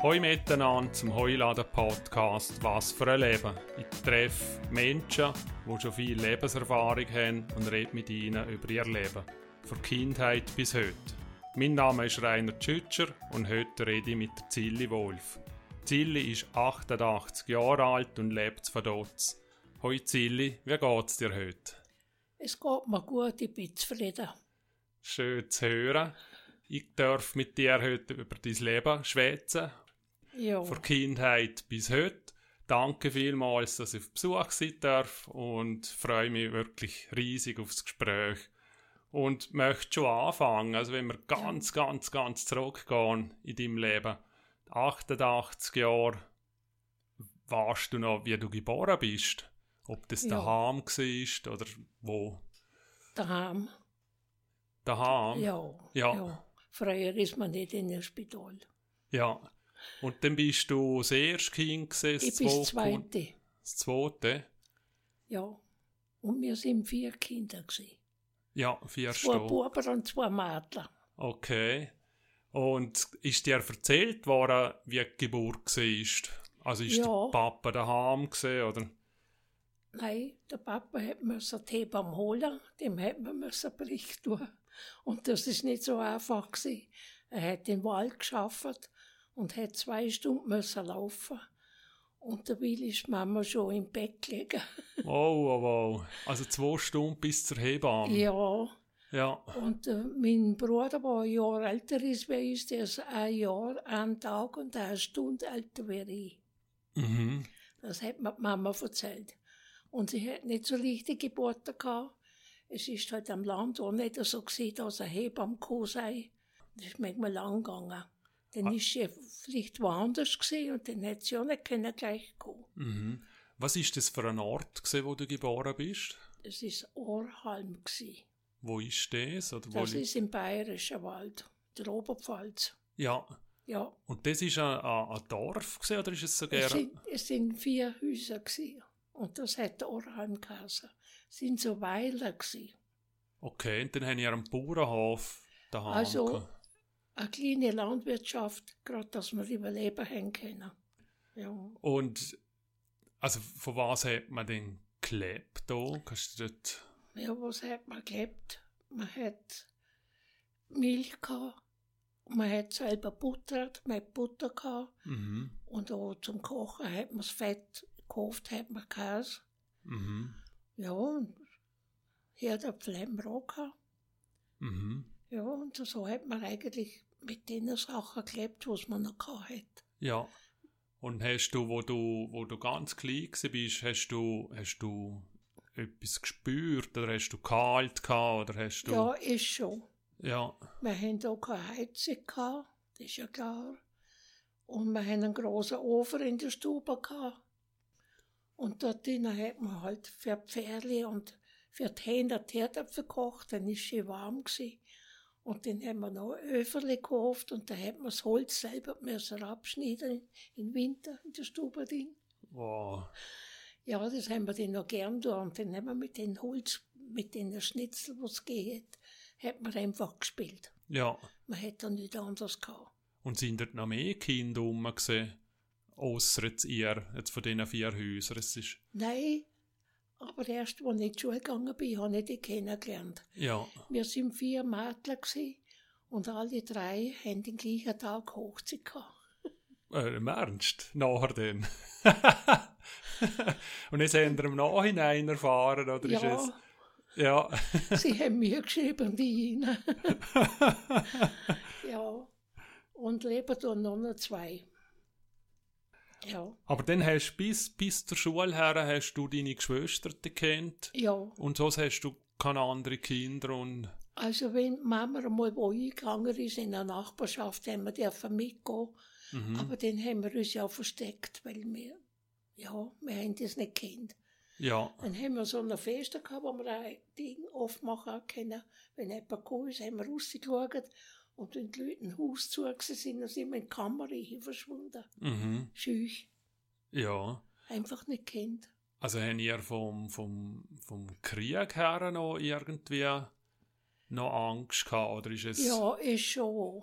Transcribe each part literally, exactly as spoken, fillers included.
Hoi miteinander zum Heuladen-Podcast «Was für ein Leben». Ich treffe Menschen, die schon viel Lebenserfahrung haben und rede mit ihnen über ihr Leben, von Kindheit bis heute. Mein Name ist Rainer Tschütscher und heute rede ich mit der Zilli Wolf. Zilli ist achtundachtzig Jahre alt und lebt von dort. Hoi Zilli, wie geht's dir heute? Es geht mir gut, ich bin zufrieden. Schön zu hören. Ich darf mit dir heute über dein Leben schwätzen. Ja. Von Kindheit bis heute. Danke vielmals, dass ich auf Besuch sein darf und freue mich wirklich riesig aufs Gespräch. Und möchte schon anfangen, also wenn wir ganz, ja. ganz, ganz zurückgehen in deinem Leben. achtundachtzig Jahre warst du noch, wie du geboren bist. Ob das Ja. daheim war oder wo? Daheim. Daheim? Ja. Ja. ja. Früher ist man nicht in einem Spital. Ja. Und dann bist du das erste Kind gewesen, das Ich bin das Zweite. Das Zweite? Ja. Und wir sind vier Kinder gewesen. Ja, vier Zwei Stück. Buben und zwei Mädchen. Okay. Und ist dir erzählt worden, wie die Geburt war? Also ist Ja. der Papa daheim gewesen, oder? Nein, der Papa hat müssen die Hebamme holen, dem hat man müssen Bericht tun. Und das ist nicht so einfach gewesen. Er hat den Wald geschafft und hat zwei Stunden müssen laufen. Und dabei ist die Mama schon im Bett gelegen. Oh, oh, oh. Also zwei Stunden bis zur Hebamme. Ja. Ja. Und äh, mein Bruder, der ein Jahr älter ist wie ich, der ist ein Jahr, einen Tag und eine Stunde älter wie ich. Mhm. Das hat mir die Mama erzählt. Und sie hat nicht so leichte Geburten gehabt. Es ist halt am Land auch nicht so gewesen, dass eine Hebamme gekommen sei. Das ist manchmal lang gegangen. Dann Ah. ist sie vielleicht woanders gewesen und dann hat sie auch nicht können gleich kommen. Mhm. Was ist das für ein Ort gewesen, wo du geboren bist? Das ist Orhalm gewesen. Wo ist das? Oder wo Das li- ist im Bayerischen Wald, der Oberpfalz. Ja. Ja. Und das war ein, ein, ein Dorf gewesen, oder ist es sogar... Es sind, es sind vier Häuser gewesen. Und das hat Orhalm geheißen. Es sind so Weiler gewesen. Okay, und dann habe ich einen Bauernhof daheim Also gehabt. eine kleine Landwirtschaft, gerade dass wir überleben haben können. Ja. Und also von was hat man denn gelebt da? Kannst du dort... Ja, was hat man gelebt? Man hat Milch gehabt, man hat selber buttert, man hat Butter gehabt. Mhm. Und auch zum Kochen hat man das Fett gekauft, hat man Käse. Mhm. Ja, und hier der Flammrohr gehabt. Mhm. Ja, und so hat man eigentlich mit den Sachen gelebt, was man noch gehabt hat. Ja. Und hast du, wo du, wo du ganz klein bist, hast du, hast du etwas gespürt oder hast du kalt gehabt oder hast du... Ja, ist schon. Ja. Wir hatten auch keine Heizung gehabt, das ist ja klar. Und wir hatten einen grossen Ofen in der Stube gehabt. Und dort drinnen hat man halt für die Pferde und für die Hähner die Herdöpfe gekocht, dann war es warm gewesen. Und dann haben wir noch ein Öferli gekauft und dann hat man das Holz selber müssen abschneiden im Winter in der Stube drin. Wow. Ja, das haben wir dann noch gern da. Und dann haben wir mit den Holz, mit den Schnitzel, was geht, hat man einfach gespielt. Ja. Man hätte nicht anders gehabt. Und sind dort noch mehr Kinder rum gewesen, ausser jetzt ihr, jetzt von diesen vier Häusern? Es ist... Nein, aber erst, als ich in die Schule gegangen bin, habe ich die kennengelernt. Ja. Wir waren vier Mädchen gewesen, und alle drei haben den gleichen Tag Hochzeit gehabt. Äh, im Ernst? Nachher dann? Und jetzt haben wir im Nachhinein erfahren, oder ist Ja, es... Ja. sie haben mir geschrieben, die ihnen. Ja, und leben da noch noch zwei. Ja, Aber dann hast du bis, bis zur Schule her hast du deine Geschwister gekannt ja. und sonst hast du keine anderen Kinder und... Also wenn die Mama einmal wo eingegangen ist in der Nachbarschaft, haben wir dürfen mitgehen. Mhm. Aber dann haben wir uns ja versteckt, weil wir, ja, wir haben das nicht gekannt. Ja. Dann haben wir so eine Feste gehabt, wo wir ein Ding aufmachen können. Wenn jemand gekommen ist, haben wir rausgeschaut. Und wenn die Leute ein Haus zugegangen sind, dann sind wir in die Kammer hier verschwunden. Mhm. Schüch. Ja. Einfach nicht gekannt. Also haben ihr vom, vom, vom Krieg her noch irgendwie noch Angst gehabt, oder ist es... Ja, ist schon.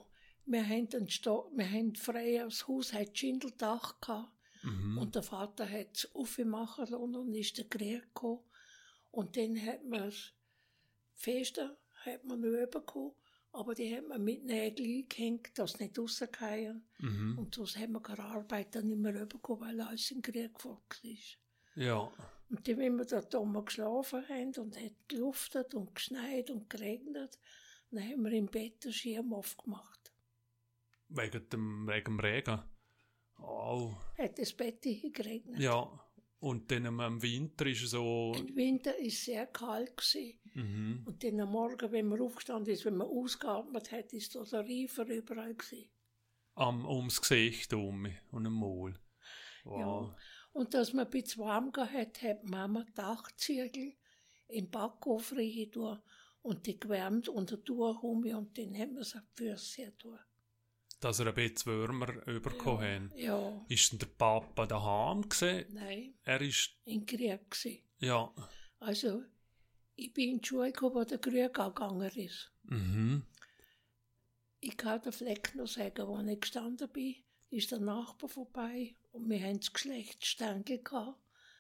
Wir haben, einen Sto- wir haben frei das Haus hat Schindeldach gehabt. Mhm. Und der Vater hat es aufmachen lassen und dann ist der Krieg gekommen. Und dann hat man das Feste hat man noch bekommen, aber die hat man mit Nägeln eingehängt, dass sie nicht rausgehen. Mhm. Und sonst haben wir keine Arbeit dann nicht mehr bekommen, weil alles im Krieg gefolgt ist. Ja. Und dann, wenn wir dort oben geschlafen haben und hat geluftet und geschneit und geregnet, dann haben wir im Bett den Schirm aufgemacht. Wegen dem, wegen dem Regen. Oh. Hat das Bett geregnet. Ja. Und dann im Winter ist es so. Im Winter war es sehr kalt gewesen. Mhm. Und dann am Morgen, wenn man aufgestanden ist, wenn man ausgeatmet hat, ist da der Reifer überall gewesen. Am, ums Gesicht um und am Maul. Wow. Ja. Und dass man ein bisschen warm gehabt hat, Mama Dachziegel im Backofen rein tun und die gewärmt unter Tuch um und dann haben wir es auf die Füße tun. Dass er ein bisschen Würmer bekommen Ja, haben. ja. Ist denn der Papa daheim gewesen? Nein, Er ist, in Krieg gewesen. ja. Also, ich bin in die Schule gekommen, wo der Krieg angegangen ist. Mhm. Ich kann den Fleck noch sagen, wo ich gestanden bin, ist der Nachbar vorbei und wir haben das Geschlecht Stengel gehabt.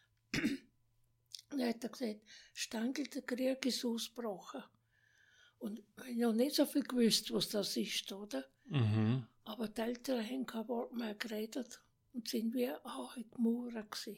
Dann hat er gesagt, Stengel, der Krieg ist ausgebrochen. Und ich habe noch nicht so viel gewusst, was das ist, oder? Mhm. Aber die Eltern haben kein Wort mehr geredet und sind wie auch in die Mauern gewesen.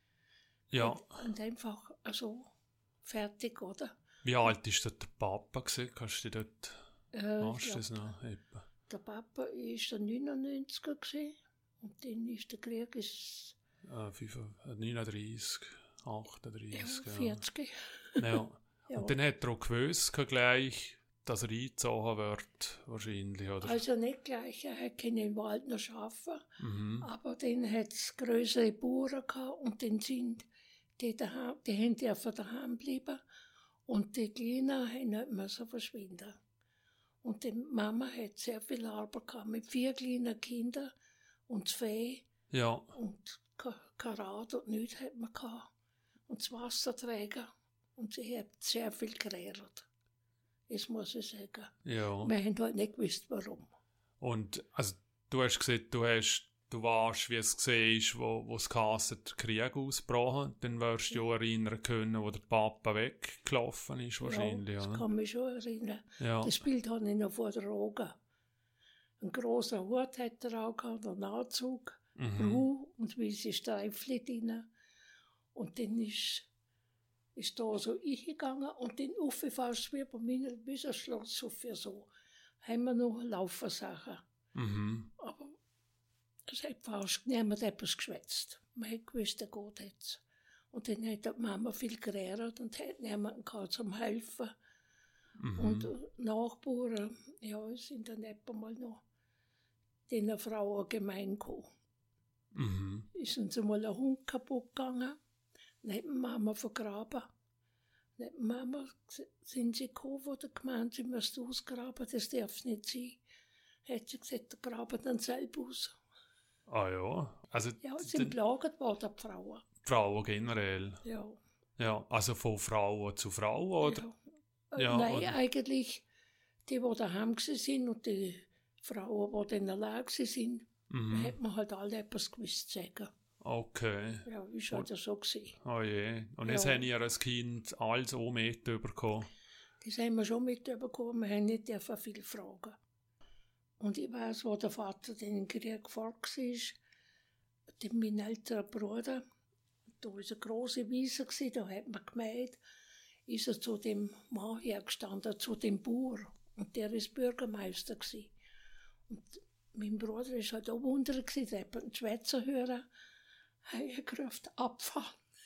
Ja. Und, und einfach also fertig, oder? Wie alt war dort der Papa gewesen? Kannst du dich dort, Äh, weißt du ja, das noch? Etwa? der Papa war der neunundneunziger gewesen, und dann ist der Krieg ist, Äh, fünf- äh, neununddreißig, ja, achtunddreißig. Ja. vierzig. Ja. Ja. Und dann hat er auch gewusst gleich, dass er eingezogen wird, wahrscheinlich, oder? Also nicht gleich, er hat im Wald noch arbeiten, Mhm. aber dann hat es größere Bauern gehabt und dann sind die daheim, die haben dürfen daheim bleiben und die Kleinen haben nicht mehr so verschwinden. Und die Mama hat sehr viel Arbeit gehabt mit vier kleinen Kindern und zwei Ja. und kein Rad und nichts hat man gehabt. Und das Wasserträger und sie hat sehr viel geredet. Das muss ich sagen. Ja. Wir haben halt nicht gewusst, warum. Und also, du hast gesagt, du, hast, du warst, wie es gesehen ist, wo, wo das Kasse der Krieg ausgebrochen. Dann wirst du dich auch erinnern können, wo der Papa weggelaufen ist, wahrscheinlich. Ja, das oder? kann mich schon erinnern. Ja. Das Bild habe ich noch vor den Augen. Einen grossen Hut hat er auch gehabt, einen Anzug, Mhm. blau und weiße Streifchen drin. Und dann ist, ist da so eingegangen und dann rauf fast wie bei mir bis ans Schloss rauf so. Haben wir noch Laufensachen. Mhm. Aber es hat fast niemand etwas geschwätzt. Man hat gewusst, der geht jetzt. Und dann hat die Mama viel geredet und hat niemanden gehabt zum Helfen. Mhm. Und äh, Nachbarn, ja, sind dann etwa mal noch den Frauen gemein gekommen. Mhm. Ist uns einmal ein Hund kaputt gegangen, dann hat die Mama vergraben. Dann hat die Mama, sind sie gekommen, wo der gemeint, sie müssen ausgraben, das darf nicht sein. Hat sie gesagt, der graben dann selber aus. Ah ja. Also, Ja, die, sind die belagert worden, die Frauen. Frauen generell. Ja. Ja, also von Frauen zu Frauen, oder? Ja. Äh, Ja, Nein, oder? eigentlich die, die daheim waren und die Frauen, die dann allein waren, Mhm. hat man halt alle etwas gewusst sagen. Okay. Ja, ist halt so gewesen. Oh je. Und jetzt Ja. haben ihr als Kind alles auch mitbekommen. Das haben wir schon mitbekommen, wir haben nicht dürfen viel fragen. Und ich weiss, wo der Vater dann im Krieg gefolgt war, der, mein älterer Bruder, da war eine grosse Wiese, da hat man gemeint, ist er zu dem Mann hergestanden, zu dem Bauer. Und der war Bürgermeister gewesen. Und mein Bruder war halt auch wundern, der hat einen Schwätzer hören, er gerufen, abfahren.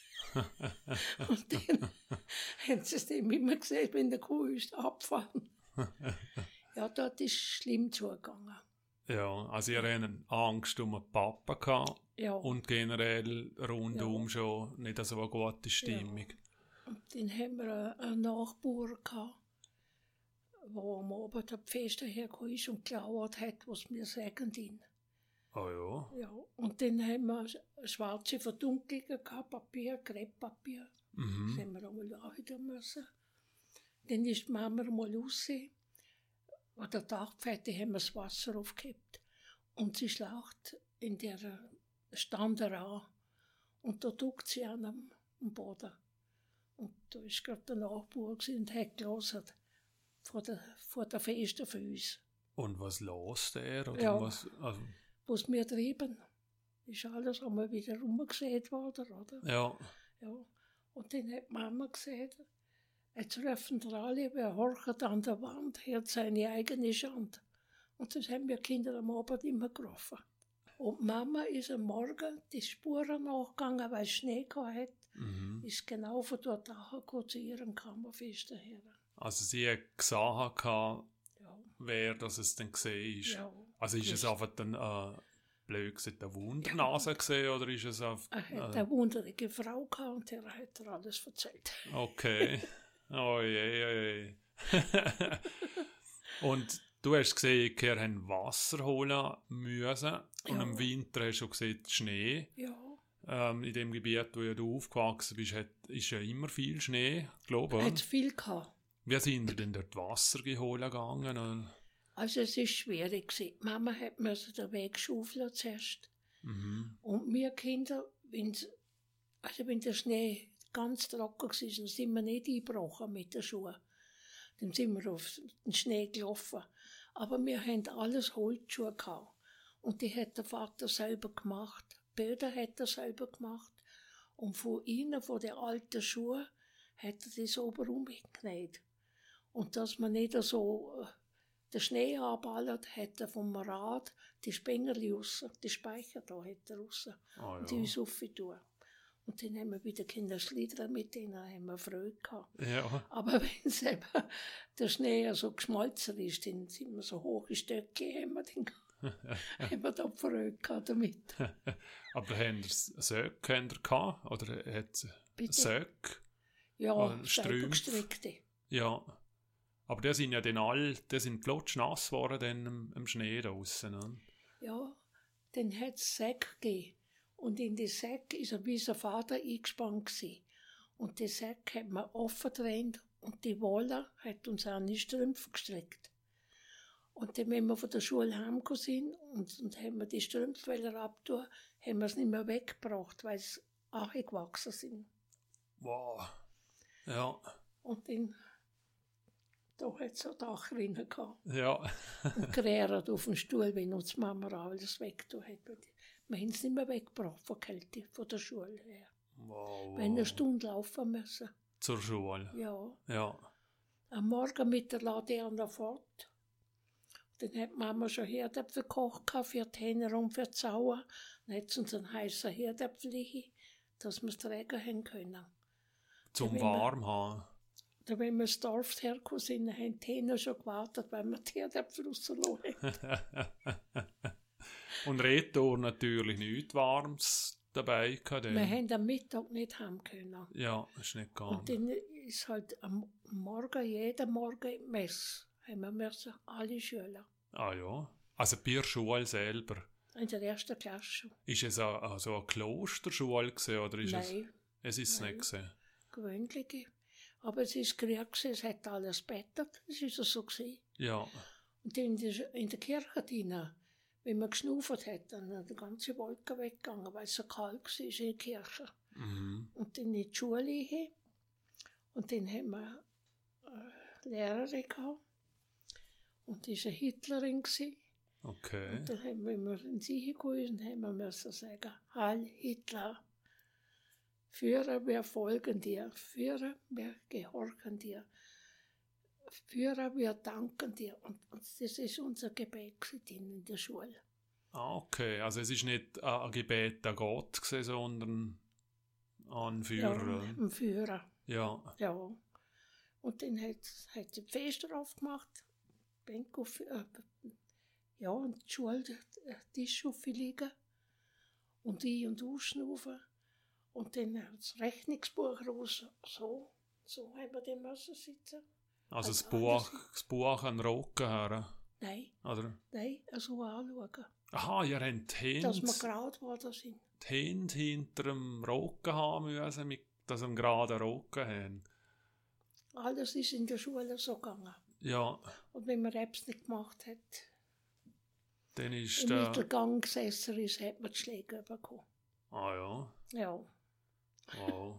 Und dann haben sie es dem immer gesagt, wenn der Kuh ist, abfahren. Ja, dort ist es schlimm zugegangen. Ja, also ihr habt Angst um den Papa gehabt Ja. und generell rundum Ja. schon nicht so eine gute Stimmung. Und dann haben wir einen Nachbar gehabt, der am Abend der Feste hergekommen ist und geklaut hat, was wir sagen ihn. Oh ja. Ja, und dann haben wir schwarze Verdunklungen gehabt, Papier, Krepppapier. Das Mhm. haben wir einmal anhören müssen. Dann ist die Mama mal raus an der Tagpfette haben wir das Wasser aufgekippt. Und sie schlaucht in der Stand an. Und da duckt sie an am, am Boden. Und da war gerade der Nachbar und hat gelesen, vor der, vor der Feste für uns. Und was las er? Oder Ja. was, also, Was wir trieben, ist alles einmal wieder rumgesät worden, oder? ja. Ja. Und dann hat Mama gesagt, jetzt rufen wir alle, wer horcht an der Wand, hört seine eigene Schand. Und das haben wir Kinder am Abend immer gerufen. Und Mama ist am Morgen die Spuren nachgegangen, weil es Schnee hatte. Mhm. Ist genau von dort nachgekommen zu ihrem Kammerfest her. Also sie hat gesagt, Ja. wer das es dann gesehen ist. Ja. Also ist es einfach dann, äh, blöd gesagt, eine Wundernase gesehen oder ist es auf... Er hat Äh, eine wunderliche Frau gehabt und der hat ihr alles erzählt. okay. Oh je, oh je. Und du hast gesehen, wir haben Wasser holen müssen. Und Ja. im Winter hast du gesehen, Schnee. Ja. Ähm, in dem Gebiet, wo ja du aufgewachsen bist, hat, ist ja immer viel Schnee, glaube Er hat ich. viel gehabt. Wie sind wir denn dort Wasser geholt gegangen? Und, Also es ist schwierig gewesen. Mama hat müssen den Weg schaufeln zuerst. mhm. Und wir Kinder, wenn's, also wenn der Schnee ganz trocken war, dann sind wir nicht eingebrochen mit den Schuhen. Dann sind wir auf den Schnee gelaufen. Aber wir hatten alles Holzschuhe gehabt. Und die hat der Vater selber gemacht. Böden hat er selber gemacht. Und von ihnen, von den alten Schuhen, hat er das oben umgeknäht. Und dass man nicht so äh, den Schnee anballert, hat er vom Rad die Spengerli raus, die Speicher da hat er raus. Ah, Und die ja. uns aufgetan. Und dann haben wir wieder Kinder Schlittern mit denen, haben wir Freude gehabt. Ja. Aber wenn es eben der Schnee so geschmolzen ist, dann sind wir so hohe Stöcke, haben wir, dann, haben wir da Freude gehabt damit. Aber haben ihr Söcke haben ihr gehabt? Oder hat es Bitte? Söcke? Ja, Ah, selber Strümpfe. gestrickte. Ja. Aber die sind ja dann alle, die sind klotschnass geworden dann im, im Schnee draussen. Ne? Ja, dann hat es Säcke gegeben. Und in die Säcke ist ein wie ein Vater eingespannt gewesen. Und die Säcke hat man offen gedreht und die Wolle hat uns auch die Strümpfe gestrickt. Und dann, wenn wir von der Schule heimgekommen sind und, und haben wir die Strümpfe abgetan, haben wir es nicht mehr weggebracht, weil sie angewachsen sind. Wow. Ja. Und dann, da hat es ein Dach drinnen gehabt. Ja. Und gerät auf dem Stuhl, wenn uns die Mama alles weggetan hat. Wir haben es nicht mehr weggebracht von Kälte, von der Schule her. Wow. Wir haben eine Stunde laufen müssen. Zur Schule. Ja. Ja. Am Morgen mit der Laterne fort. Dann hat die Mama schon Herdäpfel gekocht für die Hähner und für die Sauer. Dann hat sie uns einen heißen Herdäpfel hin, dass wir es tragen haben können. Zum wenn warm haben. Da, wenn wir ins Dorf hergekommen sind, haben die Hähner schon gewartet, weil wir die Herdäpfel rausgelassen haben. Und Retour natürlich nichts Warmes dabei gehabt. Wir haben am Mittag nicht haben können. Ja, ist nicht gegangen. Und dann ist halt am Morgen, jeden Morgen im Mess, haben wir müssen, alle Schüler. Ah ja. Also bei der Schule selber. In der ersten Klasse. Ist es a, a, so eine Klosterschule gewesen, oder ist Nein, es? Es ist es Nein. nicht gewesen. gewöhnliche. Aber es ist Krieg gewesen, es hat alles bettet, das ist so gewesen. Ja. Und in der, in der Kirche drin, wenn man geschnauft hat, dann ist die ganze Wolke weggegangen, weil es so kalt war in der Kirche. Mhm. Und dann in die Schule hin. Und dann haben wir eine Lehrerin gehabt. Und die war eine Hitlerin gewesen. Okay. Und dann haben wir, wenn wir in sie hingegangen sind, haben wir müssen sagen, Heil Hitler. Führer, wir folgen dir. Führer, wir gehorchen dir. Führer, wir danken dir. Und, und das ist unser Gebet in der Schule. Ah, okay. Also es ist nicht ein Gebet an Gott gewesen, sondern an den Führer. Ja, ein Führer. Ja. Ja. Und dann hat, hat sie die Feste drauf gemacht. Bänke auf, äh, ja, und die Schule, der Tisch aufliegen. Und ich und ausschnaufen. Und dann das Rechnungsbuch raus. So, so haben wir dann müssen sitzen. Also das Also Buch, alles- das Buch an den Rücken her. Nein, Oder? nein, so anschauen. Aha, ihr habt die Dass wir Hände, gerade worden sind. die Hände hinter dem Rücken haben müssen, mit, dass sie einen geraden Rücken haben. Alles ist in der Schule so gegangen. Ja. Und wenn man etwas nicht gemacht hat, dann ist im der... Mittelgang gesessen ist, hat man die Schläge bekommen. Ah ja. Ja. Wow.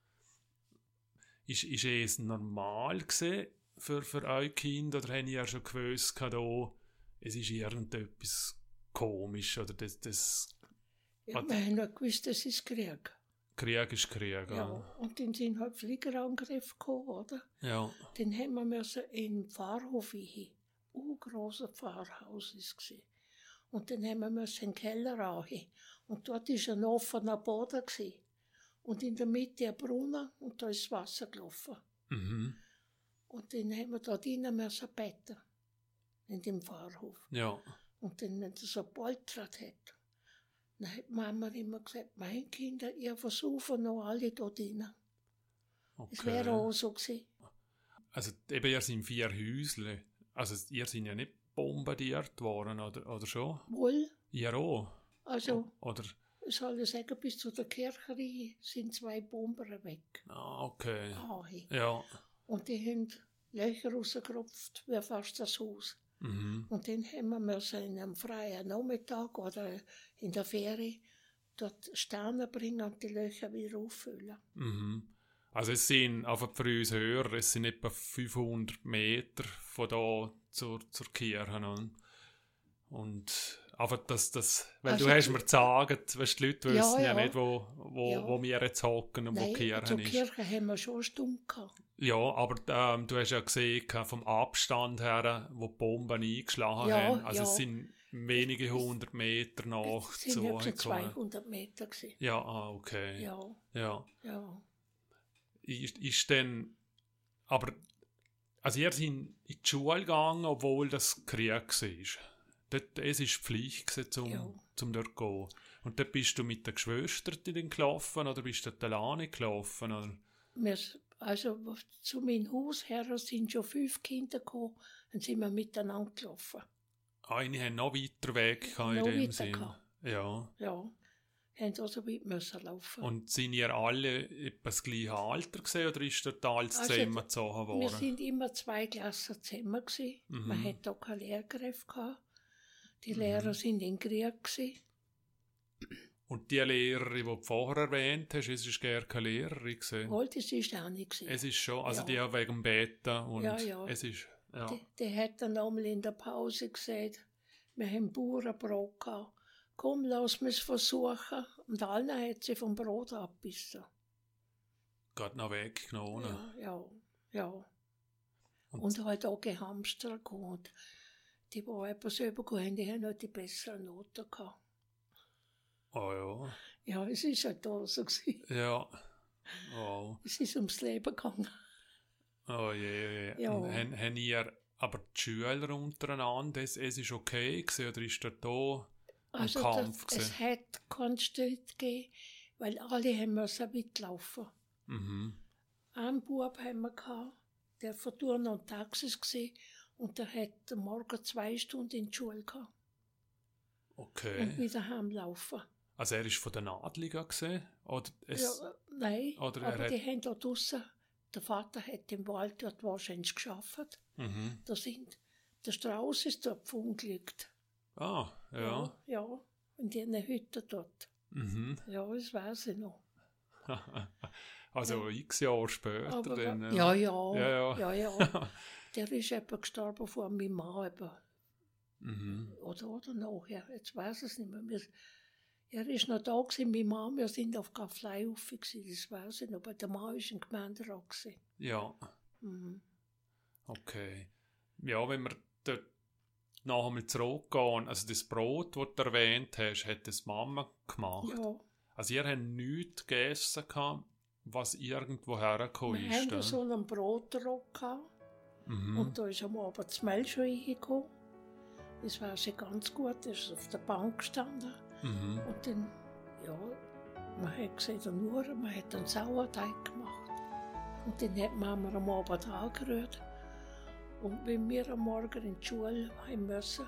ist, ist es normal gewesen für, für eure Kinder, oder habt ihr ja schon gewusst, da, es ist irgendetwas komisch, oder das... das Ja, wir haben noch gewusst, das ist Krieg. Krieg ist Krieg, Ja, ja. und dann sind halt Fliegerangriffe gekommen, oder? Ja. Dann haben wir müssen in den Pfarrhof hin. Ein grosses Pfarrhaus ist es. Und dann haben wir müssen in den Keller rein. Und dort war ein offener Boden. Gewesen. Und in der Mitte ein Brunnen und da ist das Wasser gelaufen. Mhm. Und dann haben wir dort drinnen müssen beten. In dem Pfarrhof. Ja. Und dann, wenn das so poltert hat, dann hat Mama immer gesagt, meine Kinder, ihr versuchen noch alle dort drinnen. Okay. Es wäre auch so gewesen. Also eben, ihr seid vier Häusle. Also ihr seid ja nicht bombardiert worden, oder, oder schon? Wohl, Ihr auch? also, Oder? ich soll sagen, bis zu der Kirche rein sind zwei Bomber weg. Ah, okay. Ah, Ja. und die haben Löcher rausgerupft, wie fast das Haus. Mhm. Und dann haben wir müssen in einem freien Nachmittag oder in der Ferie dort Steine bringen und die Löcher wieder auffüllen. Mhm. Also es sind, einfach für uns Hörer, es sind etwa fünfhundert Meter von da zur, zur Kirche. Und, und einfach das, das, weil Also du hast die- mir gesagt, weißt, die Leute Ja, wissen ja, ja. nicht, wo, wo, Ja. wo wir jetzt hocken und wo die Nein, Kirche zur ist. Kirche haben wir schon eine Stunde gehabt. Ja, aber ähm, du hast ja gesehen, vom Abstand her, wo die Bomben eingeschlagen Ja, haben. Also ja. es sind wenige hundert Meter nach Es sind zu höchstens euch gekommen. zweihundert Meter gewesen. Ja, ah, okay. Ja, Ja. ja. Ist, ist denn, aber, also ihr seid in die Schule gegangen, obwohl das Krieg war. Dort, es war Pflicht gewesen, zum, Ja. zum dort zu gehen. Und dort bist du mit den Geschwistern dann gelaufen, oder bist du dort alleine gelaufen? Oder? Wir, also zu meinem Haus her sind schon fünf Kinder gekommen und sind wir miteinander gelaufen. Eine haben noch weiter weg gehabt in Noch dem weiter Sinn. gehabt. Ja. Ja, haben also weit müssen laufen. Und sind ihr alle etwa das gleiche Alter gewesen, oder ist dort alles Also, zusammengezogen worden? Wir sind immer zwei Klassen zusammen gewesen. Mhm. Man hatte auch keine Lehrkräfte gehabt. Die Lehrer sind in Krieg gewesen. Und die Lehrerin, die du vorher erwähnt hast, es ist gar keine Lehrerin gewesen. Oh, das ist auch nicht gewesen. Es ist schon, also Ja. die auch wegen dem Beten und Ja, ja. es ist, ja. Die, die hat dann einmal in der Pause gesagt, wir haben Bauernbrot gehabt. Komm, lass mich es versuchen. Und allen hat sie vom Brot abgebissen. Gerade noch weggenommen. Ja, ja, ja. Und- Und, halt auch gehamstert gehabt. Die, die etwas übergekommen haben, die haben halt die besseren Noten gehabt. Oh ja. Ja, es ist halt da so gewesen. Ja. Oh, Es ist ums Leben gegangen. oh je, oh je. Ja. Und haben, haben ihr aber die Schüler untereinander, es, es ist okay gewesen, oder ist dort da ein Also Kampf das, es gewesen? hat keinen Streit gegeben, weil alle haben müssen mitlaufen. Mhm. Einen Bub haben wir gehabt, der von Turn und Taxis war und der hat morgen zwei Stunden in die Schule gehabt Okay. und wieder heimlaufen. Also er ist von den Adligen gewesen? Oder es, Ja, nein, oder er aber hat- die haben da draussen, der Vater hat im Wald dort wahrscheinlich geschafft. mhm. Da sind, der Strauß ist dort verunglückt. Ah, ja. Ja, ja, in diesen Hütten dort. Mhm. Ja, das weiß ich noch. Also x Jahre später Aber, dann. ja, ja, Ja, ja, ja. ja. Der ist eben gestorben vor meinem Mann. Eben. Mhm. Oder, oder nachher, jetzt weiß ich es nicht mehr. Wir, er ist noch da gewesen, mein Mann, wir sind auf Gaffleihof gewesen, das weiß ich noch, aber der Mann war im Gemeinderat gewesen. Ja, Mhm. okay. Ja, wenn wir dort noch einmal zurückgehen, also das Brot, das du erwähnt hast, hat das Mama gemacht. Ja, Also ihr habt nichts gegessen, gehabt, was irgendwo hergekommen wir ist. haben da äh? so einen Brotrot gehabt Mhm. und da ist am Abend das Mehl schon reingekommen. Das weiß ich ganz gut, das ist auf der Bank gestanden. Mhm. Und dann, ja, man hat gesehen, der nur, man hat einen Sauerteig gemacht. Und den hat Mama am Abend angerührt. Und wenn wir am Morgen in die Schule haben müssen,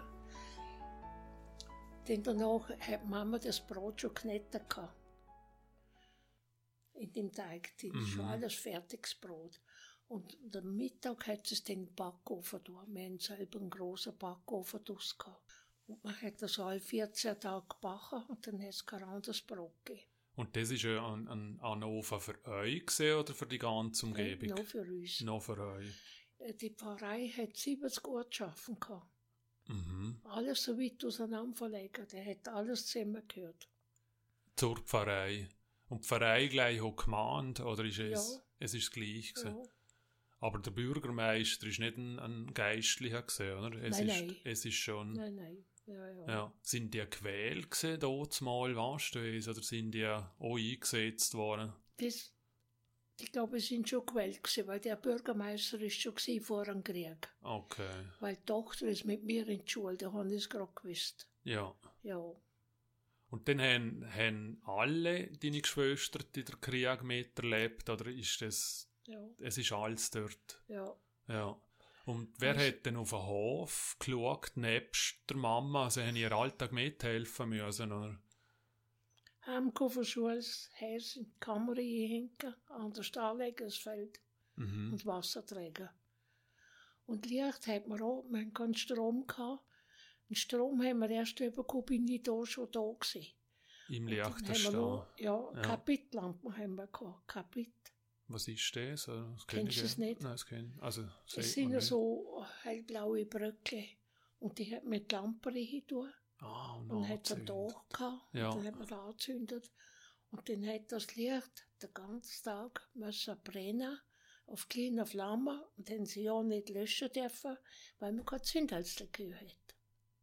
dann danach hat Mama das Brot schon geknetet gehabt. In dem Teig, das Mhm. war alles fertiges Brot. Und am Mittag hat es den Backofen da. Wir haben selber einen grossen Backofen draus gehabt. Und man hat das alle vierzehn Tage gebacken und dann hat es kein anderes Brot gegeben. Und das war ein, ein, ein Ofen für euch gewesen, oder für die ganze Umgebung? Nein, noch für uns. Noch für euch. Die Pfarrei hat siebzig Ortschaften gehabt. Mhm. Alles so weit auseinander verlegen. Der hat alles zusammengehört. Zur Pfarrei. Und die Pfarrei gleich auch Gemeinde, oder ist es? Ja. Es ist das Gleiche gewesen. Ja. Aber der Bürgermeister war nicht ein, ein Geistlicher gewesen, oder? Es Nein, ist, nein. Es ist schon... Nein, nein. Ja, ja. Ja. Sind die gewählt gewesen, dort mal, weißt du es? Oder sind die auch eingesetzt worden? Das, ich glaube, sie sind schon gewählt gewesen, weil der Bürgermeister ist schon gewesen vor dem Krieg. Okay. Weil die Tochter ist mit mir in die Schule, da habe ich es gerade gewusst. Ja. Ja. Und dann haben, haben alle deine Geschwister in der Krieg miterlebt, oder ist das... Ja. Es ist alles dort? Ja. Ja. Und wer Also- hat denn auf den Hof geschaut, nebst der Mama? Also haben ihr Alltag mithelfen müssen, oder? Heimgekommen von Schule, das Haus in die Kammer hinhängen, an der Stall legen, das Feld Mhm. und Wasser tragen. Und Licht hat man auch, wir hatten keinen Strom gehabt. Den Strom haben wir erst bekommen, bin ich da schon da gewesen. Im Und dann haben wir Liechtenstein. noch, ja, Ja. Kapitlampen haben wir gehabt, Kapit. Was ist das? Oder? Das Kennst du ich es nicht? Nein, das kenn ich. Also, Das sagt sind man ja nicht. so hellblaue Bröckle. Und die hat mit Lampen rein Ah, und und hat ein angezündet. Dach gehabt. Ja. Und dann hat man da angezündet. Und dann hat das Licht den ganzen Tag müssen brennen auf kleine Flammen. Und dann sie ja nicht löschen dürfen, weil man kein Zündhölzchen hat.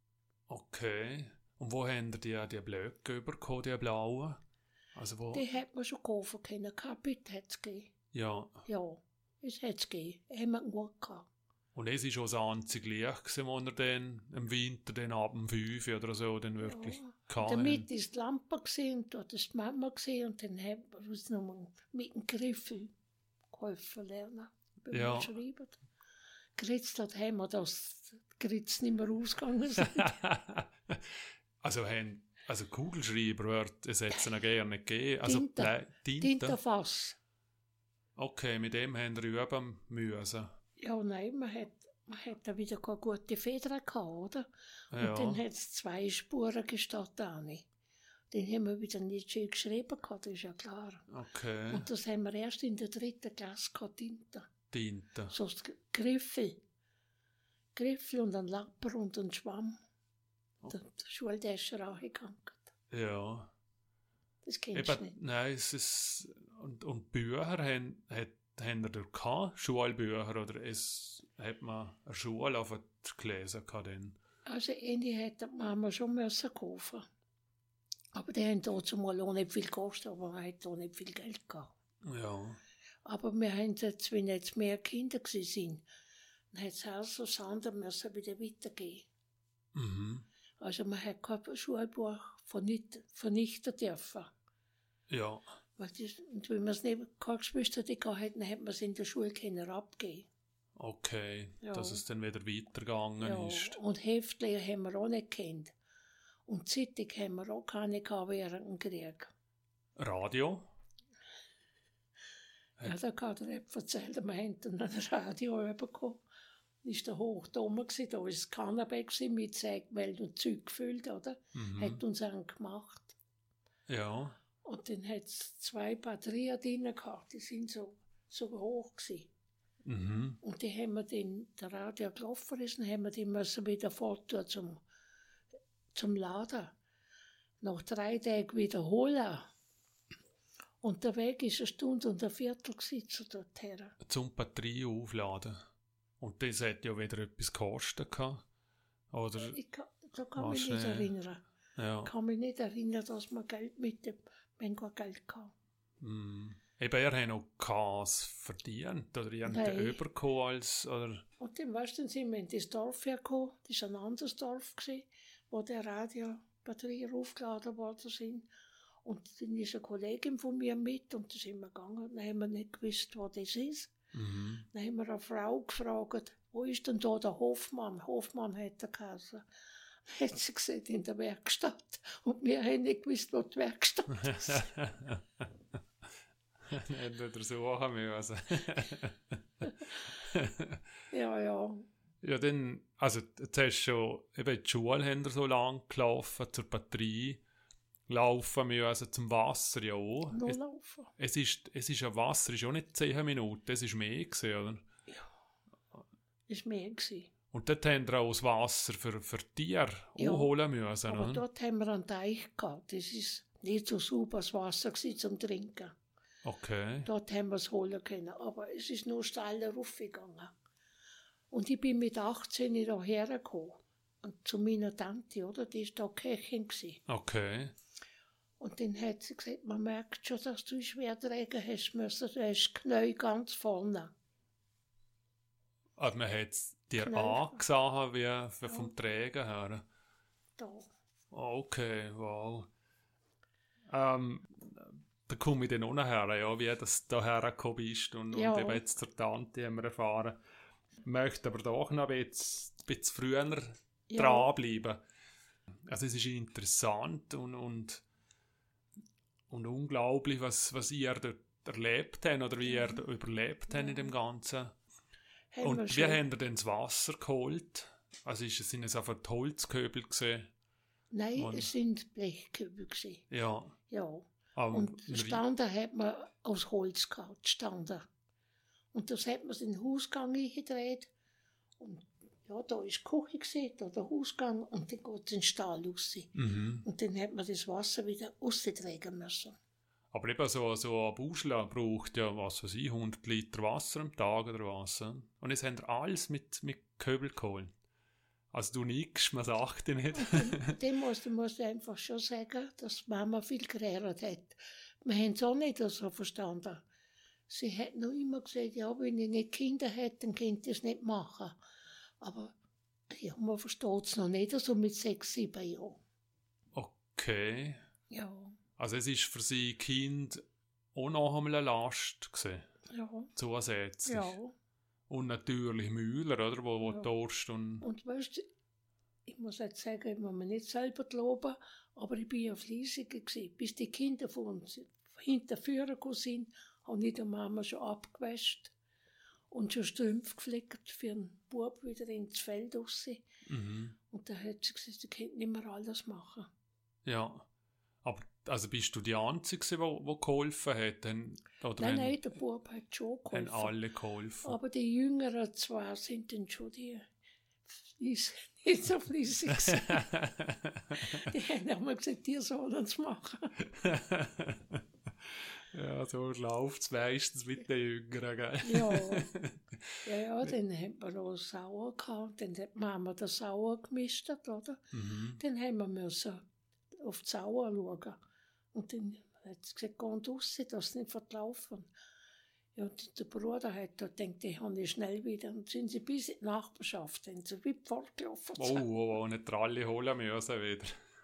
Okay. Und wo haben ihr die, die Blöcke bekommen, die blauen? Also wo? Die hat man schon kaufen können. Kapit hat es gegeben. Ja. Ja, es hat es gegeben. Haben wir gut gehabt. Und es war auch das einzige Licht, gewesen, wo ihr dann im Winter dann ab dem fünf oder so dann wirklich Ja. gehabt Damit habt. war die Lampe gewesen, und dort war die Mama gewesen, und dann haben wir uns noch mit dem Griffel geholfen lernen. Beim Ja. Schreiben. Geritzelt haben wir, dass die Gritz nicht mehr ausgegangen sind. also, haben, also Kugelschreiber wird es jetzt noch gerne gegeben. Also Tinte. Blei- Tinte. Tintenfass. Okay, mit dem haben wir üben müssen. Ja, nein, man hat, man hat da wieder keine gute Feder gehabt, oder? Ja. Und dann hat es zwei Spuren gestattet. Dann haben wir wieder nicht schön geschrieben gehabt, das ist ja klar. Okay. Und das haben wir erst in der dritten Klasse gehabt, Tinte. Tinte. So das Griffel. Griffel und ein Lapper und ein Schwamm. Der, der Schultäscher angegangen. Ja. Das kennst du Eben, nicht. nein, es ist... Und, und Bücher haben, hat, haben ihr da gehabt? Schulbücher? Oder es, hat man eine Schule auf gelesen gehabt dann? Also eine hätte die Mama schon müssen kaufen. Aber die haben dazu mal auch nicht viel gekostet, aber man hat auch nicht viel Geld gehabt. Ja. Aber wir haben jetzt, wenn jetzt mehr Kinder gewesen sind, dann hat es also das andere müssen wieder weitergehen. Mhm. Also man hat kein Schulbuch vernichten, vernichten dürfen. Ja. Weil das, und wenn man es nicht keine Geschwister gehabt hat, dann hat man es in der Schule können abgeben. Okay. Ja. Dass es dann wieder weitergegangen Ja, ist. und Heftlehr haben wir auch nicht gekannt. Und Zeitung haben wir auch keine gehabt während dem Krieg. Radio? Ja, da kann ich dir erzählen, wir haben dann ein Radio bekommen. Da war der Hochdom, da war das Cannabis mit Sägemehl und Zeug gefüllt, oder? Mhm. Hat uns einen gemacht. Ja. Und dann hat es zwei Batterien drin gehabt, die sind so, so hoch gewesen. Mhm. Und die haben wir dann, der Radio gelaufen ist, dann haben wir die müssen wieder fort zum, zum Laden. Nach drei Tagen wiederholen. Und der Weg war eine Stunde und ein Viertel gewesen zu dorthin. Zum Batterie aufladen. Und das hat ja wieder etwas gekostet gehabt. Oder? Ich kann, da kann mich Ach, nicht schnell. erinnern. Ja. Ich kann mich nicht erinnern, dass wir Geld mit dem, wenn kein Geld gehabt. Mm. Eben, ihr habt noch Gas verdient. Oder ihr habt Nein. den übergekommen als... Oder? Und dann, weißt du, dann sind wir in das Dorf hergekommen. Das war ein anderes Dorf, gewesen, wo die Radiobatterien aufgeladen worden sind. Und dann ist eine Kollegin von mir mit und dann sind wir gegangen. Dann haben wir nicht gewusst, wo das ist. Mhm. Dann haben wir eine Frau gefragt, wo ist denn da der Hofmann? Hofmann hat er geheißen. Dann hat sie gesagt, in der Werkstatt. Und wir haben nicht gewusst, wo die Werkstatt ist. Nicht wieder suchen müssen. dann, also jetzt hast du schon, eben in die Schule haben wir so lang gelaufen, zur Batterie laufen müssen, also zum Wasser ja auch. Nur Es, laufen. es ist, es ist ein Wasser, ist auch nicht zehn Minuten, es ist mehr gewesen, oder? Ja, ist mehr gewesen. Und dort haben wir auch das Wasser für, für Tiere Ja, auch holen müssen, Aber oder? dort haben wir einen Teich gehabt. Das ist nicht so sauberes Wasser gewesen zum Trinken. Okay. Dort haben wir es holen können. Aber es ist nur steiler raufgegangen. Und ich bin mit achtzehn hierher gekommen. Und zu meiner Tante, oder? Die war da Köchin gewesen. Okay. Und dann hat sie gesagt, man merkt schon, dass du schwer tragen hast müssen. Du hast die Knie ganz vorne. Also man hat es dir Knöchel. angesehen, wie, wie vom Trägen her. Da. Okay, wow. Ähm, da komme ich dann auch nachher, ja, wie das da hergekommen bist und, Ja. und eben jetzt zur Tante haben wir erfahren. Ich möchte aber doch noch ein bisschen, ein bisschen früher Ja. dranbleiben. Also es ist interessant und, und, und unglaublich, was, was ihr dort erlebt habt oder wie ihr da überlebt habt in dem Ganzen. Haben Und wir wie schon. habt ihr denn das Wasser geholt? Also ist es, sind es einfach die Holzköbel gesehen? Nein, Und- es sind Blechkübel gewesen. Ja. Ja. Ähm, Und wie- Stander hat man aus Holz gehabt, Stander. Und das hat man in den Hausgang eingedreht. Und ja, da ist die Küche gewesen, da der Hausgang und dann geht es in den Stall raus. mhm. Und dann hat man das Wasser wieder raustragen müssen. Aber eben so, so ein Buschla braucht ja, was weiß ich, hundert Liter Wasser am Tag oder was. äh? Und jetzt haben wir alles mit, mit Köbel geholt. Also du nickst, man sagt dir nicht. Dem muss, muss ich einfach schon sagen, dass die Mama viel geredet hat. Wir haben es auch nicht so verstanden. Sie hat noch immer gesagt, ja, wenn ich nicht Kinder hätte, dann könnte ich es nicht machen. Aber ja, man versteht es noch nicht, so mit sechs, sieben Jahren. Okay. Ja, Also es ist für sie Kind auch noch einmal eine Last gewesen, ja, zusätzlich. ja. Und natürlich Müller, oder, wo, wo Ja. Durst und... Und weißt du, ich muss jetzt sagen, ich muss mir nicht selber loben, aber ich bin ja fleissiger gewesen. Bis die Kinder von uns hinterführen gekommen sind, habe ich der Mama schon abgewäscht und schon Strümpfe geflickt für den Bub wieder ins Feld raus. Mhm. Und da hat sie gesagt, ihr könnt nicht mehr alles machen. Ja. Aber also bist du die Einzige, die wo, wo geholfen hat? Dann, oder Nein, haben, nein, der Bub hat schon haben geholfen. alle geholfen? Aber die jüngeren zwei sind dann schon die, die sind nicht so fleissig gewesen. Die haben einmal gesagt, die sollen es machen. Ja, so läuft es meistens mit den Jüngeren, gell? Ja, ja, ja, dann hat man auch Sauer gehabt, dann hat Mama das Sauer gemischt, oder? Mhm. Dann haben wir müssen auf die Sauer schauen. Und dann hat sie gesagt, geh raus, das nicht verlaufen. Ja, und der Bruder hat da gedacht, die habe ich schnell wieder. Und sind sie bis in die Nachbarschaft, sind sie wie fortgelaufen. Oh, oh, oh, nicht alle holen müssen wieder.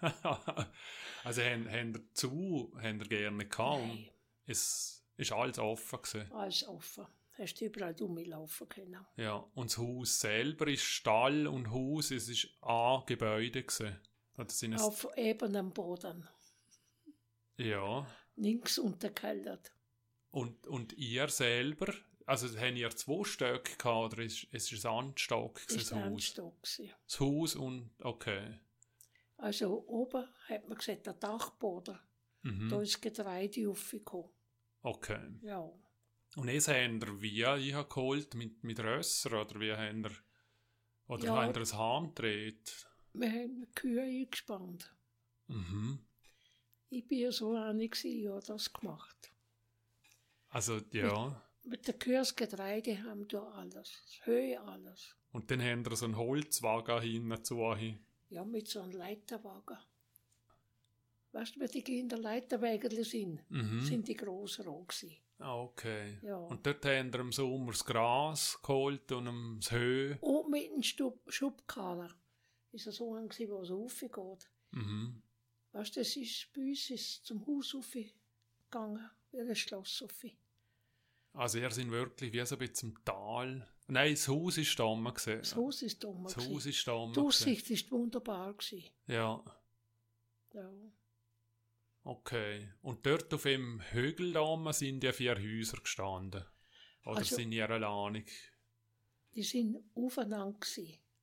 Also haben, haben ihr zu, haben ihr gerne gehabt? und Nein, Es ist alles offen gewesen. alles offen. Hast du überall rumlaufen können. Ja, und das Haus selber ist Stall und Haus, es ist ein Gebäude gewesen. Oder sind es, Auf ebenem Boden, ja. links unterkellert. Und, und ihr selber, also haben ihr zwei Stöcke gehabt oder ist es ist ein Anstock gewesen, Ist das ein Haus? Stock gewesen. Das Haus und, okay. Also oben hat man gesagt, der Dachboden, Mhm. da ist Getreide aufgekommen. Okay. Ja, Und jetzt haben ihr wie eingeholt mit, mit Rösser oder wie haben ihr, oder Ja. haben ihr ein Hahn gedreht? wir haben Kühe eingespannt. Mhm. Ich bin ja so eine gewesen, ja, das gemacht. Also, ja. Mit der Kühe das Getreide haben wir alles, das Höhe alles. Und dann haben ihr so einen Holzwagen hinten zu euch. Ja, mit so einem Leiterwagen. Weißt du, wie die Kinder Leiterwägen sind? Mhm. Sind die grossen auch gewesen. Ah, okay. Ja. Und dort haben wir im Sommer das Gras geholt und im- das Höhe. Und mit dem Stub, Schubkarren. Ist das so ein gewesen, wo so raufgeht. Mhm. Weißt du, das ist bei uns ist zum Haus raufgegangen, wie ein Schloss rauf. Also ihr sind wirklich wie so ein bisschen im Tal. Nein, das Haus ist da oben gesehen. Das Haus ist dumm. Das Haus ist da oben Die gewesen. Aussicht ist wunderbar gewesen. Ja, Ja. okay. Und dort auf dem Hügel da oben sind ja vier Häuser gestanden. Oder Also- sind die alleine? Die sind aufeinander gewesen.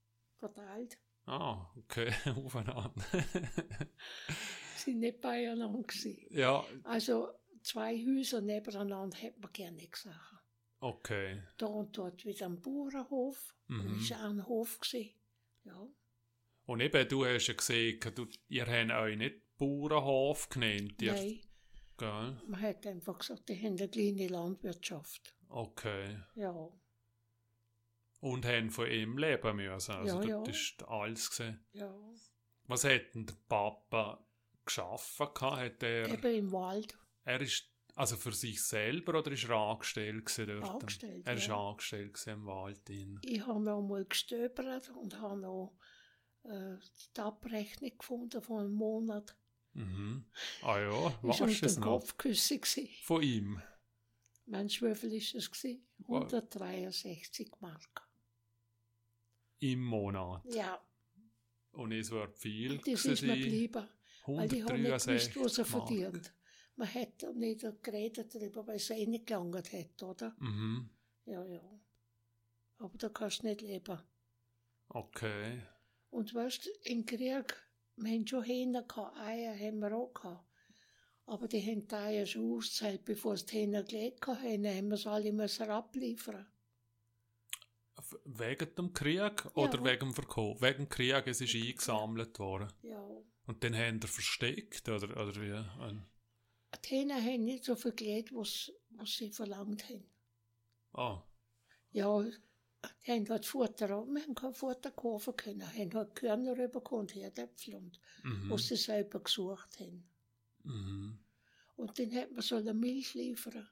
verteilt. Ah, okay, aufeinander. Sie sind nicht beieinander gewesen. Ja, Also zwei Häuser nebeneinander hätte man gerne gesehen. okay. Da und dort wieder ein Bauernhof. Mhm. Und es war auch ein Hof gewesen. Ja. Und eben, du hast ja gesehen, du, ihr habt euch nicht Bauernhof genannt. Ihr, Nein, gell? man hat einfach gesagt, die haben eine kleine Landwirtschaft. Okay. Ja, Und haben von ihm leben müssen. Also Ja, das ja. ist alles gesehen. ja. Was hat denn der Papa geschaffen? gehabt? Hat er, Eben im Wald er ist also für sich selber oder ist er angestellt gewesen dort? angestellt. Er ist ja. angestellt gewesen im Wald. Drin. Ich habe noch mal gestöbert und habe noch äh, die Abrechnung gefunden von einem Monat. Mhm. Ah ja, Das was war ist unter es dem noch? Kopfküsse gewesen. Von ihm? Mensch, wie viel ist es gewesen? hundertdreiundsechzig Mark. Im Monat. Ja, Und es wird viel und das ist mir gewesen. geblieben. Weil ich habe nicht gewusst, hundertdreiundsechzig was er Mark. verdient. Man hätte nicht geredet darüber, weil es eh nicht gelangt hätte, oder? Mhm. Ja, ja. Aber da kannst du nicht leben. Okay. Und weißt du, im Krieg, wir haben schon Hähner gehabt, Eier haben wir auch gehabt. Aber die haben die Eier schon ausgezahlt, bevor sie die Hähner gelegt haben, haben wir sie alle müssen abliefern. F- Wegen dem Krieg oder Ja. wegen dem Verkauf? Wegen dem Krieg, es ist eingesammelt worden. Ja. Und dann haben sie versteckt, oder, oder wie? Ein- Die Hähner haben nicht so viel gelegt, was, was sie verlangt haben. Ah, Ja, die haben halt Futter, auch- wir haben kein Futter kaufen können, haben halt Körner rübergekommen, Herdäpfel und mhm. was sie selber gesucht haben. Mhm. Und dann hat man so eine Milch liefern.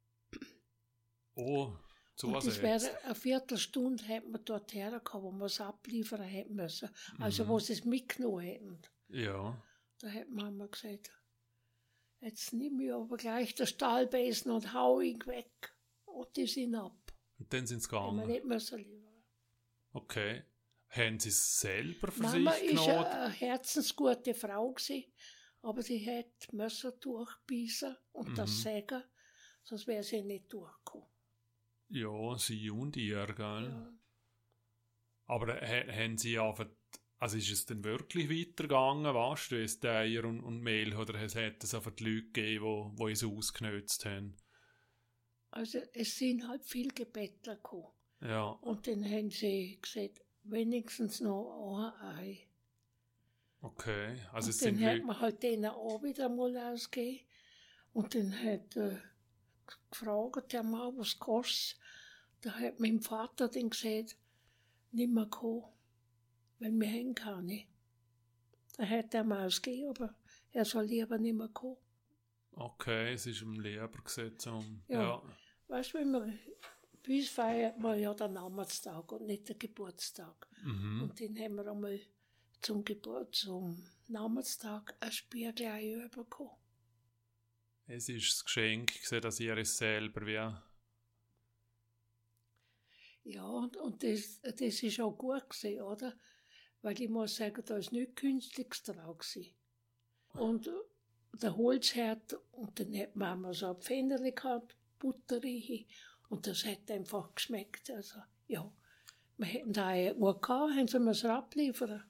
Oh, Und das zusätzlich. wäre eine Viertelstunde, hat man dort hergekommen, wo man es abliefern hätten müssen. Also, Mhm. wo sie es mitgenommen hätten. Ja. Da hat Mama gesagt, jetzt nimm ich aber gleich den Stahlbesen und hau ihn weg. Und die sind ab. Und dann sind sie Haben wir gegangen. nicht müssen liefern. Okay. Haben sie es selber für Mama sich ist genommen? eine herzensgute Frau gewesen, aber die hat müssen durchbeissen und Mhm. das sagen, sonst wäre sie nicht durchgekommen. Ja, sie und ihr, gell? Ja. Aber ha- haben sie einfach, also ist es dann wirklich weitergegangen, weißt du, es Eier und, und Mehl, oder es hat es einfach die Leute gegeben, die, die es ausgenutzt haben? Also es sind halt viele Gebettler gekommen. Ja, Und dann haben sie gesagt, wenigstens noch ein Ei. okay. Also es Und dann sind hat Leute, man halt denen auch wieder mal ausgegeben. Und dann hat er gefragt, der Mann, was kostet. Da hat mein Vater dann gesagt, nicht mehr kommen, weil wir haben keine. Da hat er mal ausgegeben, aber er soll lieber nicht mehr kommen. okay, es ist im Leber gesetzt. Um, Ja. ja. Weißt du, wenn wir, bei uns feiert man ja den Namenstag und nicht den Geburtstag. Mhm. Und dann haben wir einmal zum Geburt, zum Namenstag ein Spiegel bekommen. Es ist das Geschenk, gewesen, dass ihr es selber wie. Ja, und, und das, das ist auch gut gewesen, oder? Weil ich muss sagen, da ist nichts Künstliches dran gewesen. Und äh, der Holzherd, und dann hat Mama so ein Pfänderchen gehabt, Butter rein, und das hat einfach geschmeckt. Also, ja, wir hätten da ja gut gehabt, haben sie müssen abliefern.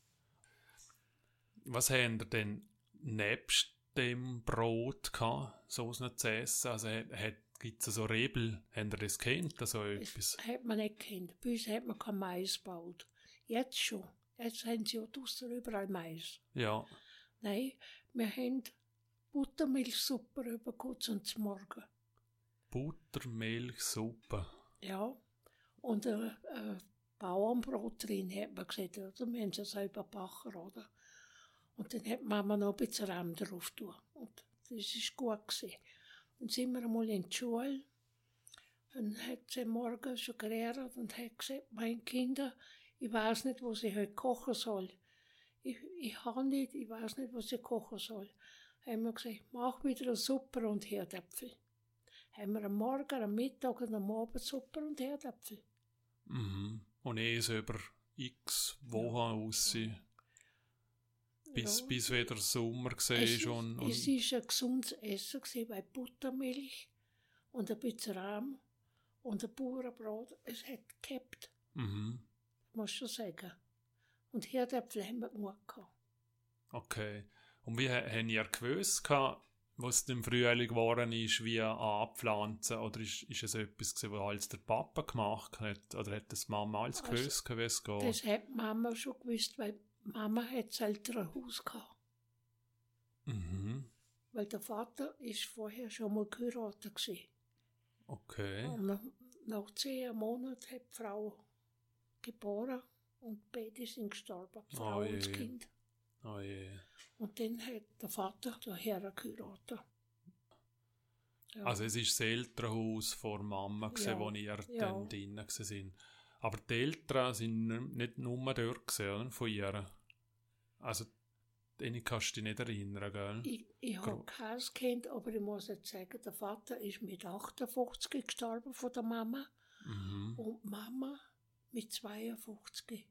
Was haben ihr denn nebst dem Brot gehabt, so was nicht zu essen? Also gibt es so Rebel, habt ihr das kennt, so etwas? Das hat man nicht gekannt. Bei uns hat man kein Mais gebaut. Jetzt schon. Jetzt haben sie ja draussen überall Mais. Ja, Nein, wir haben Buttermilchsuppe bekommen zum Morgen. Buttermilchsuppe. Ja. Und ein, ein Bauernbrot drin, hat man gesagt. Oder? Wir haben es ja selber gebacken, oder? Und dann hat Mama noch ein bisschen Rahm drauf tun. Und das war gut gewesen. Dann sind wir einmal in die Schule. Dann hat sie morgen schon gelehrt und hat gesagt, meine Kinder, ich weiß nicht, was ich heute kochen soll. Ich, ich habe nicht, ich weiß nicht, was ich kochen soll. Haben wir gesagt, mach wieder eine Suppe und Herdäpfel. Haben wir am Morgen, am Mittag und am Abend Suppe und Herdäpfel. Mhm. Und eh so über x Wochen Ja. aussehen. Bis, Ja. bis wieder Sommer Es, gesehen ist- und, und es ist ein gesundes Essen gewesen, weil Buttermilch und ein bisschen Rahm und ein Bauernbrot, es hat gehabt, mhm. muss ich schon sagen. Und hier hat er Pflemme Mut gehabt. Okay. Und wie ha- haben ihr gewusst, was im Frühling geworden ist, wie anpflanzen? Oder ist, ist es etwas gewesen, was alles der Papa gemacht hat? Oder hat das Mama alles Also, gewusst, wie es geht? Das hat Mama schon gewusst, weil Mama hat das ältere Haus gehabt. Mhm. Weil der Vater ist vorher schon mal geheiratet gewesen. Okay. Und nach, nach zehn Monaten hat die Frau geboren und beide sind gestorben, die Frau Oh und das je. Kind. Oh je. Und dann hat der Vater daher geheiratet. Ja. Also es ist das Elternhaus von Mama, gewesen, Ja. wo ihr Ja. dann drinnen sind. Aber die Eltern sind n- nicht nur dort gewesen, oder? Von ihr. Also denen kannst du dich nicht erinnern, gell? Ich, ich habe Gro- keins Kind, aber ich muss jetzt sagen, der Vater ist mit achtundfünfzig gestorben von der Mama Mhm. und Mama mit zweiundfünfzig.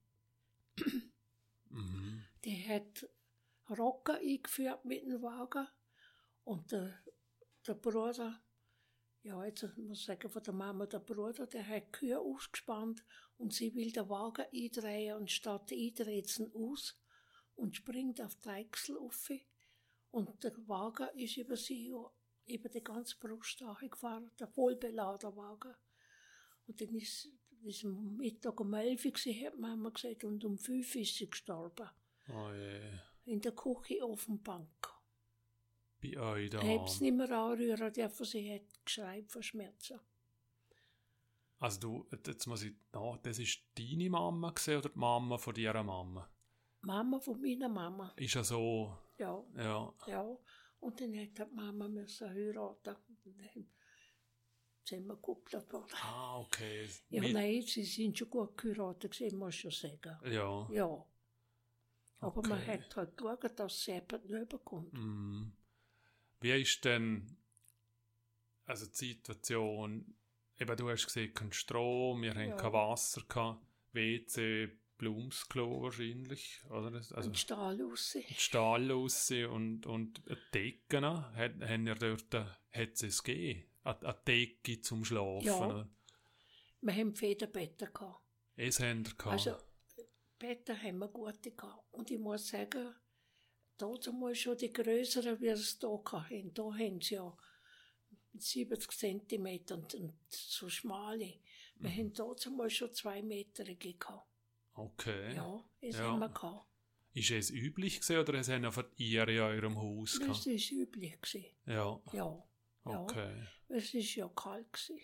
Mhm. Die hat Rocker eingeführt mit dem Wagen und der, der Bruder, ja jetzt muss ich sagen von der Mama, der Bruder, der hat Kühe ausgespannt und sie will den Wagen eindrehen und statt eindrehen aus und springt auf die Deichsel rauf und der Wagen ist über sie, über die ganze Brust gefahren, der vollbeladene Wagen. Und dann ist es am Mittag um elf Uhr, gewesen, hat Mama gesagt, und um fünf Uhr ist sie gestorben. Oh je. In der Küche auf der Bank. Bei euch da. Ich habe es nicht mehr anrühren dürfen, sie hat geschreit von Schmerzen. Also du, jetzt muss ich, na, das ist deine Mama gewesen, oder die Mama von deiner Mama? Mama von meiner Mama. Ist ja so, Ja, ja. ja. Und dann hat die Mama müssen heiraten. Und dann sind wir gekuppelt worden. Ah, okay. Ja, Mit- nein, sie sind schon gut geheiratet gewesen, muss ich schon sagen. Ja. Ja. Aber Okay. man hat halt geschaut, dass sie jemand nicht bekommt. Mm. Wie ist denn also die Situation, eben du hast gesehen, kein Strom, wir haben Ja. kein Wasser, kein W C, Blumsklo wahrscheinlich, oder? Also Und Stahl raus. die Stahl raus und, und Decken, hat, haben wir dort, äh, hat es gegeben, eine, eine Decke zum Schlafen? Ja. Oder? Wir haben Federbetten gehabt. Es haben wir gehabt. Also, Betten haben wir gute gehabt. Und ich muss sagen, damals schon die größeren, wie sie es hier hatten. Da haben sie ja siebzig Zentimeter und, und so schmale. Wir Mhm. haben damals schon zwei Meter gehabt. Okay. Ja, das Ja. haben wir gehabt. Ist es üblich gewesen, oder es haben einfach ihr in eurem Haus Das gehabt? war üblich gewesen. Ja, Ja, ja. okay. Es war ja kalt gewesen.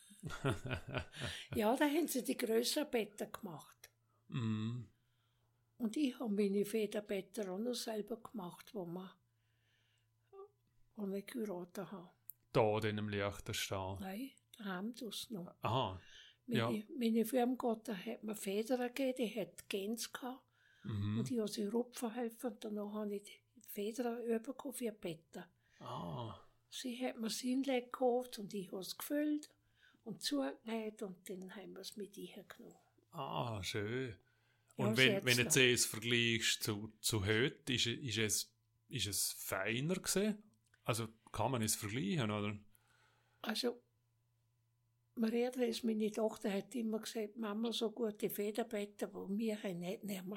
Ja, da haben sie die größeren Betten gemacht. mm. Und ich habe meine Federbetten auch noch selber gemacht, wo wir, wo wir geheiratet haben. Da in dem Liechtenstein. Nein, daheim das noch. Aha. Meine, Ja. meine Firmengotte hat mir Federn gegeben, die hat Gänse gehabt. Mhm. Und ich habe sie rupfen helfen und danach habe ich die Federn bekommen für die Betten. Ah. Sie hat mir das Inlet gekauft und ich habe es gefüllt und zugenäht und dann haben wir es mit ihr genommen. Ah, schön. Ja, Und sie wenn, hat's wenn du noch. es vergleichst zu, zu heute, ist, ist, es, ist es feiner gewesen? Also kann man es vergleichen, oder? Also, Maria, meine Tochter, hat immer gesagt, Mama, so gute Federbetten, die wir haben nicht nehmen.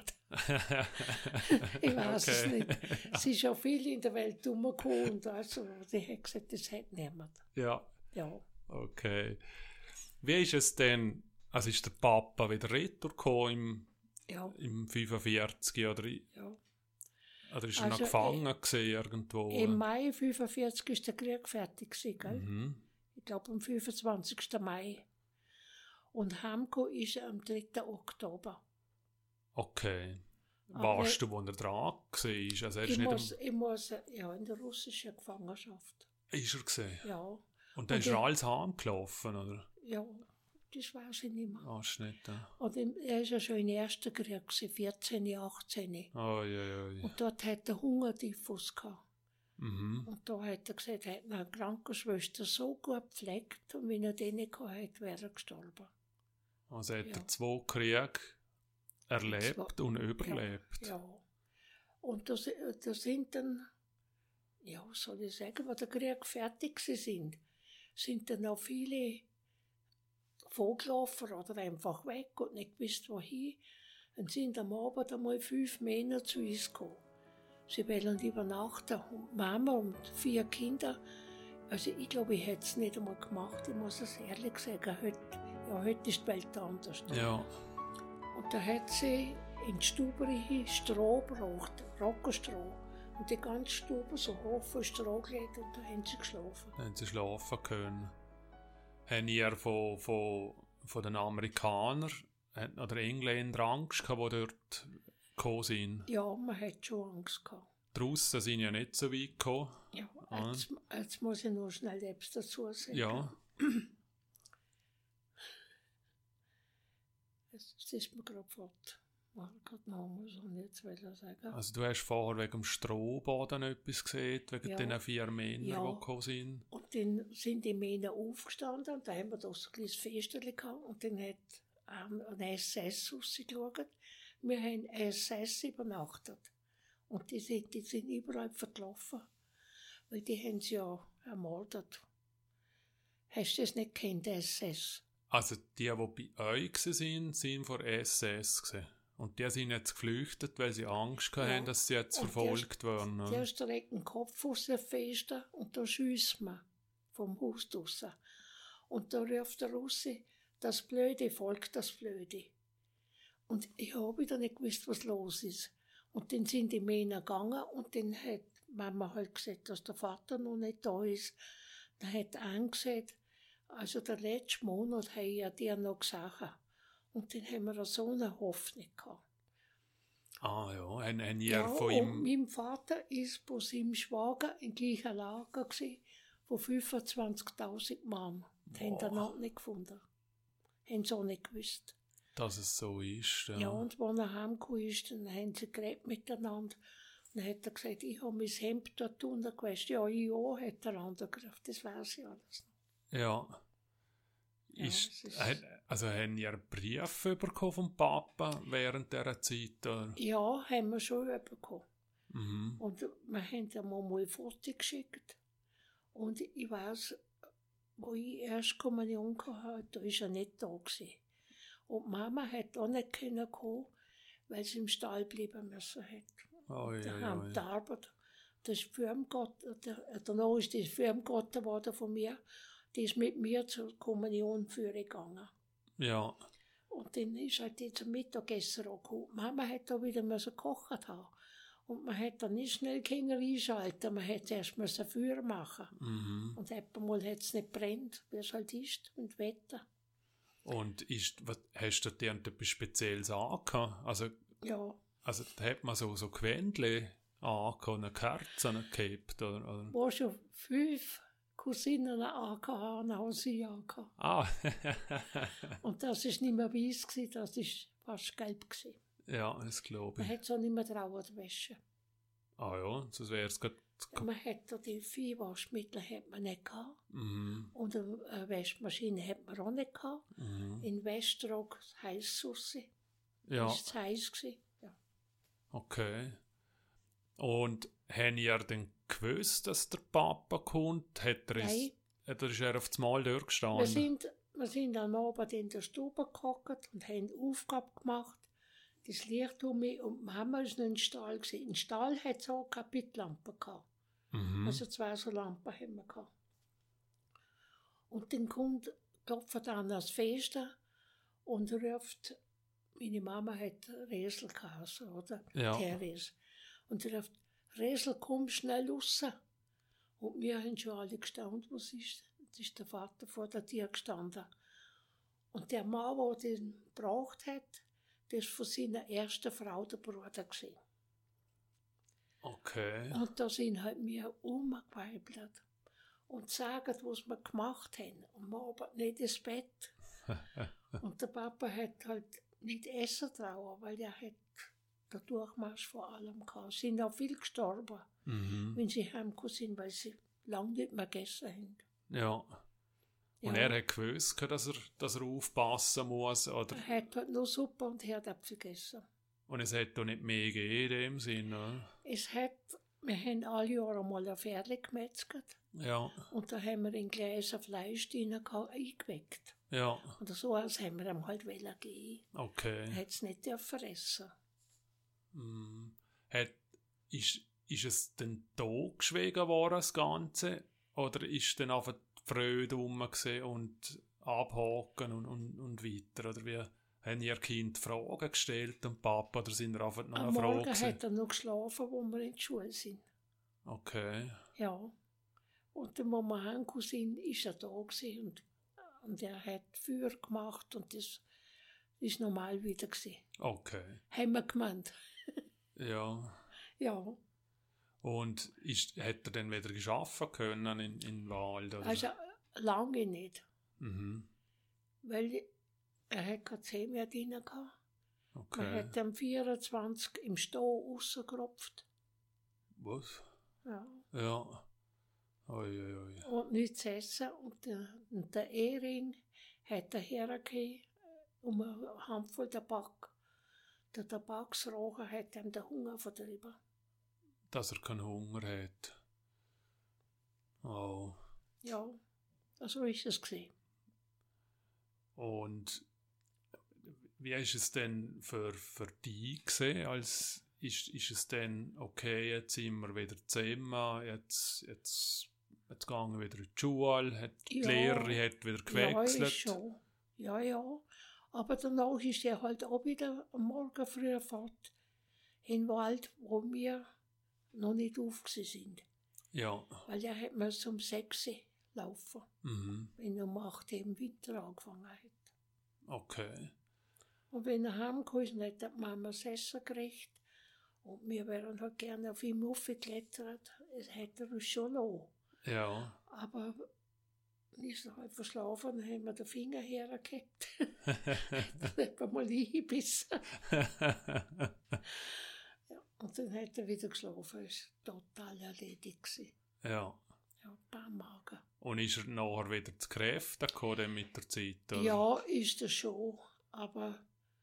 Ich weiß es Okay. nicht. Sie ist ja viel in der Welt rumgekommen und also, sie hat gesagt, das hat niemand. Ja, Ja. okay. Wie ist es denn, also ist der Papa wieder retour gekommen im, Ja, im fünfundvierzig oder, ja. oder ist er Also, noch gefangen gewesen irgendwo? Im Mai fünfundvierzig ist der Krieg fertig gewesen, gell? Mhm. Ich glaube am fünfundzwanzigsten Mai. Und heimgekommen ist er am dritten Oktober. Okay. Aber- Warst du, wo er dran war? Also er ist Ich nicht muss, am, ich muss, ja, in der russischen Gefangenschaft. ist er gewesen? Ja, Und dann Und ist er ich- alles heimgelaufen, oder? ja, das weiß ich nicht mehr. Hast du nicht, ja. Und im- er ist ja schon im ersten Krieg, gewesen, vierzehn, achtzehn. Oh, ja, ja, ja. Und dort hat er Hungertyphus gehabt. Mhm. Und da hat er gesagt, er hat eine Krankenschwester so gut gepflegt, und wenn er den nicht gehabt hätte, wäre er gestorben. Also hat Ja. er zwei Kriege erlebt Zwei- und überlebt. Ja. Und da, si- da sind dann, ja, was soll ich sagen, als der Krieg fertig gewesen sind, sind dann auch viele vorgelaufen oder einfach weg und nicht gewusst, wohin. und sind am Abend einmal fünf Männer zu uns gekommen. Sie wollen übernachten und Mama und vier Kinder. Also ich glaube, ich hätte es nicht einmal gemacht, ich muss es ehrlich sagen. Heute, ja, heute ist die Welt anders. Ja. Und da hat sie in die Stube Stroh gebraucht, Rockenstroh. Und die ganze Stube so hoch von Stroh gelegt und da haben sie geschlafen. Da haben sie schlafen können. Haben ihr von, von, von den Amerikanern oder Engländern Angst gehabt, die dort gekommen sind? Ja, man hat schon Angst gehabt. Draussen sind ja nicht so weit gekommen. Ja, Ah. jetzt, jetzt muss ich noch schnell etwas dazu sagen. Ja. Es ist mir gerade fort. Ich wollte gerade noch mal so jetzt sagen. Also du hast vorher wegen dem Strohboden etwas gesehen, wegen Ja. den vier Männern, Ja. die gekommen sind. Und dann sind die Männer aufgestanden und da haben wir da so ein kleines Festchen gehabt und dann hat ähm, ein S S rausgeschaut. Wir haben S S übernachtet. Und die sind, die sind überall verlaufen. Weil die haben sie ja ermordet. Hast du das nicht gekannt, S S? Also die, die bei euch waren, sind von S S gewesen. Und die sind jetzt geflüchtet, weil sie Angst Ja. hatten, dass sie jetzt Und verfolgt werden. Der Oder? streckt den Kopf aus dem Fenster und da schießt man vom Haus draussen. Und da ruft er raus, das blöde Volk, das blöde. Und ich habe wieder nicht gewusst, was los ist. Und dann sind die Männer gegangen und dann hat Mama halt gesagt, dass der Vater noch nicht da ist. Dann hat er gesagt, also der letzte Monat habe ich ja dir noch gesagt. Und dann haben wir so eine Hoffnung gehabt. Ah ja, haben, haben ihr Ja, von und ihm... mein Vater ist bei seinem Schwager im gleichen Lager gewesen, von fünfundzwanzigtausend Mann. Die haben Boah. ihn noch nicht gefunden. Haben sie auch nicht gewusst. Dass es so ist. Ja, Ja, und als er heimgekommen ist, dann haben sie geredet miteinander. Und dann hat er gesagt, ich habe mein Hemd dort unten gewusst. Ja, ich auch, hat der andere gesagt. Das weiß ich alles noch. ja. Ja, Ist, es ist- hat, also haben ihr Briefe bekommen vom Papa während dieser Zeit? Oder? Ja, haben wir schon bekommen. Mhm. Und wir haben ihm auch mal ein Foto geschickt. Und ich weiss, wo ich erst Kommunion hatte, da war er nicht da gewesen. Und Mama hat auch nicht können kommen, weil sie im Stall bleiben müssen hat. Oi, Da oi, haben oi. die Arbeit. Das ist Firmgott, der, danach ist die Firmgott geworden von mir. Die ist mit mir zur Kommunion gegangen. Ja, Und dann ist halt die zum Mittagessen auch gekommen. Mama hat da wieder müssen gekocht haben. Und man hat dann nicht schnell Kinder einschalten, man hat erst müssen Feuer machen. mhm. Und einmal hat es nicht brennt, wie es halt ist, und Wetter. Und ist, was, hast du dir etwas Spezielles angehabt? Also, Ja, also da hat man so, so Gewändchen angehabt, eine Kerzen gehabt, oder? oder? wo schon fünf Cousinen angehabt, haben sie angehabt. Ah, Und das war nicht mehr weiß, gewesen, das war fast gelb gewesen. ja, das glaube Man ich. hat es auch nicht mehr trauen zu waschen. Ah ja, sonst wäre es gerade... Man hat da die Viehwaschmittel hat man nicht gehabt. Mhm, Und eine Waschmaschine hat man auch nicht gehabt. mhm. In Westrog heiß raus. Ja, Ist es heiß gewesen. Ja. okay. Und haben ihr denn gewusst, dass der Papa kommt? Hat er, Nein. es, hat er ist er auf das Mal Wir durchgestanden? sind, wir sind am Abend in der Stube gehockt und haben Aufgabe gemacht. Das Licht um mich und Mama war noch im Stall gewesen. Im Stall hat es auch keine Bitlampe gehabt. Mhm. Also zwei so Lampen haben wir gehabt. Und dann kommt, klopft an das Fenster und ruft, meine Mama hat Resel geheißen, oder? Ja. Therese. Und ruft, Resel, komm schnell raus. Und wir haben schon alle gestaunt, was ist. Das ist der Vater vor der Tür gestanden. Und der Mann, der den gebraucht hat, das war von seiner ersten Frau der Bruder gewesen. Okay. Und da sind halt wir umgeweibelt und sagen, was wir gemacht haben. Und wir aber nicht ins Bett. Und der Papa hat halt nicht essen trauen, weil er hat den Durchmarsch vor allem gehabt. Es sind auch viele gestorben, Mhm. wenn sie heimgekommen sind, weil sie lange nicht mehr gegessen haben. Ja. Und Ja. er hat gewusst, dass er, dass er aufpassen muss, oder? Er hat halt nur Suppe und Herdäpfel gegessen. Und es hat doch nicht mehr gegeben in dem Sinn, oder? Es hat, wir haben alle Jahre mal ein Pferd gemetzelt Ja. und da haben wir in Gläser Fleisch drin gehabt, eingeweckt. Ja. Oder so, als haben wir ihm halt wollen geben. Okay. Er hat es nicht dürfen essen. Mm. Hat, ist, ist es denn totgeschwiegen worden, das Ganze? Oder ist dann einfach die Freude rum gewesen und abhaken und, und, und weiter? Oder wie haben ihr Kind Fragen gestellt und Papa, oder sind ihr einfach noch Am eine Frage Morgen gewesen? hat er noch geschlafen, wo wir in der Schule sind. Okay. Ja. Und der Mama Hanko sind, ist er da gewesen und, und er hat Feuer gemacht und das ist normal wieder gewesen. Okay. Haben wir gemeint. Ja. Ja. Und ist, hat er dann wieder geschaffen können in, in den Wald? Oder? Also lange nicht. Mhm. Weil er hat keine Zähne mehr drin gehabt. Okay. Man hat am vierundzwanzig im Stall rausgerupft. Was? Ja. Ja. Oi, oi, oi. Und nichts zu essen. Und der, und der Ehring hat er hergegeben um eine Handvoll Tabak. Der Tabaksraucher hat ihm den Hunger vertrieben. Dass er keinen Hunger hat. Oh. Ja, so ist es gewesen. Und wie ist es denn für, für dich gesehen? Als ist, ist es denn okay, jetzt sind wir wieder zusammen, jetzt, jetzt, jetzt gehen wir wieder in die Schule, hat die Ja. Lehrerin hat wieder gewechselt? Ja, ist schon. Ja, ja. Aber danach ist er halt auch wieder am Morgen früh fort in den Wald, wo wir noch nicht aufgewachsen sind. Ja. Weil er hat mal um sechs Uhr laufen, Mhm. wenn er um acht Uhr im Winter angefangen hat. Okay. Und wenn er heimgekommen ist, hat die Mama das Essen gekriegt. Und wir wären halt gerne auf ihm aufgeklettert. Es hätte er uns schon lassen. Ja. Aber ist er halt verschlafen, dann haben wir den Finger hergehabt. Dann hat er mal eingebissen. Ja, und dann hat er wieder geschlafen. Es war total erledigt gewesen. Ja. Ja, Baumagen. Und ist er nachher wieder zu Kräften gekommen mit der Zeit? Oder? Ja, ist er schon. Aber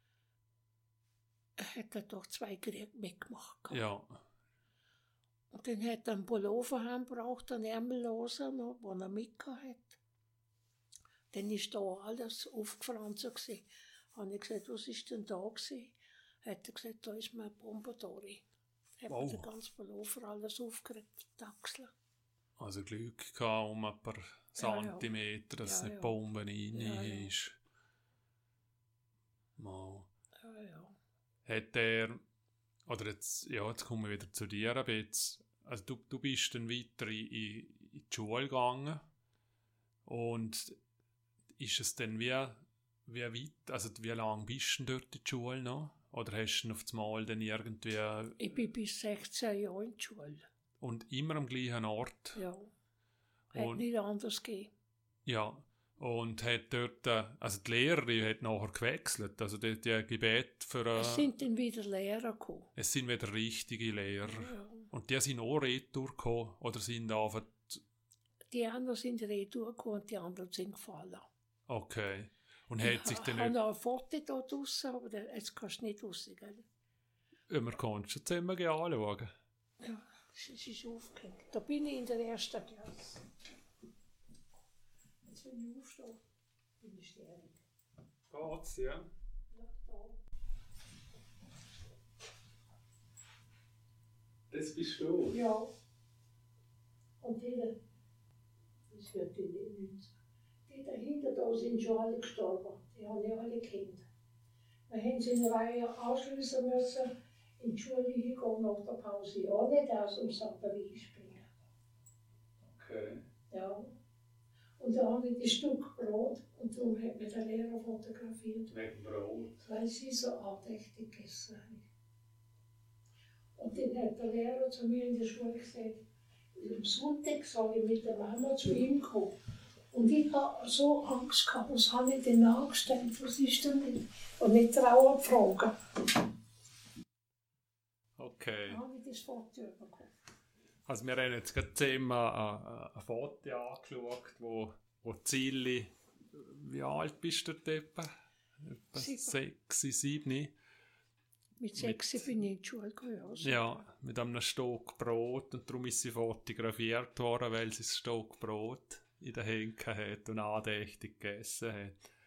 er hat dann doch zwei Kriege mitgemacht. Ja. Und dann hat er einen Pullover heimgebracht, einen Ärmellosen, noch, den er mitgehabt hat. Dann ist da alles aufgefranst gewesen. Habe ich gesagt, was ist denn da gewesen? Hat er gesagt, da ist mein Bombentori. Hat Wow. mir den ganzen Pullover alles aufgeregt, die Achseln. Also Glück gehabt um ein paar Ja, ja. Zentimeter, dass Ja, nicht ja. Bomben rein Ja, ja. ist. Mal. Ja, ja. Hat er, oder jetzt, ja, jetzt kommen wir wieder zu dir ein bisschen. Also du, du bist dann weiter in, in, in die Schule gegangen und ist es dann wie, wie weit, also wie lange bist du denn dort in der Schule noch? Oder hast du dann auf das Mal dann irgendwie Ich bin bis sechzehn Jahre in der Schule. und immer am gleichen Ort? Ja. Hat Und- nicht anders gegeben. Ja, und hat dort, äh, also die Lehrerin hat nachher gewechselt, also die, die Gebet für, äh, Es sind dann wieder Lehrer gekommen. es sind wieder richtige Lehrer. Ja. Und die sind auch retour gekommen, oder sind einfach, Die anderen sind retour gekommen und die anderen sind gefallen. okay. Und Ich hat sich ha- dann habe nicht, noch ein Foto da draussen, aber der- jetzt kannst du nicht raus, gell? wir konnten schon zusammen gehen anschauen. Ja, es es ist aufgehängt. Da bin ich in der ersten Klasse. Jetzt wenn ich aufstehe, bin ich sterben. Geht's, ja? Ja, da. Das bist du. Ja. Und die, da- das wird die nicht. Die dahinter da sind schon alle gestorben. Die haben ja alle Kinder. Wir haben sie in der Reihe ausschließen müssen, in die Schule hingehen nach der Pause. Ja, nicht aus dem Batterie springen. Okay. Ja. Und da haben wir die Stück Brot und darum hat mir der Lehrer fotografiert, Wegen Brot. weil sie so andächtig gegessen haben. Und dann hat der Lehrer zu mir in der Schule gesagt, am Sonntag soll ich mit der Mama zu ihm kommen. Und ich habe so Angst gehabt, was habe ich denn angestellt, was ist denn nicht? Und nicht trauen zu fragen. Okay. Dann habe ich das Foto bekommen. Also wir haben jetzt gerade zusammen ein, ein Foto angeschaut, wo, wo Zilli, wie alt bist du dort etwa? Etwa Sieben. sechs, sieben? Mit sechs bin ich in die Schule gegangen. Ja, mit einem Stock Brot und darum ist sie fotografiert worden, weil sie ein Stock Brot in den Händen hat und andächtig gegessen hat.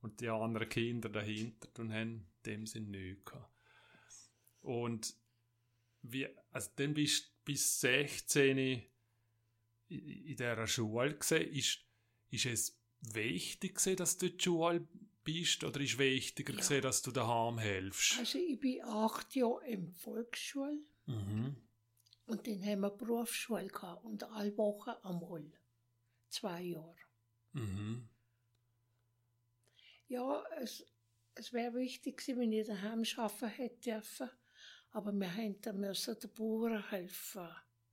und die anderen Kinder dahinter und haben in dem Sinn nichts gehabt. Und wie, also dann bist du bis sechzehn in, in dieser Schule gewesen. Ist, ist es wichtig gewesen, dass du in der Schule bist, oder ist wichtiger Ja. gewesen, dass du daheim hilfst? Also ich bin acht Jahre in der Volksschule Mhm. und dann haben wir Berufsschule gehabt und alle Wochen einmal. Zwei Jahre. Mhm. Ja, es, es wäre wichtig gewesen, wenn ich daheim arbeiten hätte dürfen, aber wir haben dann müssen den Bauern helfen.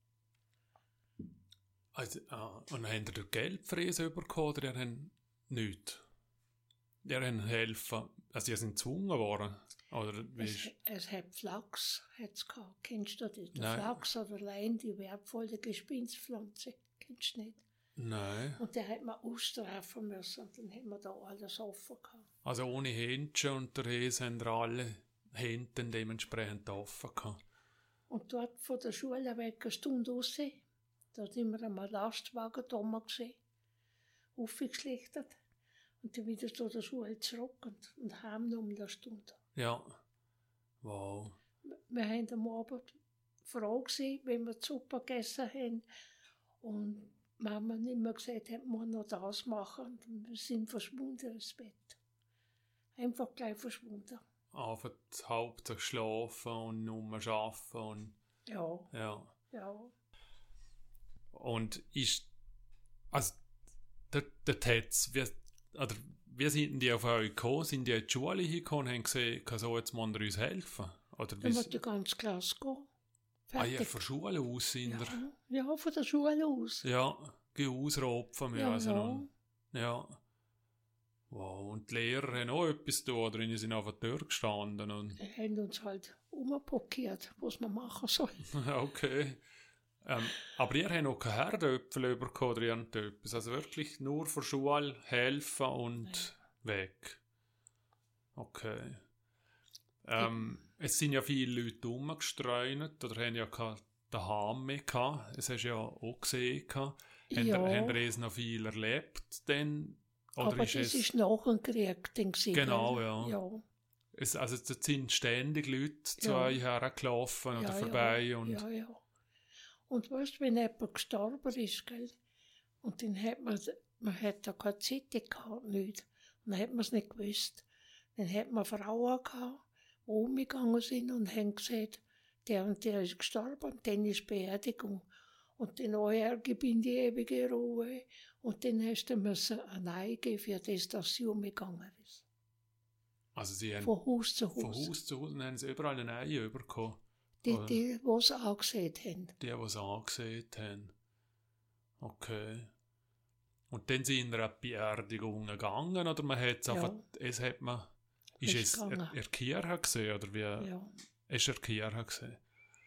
Also, ah, und haben die Geld für das bekommen, oder die haben nichts? Die haben helfen, also die sind gezwungen worden, oder wie Es, ist? es hat Flachs hat's gehabt. Kennst du das? Der Nein. Flachs oder Lein, die wertvolle Gespinspflanze. Kennst du nicht? Nein. Und der hat man ausstrafen müssen und dann haben wir da alles offen gehabt. Also ohne Händchen und der Häse haben alle Händen dementsprechend offen gehabt. Und dort von der Schule weg eine Stunde raus, da sind wir am Lastwagen da oben gesehen, aufgeschlichtet und dann wieder zu der Schule zurück und, und heim noch um eine Stunde. Ja. Wow. Wir haben am Abend froh gewesen, wenn wir die Suppe gegessen haben und Mama nicht mehr gesagt hat, wir noch das machen und wir sind verschwunden ins Bett. Einfach gleich verschwunden. Einfach hauptsächlich schlafen und nur arbeiten und Ja, ja. ja. Und ist, also, dort, dort hat's, wie, oder, wie sind die auf euch gekommen? Sind die in die Schule hingekommen und haben gesehen, kann so, jetzt müssen wir uns helfen? Oder Dann wie? muss die ganze Klasse gehen. Ah ja, Fertig. von Schule aus sind Ja, wir. ja, von der Schule aus. Ja, geh ausropfen Ja, müssen. ja. Und, ja. Wow, und die Lehrer haben auch etwas getan, oder die sind auf der Tür gestanden. Und Die haben uns halt umgeblockiert, was man machen soll. okay. Ähm, aber ihr habt auch keine Herdöpfel bekommen oder irgendetwas. Also wirklich nur von Schule helfen und weg. Okay. Ähm, es sind ja viele Leute rumgestreunet oder haben ja keine daheim mehr gehabt. Das hast du ja auch gesehen. Gehabt. Haben Ja. ihr- Haben ihr es noch viel erlebt? Denn, oder Aber ist das es, ist nach dem Krieg, denke ich. Genau, gell? ja. Ja, es, also es sind ständig Leute zu Ja. euch hergelaufen oder ja, vorbei. ja, Und, ja, ja. Und weißt du, wenn jemand gestorben ist, gell? Und dann hat man, man hat da keine Zeitung gehabt, nicht. Und dann hat man es nicht gewusst. Dann hat man Frauen gehabt, die umgegangen sind und haben gesagt, der und der ist gestorben, und dann ist Beerdigung. Und dann euer gib in die ewige Ruhe. Und dann hast du müssen ein Ei geben, für das, dass sie umgegangen ist. also sie haben Von Haus zu Haus. von Haus zu Haus haben sie überall ein Ei bekommen. Die, Oder? die, die es angesehen haben. Die, die es angesehen haben. Okay. Und dann sind wir an die Beerdigung gegangen, oder man hat es Ja. einfach, es hat man, ist Ist es in gegangen. der Kirche gesehen, oder wie, Ja. ist er Kirche gesehen?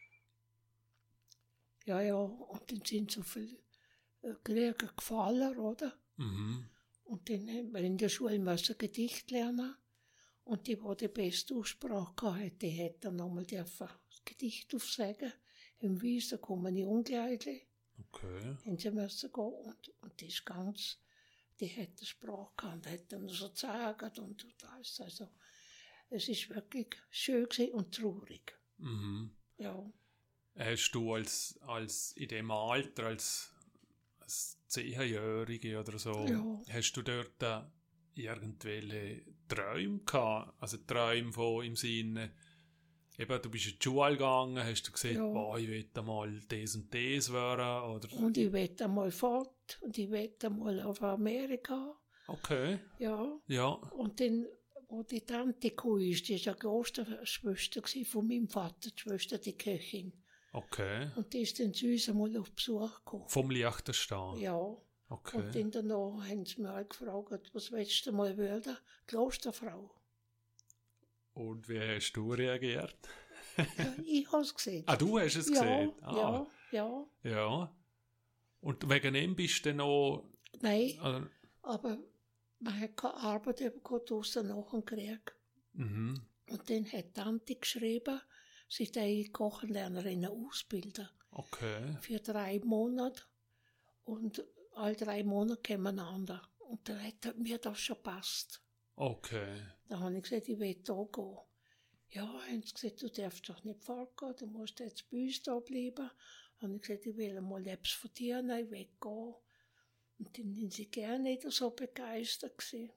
Ja, ja, und dann sind so viele äh, Kriege gefallen, oder? Mhm. Und dann haben wir in der Schule müssen Gedicht lernen. Und die, die die beste Aussprache hatte, die hätte dann nochmal das Gedicht aufsagen. Im Wies, kommen die Ungleitli. Okay. Haben sie müssen gehen. Und, und die ist ganz, die hat die Sprache gehabt, und hat dann so gezeigt und, und alles. Also, es ist wirklich schön gewesen und traurig. Mhm. Ja. Hast du als, als in dem Alter, als, als Zehnjährige oder so, Ja. hast du dort äh, irgendwelche Träume gehabt? Also Träume von im Sinne, eben, du bist in die Schule gegangen, hast du gesagt, Ja. boah, ich will mal das und das werden, oder? Und ich will einmal fort und ich will einmal auf Amerika. Okay, Ja. ja, Und dann, wo die Tante gekommen ist, die war eine Klosterschwester von meinem Vater, die Schwester, die Köchin. okay. Und die ist dann zu uns einmal auf Besuch gekommen. Vom Liechtenstein? Ja. Okay. Und dann danach haben sie mich halt gefragt, was willst du mal werden? Klosterfrau. Und wie hast du reagiert? Ja, ich habe es gesehen. Ah, du hast es ja, gesehen? Ah, ja, ja. ja. Und wegen dem bist du dann noch... Nein, Also, aber man hat keine Arbeit bekommen draussen nach dem Krieg. mhm. Und dann hat die Tante geschrieben, sie sei Kochenlernerin ausbilden. Okay. Für drei Monate. Und alle drei Monate kämen einander. Und dann hat mir das schon passt. Okay. Da habe ich gesagt, ich will da gehen. Ja, haben sie gesagt, du darfst doch nicht fortgehen, du musst jetzt bei uns da bleiben. Habe ich gesagt, ich will mal etwas von dir, nein, ich will gehen. Und dann sind sie gerne nicht so begeistert gewesen.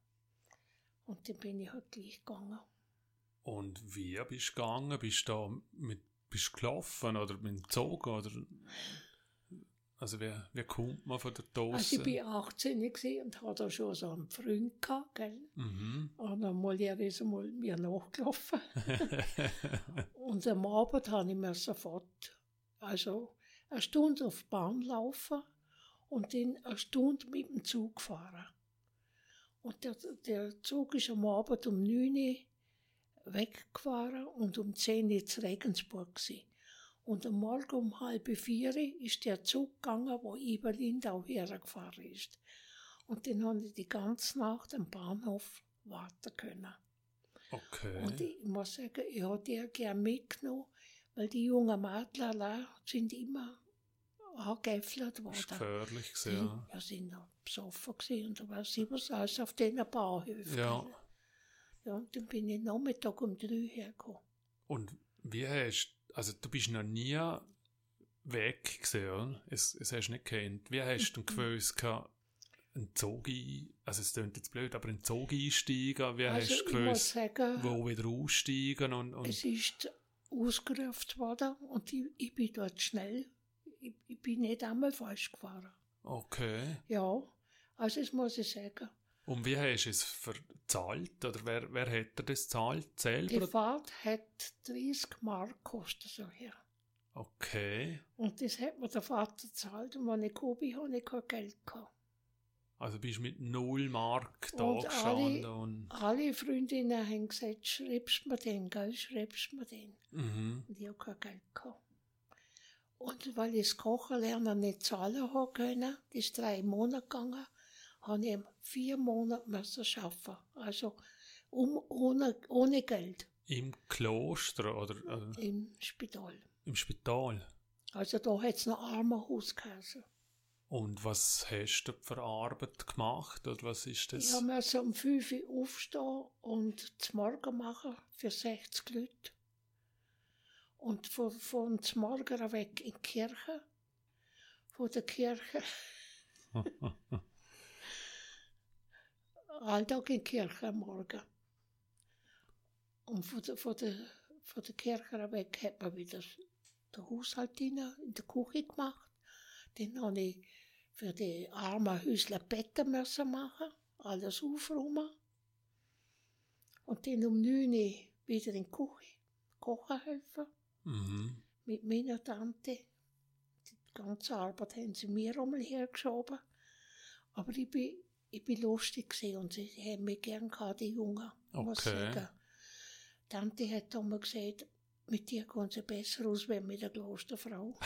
Und dann bin ich halt gleich gegangen. Und wie bist du gegangen? Bist du da mit, bist du gelaufen oder mit dem Zug? Oder? Also wie, wie kommt man von der Dose? Also ich war achtzehn und hatte da schon so einen Freund gehabt, gell? Mhm. Und dann mal er ist mal mir nachgelaufen. Und am Abend habe ich mir sofort, also eine Stunde auf die Bahn laufen und dann eine Stunde mit dem Zug fahren. Und der, der Zug ist am Abend um neun Uhr weggefahren und um zehn Uhr zu Regensburg gewesen. Und am Morgen um halb vier ist der Zug gegangen, wo über Lindau hergefahren ist. Und dann habe ich die ganze Nacht am Bahnhof warten können. Okay. Und ich muss sagen, ich habe die gerne mitgenommen, weil die jungen Mädchen sind immer angefäffelt worden. Das war gefährlich, Die ja. ja, sind noch besoffen gewesen und da weiß ich was alles auf diesen Bahnhöfen. Ja. Ja, und dann bin ich Nachmittag um drei hergekommen. Und wie hast also du bist noch nie weg gewesen, oder? Es, es hast du nicht gekannt. Wie hast du denn gewusst, einen Zug ein, also es klingt jetzt blöd, aber einen Zug einsteigen? Wie Also hast du ich muss gewusst, sagen, wo wieder aussteigen? Und, und es ist ausgerufen worden und ich, ich bin dort schnell, ich, ich bin nicht einmal falsch gefahren. okay. Ja, also das muss ich sagen. Und wie hast du es verzahlt? Oder wer, wer hat dir das gezahlt? Die Selber? Fahrt hat dreißig Mark gekostet, so her. Okay. Und das hat mir der Vater gezahlt und wenn ich gekommen bin, habe ich kein Geld gehabt. Also bist du mit null Mark da Und gestanden alle, und... alle Freundinnen haben gesagt, schreibst mir den, gell, schreibst mir den. Mhm. Und ich habe kein Geld gehabt. Und weil ich das Kochen lernen nicht zahlen habe können, das ist drei Monate gegangen, habe ich vier Monate müssen arbeiten. Also um, ohne, ohne Geld. Im Kloster oder, oder Im Spital. im Spital? Also da hat es noch Armenhaus geheißen. Und was hast du für Arbeit gemacht? Oder was ist das? Ich musste um fünf Uhr aufstehen und zum Morgen machen für sechzig Leute. Und von, von zum Morgen weg in die Kirche. Von der Kirche. Alltag in die Kirche am Morgen. Und von der, von der, von der Kirche weg hat man wieder den Haushalt in der Küche gemacht. Dann habe ich für die armen Häusler Betten müssen machen, alles aufräumen. Und dann um neun Uhr wieder in die Küche kochen helfen. Mhm. Mit meiner Tante. Die ganze Arbeit haben sie mir einmal hergeschoben. Aber ich bin, ich bin lustig gewesen und sie haben mich gern gehabt, die Jungen. Muss Okay. sagen. Die Tante hat einmal gesagt, mit dir kommt sie besser aus, wie mit der Klosterfrau.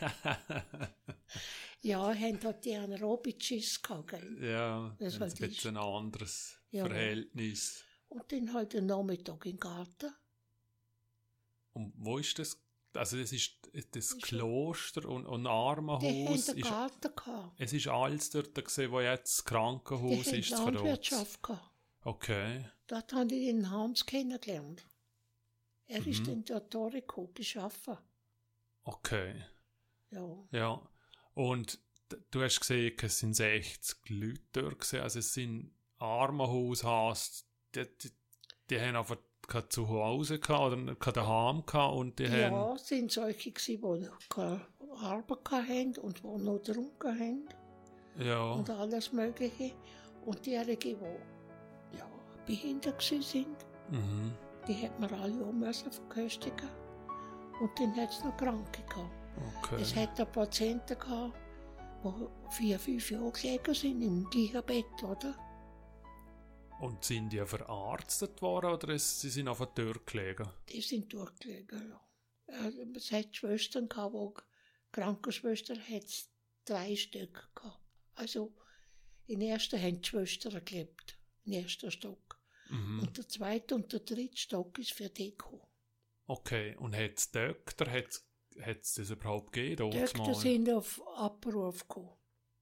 Ja, haben dort die einen Robitschiss gehabt, gell? Ja, Das das halt ist ein bisschen ein anderes Ja. Verhältnis. Und dann halt den Nachmittag im Garten. Und wo ist das? Also das ist das Ist Kloster und, und Die haben Armenhaus. den Ist, Garten gehabt. es ist alles dort gesehen, wo jetzt das Die Krankenhaus haben ist. zu Landwirtschaft gehabt. Okay. Dort habe ich den Hans kennengelernt. Er Mhm. ist in der Toriko geschaffen. Okay. Ja. Ja. Und d- du hast gesehen, es sind sechzig Leute dort gewesen. Also es sind Armenhaus, hast, die, die, die haben einfach kein Zuhause gehabt oder kein Daheim gehabt und die haben... Ja, es sind solche gewesen, die keine Arbeit hatten und die noch getrunken haben Ja. und alles Mögliche. Und diejenigen, die ja, behindert sind, Mhm. die hat man alle auch müssen verköstigen. Und dann hat es noch Kranke gehabt. Okay. Es hat da Patienten gehabt, die vier, fünf Jahre gelegen sind im gleichen Bett, oder? Und sind die verarztet worden oder ist, sie sind auf der Tür gelegen? Die sind durchgelegen, ja. Also, es hat Schwestern gehabt, wo Krankenschwestern hat es drei Stück gehabt. Also in der ersten haben die Schwestern gelebt, im ersten Stock. Mhm. Und der zweite und der dritte Stock ist für Deko. Okay, und hat es Doktor, hat es das überhaupt gegeben? Die Doktor sind auf Abruf gekommen.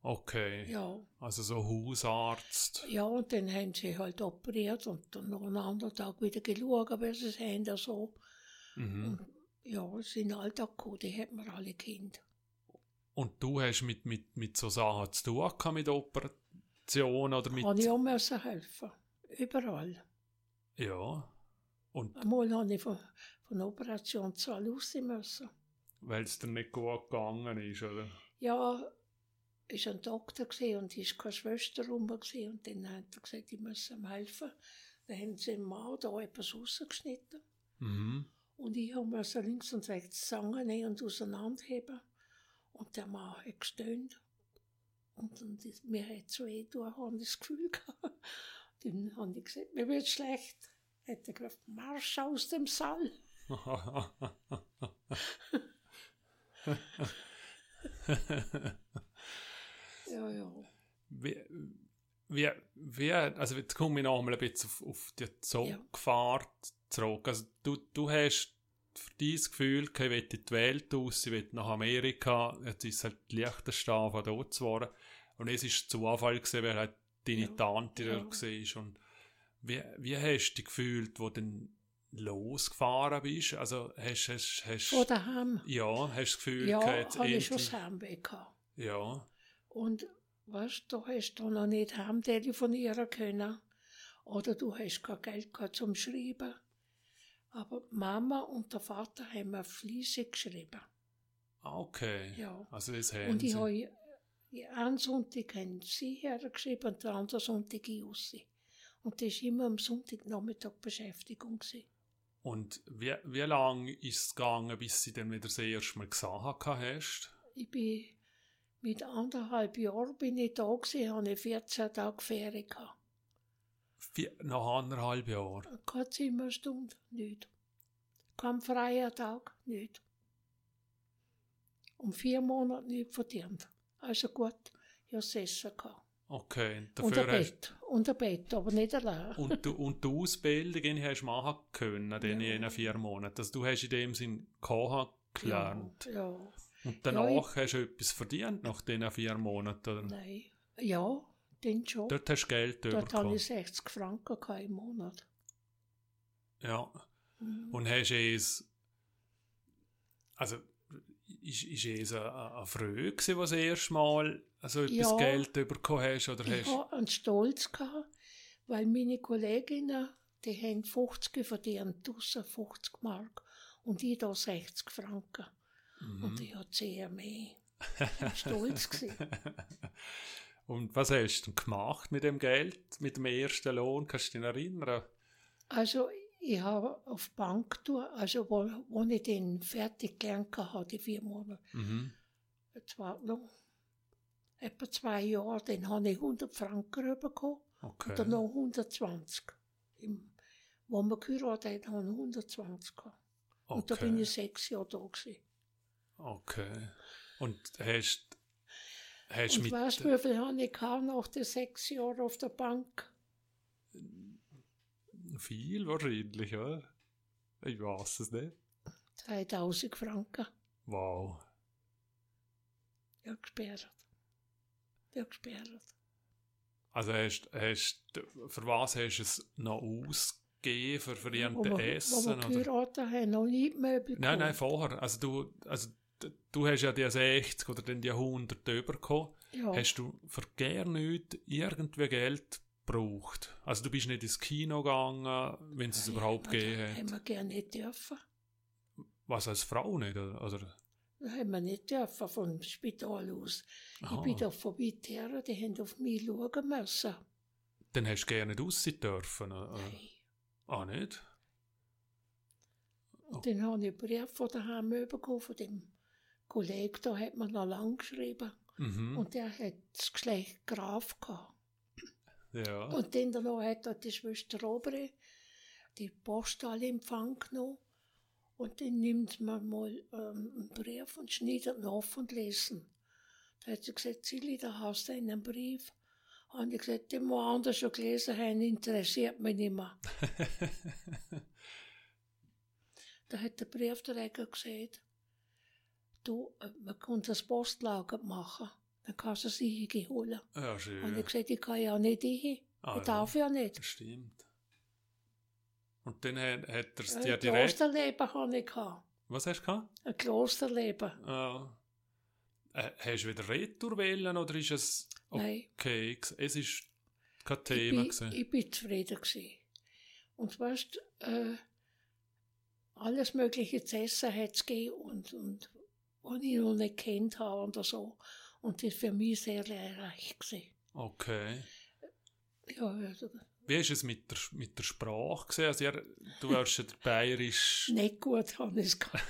Okay. Ja. Also so Hausarzt. Ja, und dann haben sie halt operiert und dann noch einen anderen Tag wieder geschaut, wie sie es haben oder so. Mhm. Und ja, es sind Alltag gekommen, die hat man alle Kinder. Und du hast mit, mit, mit so Sachen zu tun gehabt, mit Operationen oder mit... Habe ich auch müssen helfen. Überall. Ja. Und Einmal habe ich von, von der Operation zu raus müssen. weil es dir nicht gut gegangen ist, oder? Ja, es war ein Doktor und es war keine Schwester rum. Und dann hat er gesagt, ich muss ihm helfen. Dann haben sie dem Mann da etwas rausgeschnitten. Mhm. Und ich musste links und rechts zusammennehmen und auseinanderheben. Und der Mann hat gestöhnt. Und, und das, mir hat es weh getan, habe ich das Gefühl gehabt. Dann habe ich gesagt, mir wird schlecht. Dann hat er gesagt, Marsch aus dem Saal. Ja, ja. Wie, wie, wie, also jetzt komme ich noch mal ein bisschen auf, auf die Zugfahrt ja. zurück. Also du, du hast für dein Gefühl, ich will in die Welt aus, ich will nach Amerika, jetzt ist es halt Liechtenstein von dort zu worden. Und es war Zufall gewesen, weil halt deine ja. Tante ja. da war. Und wie, wie hast du dich gefühlt, wo du dann losgefahren bist? Also hast du... Hast, hast, Von daheim? Ja, hast du das Gefühl, ja, gehabt, habe ich schon das Heimweh gehabt. Ja. Und weißt, du hast da noch nicht heim telefonieren können. Oder du hast kein Geld gehabt zum Schreiben. Aber Mama und der Vater haben mir fleissig geschrieben. Okay. Ja. Also das haben und ich sie. habe einen Sonntag haben sie hergeschrieben und den anderen Sonntag ich raus. Und das war immer am Sonntagnachmittag Beschäftigung gewesen. Und wie, wie lange ist es gegangen, bis du dann wieder das erste Mal gesehen hast? Ich bin mit anderthalb Jahren bin ich da gewesen, habe ich vierzehn Tage Ferien gehabt. Vier, nach anderthalb Jahren? Keine Zimmerstunde, nicht. Kein freier Tag, nicht. Um vier Monate nicht verdient. Also gut, ich habe das Essen gehabt. Okay. Und ein Bett, und ein Bett, aber nicht allein. Und, du, und die Ausbildung die hast du machen können in diesen ja. vier Monaten? Also du hast in dem Sinn kochen gelernt? Ja, ja. Und danach ja, ich, hast du etwas verdient nach diesen vier Monaten? Oder? Nein, ja, den schon. Dort hast du Geld bekommen. Dort hatte ich bekommen. sechzig Franken im Monat. Ja. Mhm. Und hast du es... Also... Ist, ist es eine, eine Freude gewesen, was du das erste Mal also etwas ja, Geld bekommen hast? Oder ich hatte einen Stolz gehabt, weil meine Kolleginnen, die haben fünfzig verdient, draussen fünfzig Mark und ich da sechzig Franken. Mhm. Und ich hatte sehr mehr. Ich war stolz gewesen. Und was hast du gemacht mit dem Geld, mit dem ersten Lohn? Kannst du dich erinnern? Also ich habe auf die Bank getan, also wo, wo ich den fertig gelernt habe, die vier Monate. Mhm. Das war noch etwa zwei Jahre, dann habe ich hundert Franken bekommen okay. und dann noch hundertzwanzig. Im, wo wir geheiratet haben, habe ich hundertzwanzig gehabt. Okay. Und da bin ich sechs Jahre da gewesen. Okay. Und hast, hast und mit... weißt du, wie viel habe ich gehabt nach den sechs Jahren auf der Bank? Viel wahrscheinlich, oder? Ich weiß es nicht. dreitausend Franken. Wow. Ja, gesperrt. Ja, gesperrt. Also hast, hast, für was hast du es noch ausgegeben? Für, für irgendein Essen? Wo wir geheiratet haben, noch nicht Möbel Nein, nein, vorher. Also du, also du hast ja die sechzig oder dann die hundert bekommen. Ja. Hast du für gar nichts irgendwie Geld gebraucht? Also du bist nicht ins Kino gegangen, wenn es es überhaupt gegeben hat? Das haben wir gerne nicht dürfen. Was, als Frau nicht? Oder? Das haben wir nicht dürfen, vom Spital aus. Aha. Ich bin da vorbei, die Herren, die haben auf mich schauen müssen. Dann hast du gerne nicht raus dürfen? Nein. Ah, nicht? Und dann habe ich einen Brief von daheim bekommen, von dem Kollegen, da hat man noch lang geschrieben. Mhm. Und der hat das Geschlecht Graf gehabt. Ja. Und dann danach hat er die Schwester Obere die Post alle in Empfang genommen. Und dann nimmt man mal ähm, einen Brief und schneidet ihn auf und lesen. Da hat sie gesagt, Silly, da hast du einen Brief. Und ich gesagt, den wir anders schon gelesen haben, interessiert mich nicht mehr. Da hat der Briefträger gesagt, du, man kann das Postlager machen. Dann kannst du sie holen. Ja, schön. Und ich gesagt, ich kann ja nicht hin. Ah, ich darf ja nicht. Das stimmt. Und dann hat, hat er es Ein dir direkt... Klosterleben hatte ich. Gehabt. Was hast du gehabt? Ein Klosterleben. Ah. Äh, hast du wieder Retour wählen oder ist es okay? Nein. Es ist kein Thema ich bin, ich bin zufrieden gewesen. Und weißt du, äh, alles Mögliche zu essen hat es gegeben und, und was ich noch nicht kennt habe oder so. Und das war für mich sehr lehrreich gewesen. Okay. Ja, also, wie ist es mit der, mit der Sprache gewesen? Also, ja, du hast ja der Bayerisch... Nicht gut habe ich es gehabt.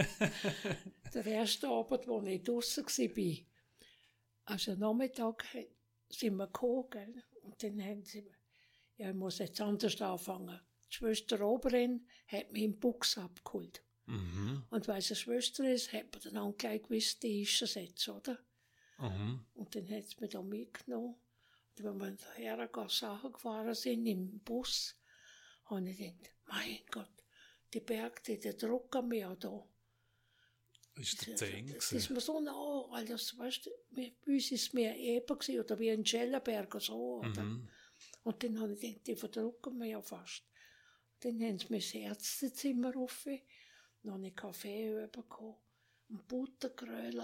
Der erste Abend, als ich draussen war, also am Nachmittag sind wir gekommen, gell? Und dann haben sie, ja, ich muss jetzt anders anfangen. Die Schwester Oberin hat mich im Buchs abgeholt. Mhm. Und weil es eine Schwester ist, hat man dann auch gleich gewusst, die ist es jetzt, oder? Mhm. Und dann hat sie mich da mitgenommen. Und wenn wir daher Sachen gefahren sind im Bus, habe ich gedacht, mein Gott, die Berge, die drucken mir da. Ist der Zehn Das ist mir so nah, alles, weißt du, bei uns war es mehr Eber gewesen, oder wie ein Schellenberg oder so, oder? Mhm. Und dann habe ich gedacht, die verdrucken mir ja fast. Dann haben sie mir das Ärztezimmer rauf, dann habe ich Kaffee bekommen, ein Butterkröllchen,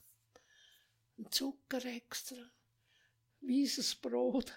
ein Zucker extra, weißes Brot.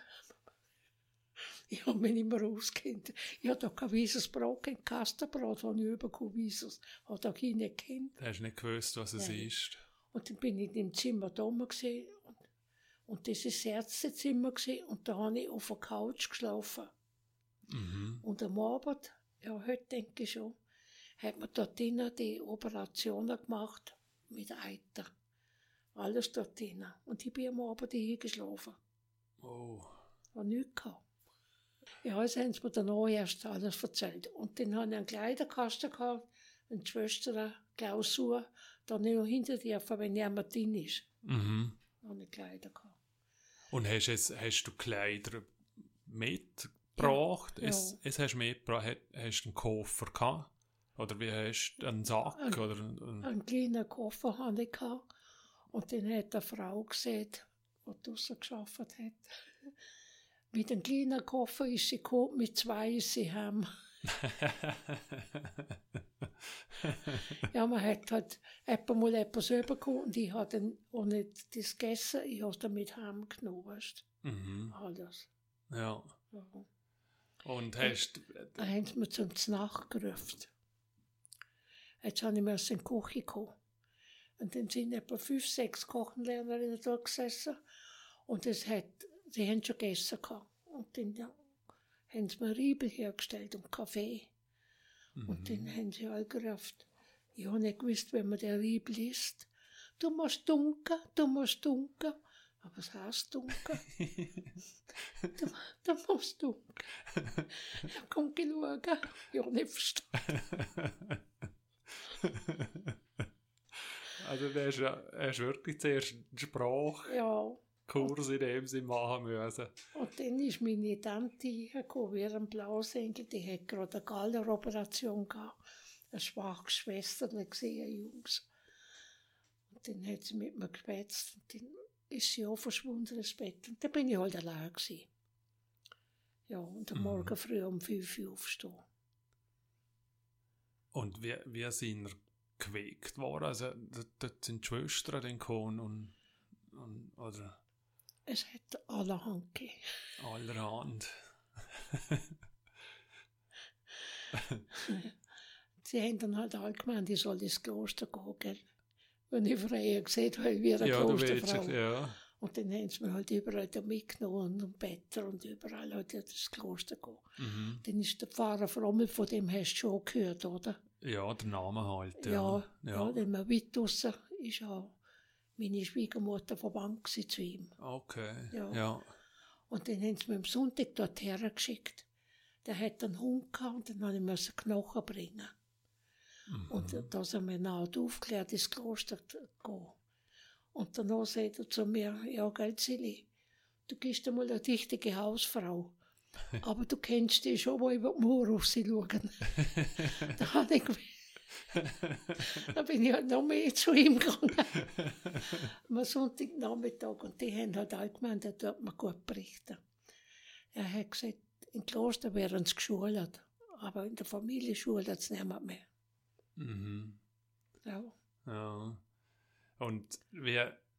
Ich habe mich nicht mehr ausgekannt. Ich habe da kein weißes Brot, kein Kastenbrot, das ich bekommen weißes. Ich habe da keine gekannt. Du hast nicht gewusst, was es Nein. ist. Und dann bin ich im Zimmer da gewesen, und, und das war das Ärztezimmer gewesen, und da habe ich auf der Couch geschlafen. Mhm. Und am Abend, ja, heute denke ich schon, hat man dort drinnen die Operationen gemacht mit Eiter. Alles dort drinnen. Und ich bin am Abend hingeschlafen. Oh. Ich habe nichts gehabt. Ja, jetzt haben sie mir dann auch erst alles erzählt. Und dann hatte ich einen Kleiderkasten gehabt, und die Schwester Klausur, da nicht noch hinter dir, wenn jemand drin ist. Mhm. Da habe ich Kleider gehabt. Und hast, es, hast du Kleider mitgebracht? Ja. Es, es hast du mitgebracht? Hast du einen Koffer gehabt? Oder wie hast du einen Sack? Ein, oder einen, einen kleinen Koffer hatte ich gehabt. Und dann hat eine Frau gesehen, die draussen gearbeitet hat. Mit einem kleinen Koffer ist sie gekommen, mit zwei ist sie heim. Ja, man hat halt etwa mal etwas bekommen und ich habe dann auch nicht das gegessen, ich habe es dann mit heimgenommen, weißt du. Mhm. Alles. Ja. Ja. Und hast... Dann haben sie mir zum Znacht gerufen. Jetzt habe ich mir aus der Küche gekommen. Und dann sind etwa fünf, sechs Kochenlernerinnen da gesessen. Und das hat, sie haben schon gegessen gehabt. Und dann ja, haben sie mir Riebel hergestellt und Kaffee. Mhm. Und dann haben sie alle gerufen. Ich habe nicht gewusst, wenn man den Riebel isst. Du musst dunkeln, du musst dunkeln. Aber was heißt dunkeln? du, du musst dunkeln. Ich habe geschaut, ich habe nicht verstanden. Also du hast, hast wirklich zuerst einen Sprachkurs ja. in dem Sinne machen müssen. Und dann ist meine Tante hergekommen, wie ein Blausenkel, die hat gerade eine Galleroperation gehabt. Eine schwache Schwester gesehen, Jungs. Und dann hat sie mit mir gespetzt und dann ist sie auch verschwunden ins Bett. Und dann bin ich halt allein gewesen. Ja, und am mhm. Morgen früh um fünf Uhr aufstehen. Und wie, wie sind wir geweckt worden? Also, dort sind die Schwestern dann gekommen und, und, oder? Es hat allerhand gegeben. Allerhand. Sie haben dann halt alle gemeint, ich soll ins Kloster gehen, gell? Wenn ich Freie gesehen habe, wie eine ja, Klosterfrau. Ja. Und dann haben sie mir halt überall da mitgenommen und Better und überall halt ins Kloster gehen. Mhm. Dann ist der Pfarrer Frommel, von dem hast du schon gehört, oder? Ja, der Name halt. Ja, ja, ja. ja denn man weit draussen ist auch meine Schwiegermutter verwandt zu ihm. Okay, ja. ja. Und dann haben sie mir am Sonntag dort hergeschickt. Der hat einen Hund gehabt und dann musste ich Knochen bringen. Mhm. Und da sind wir nachher aufgeklärt, ins Kloster gehen. Und danach sagt er zu mir, ja, gell, Silli, du bist einmal eine dichtige Hausfrau, aber du kennst dich schon, wo über die Mauer raus schauen. Da habe ich, Da bin ich halt noch mehr zu ihm gegangen. Am Sonntagnachmittag. Und die haben halt auch gemeint, er tut mir gut berichten. Er hat gesagt, im Kloster wären sie geschult, aber in der Familie schult es niemand mehr. Mhm. Ja. Ja. Und wie,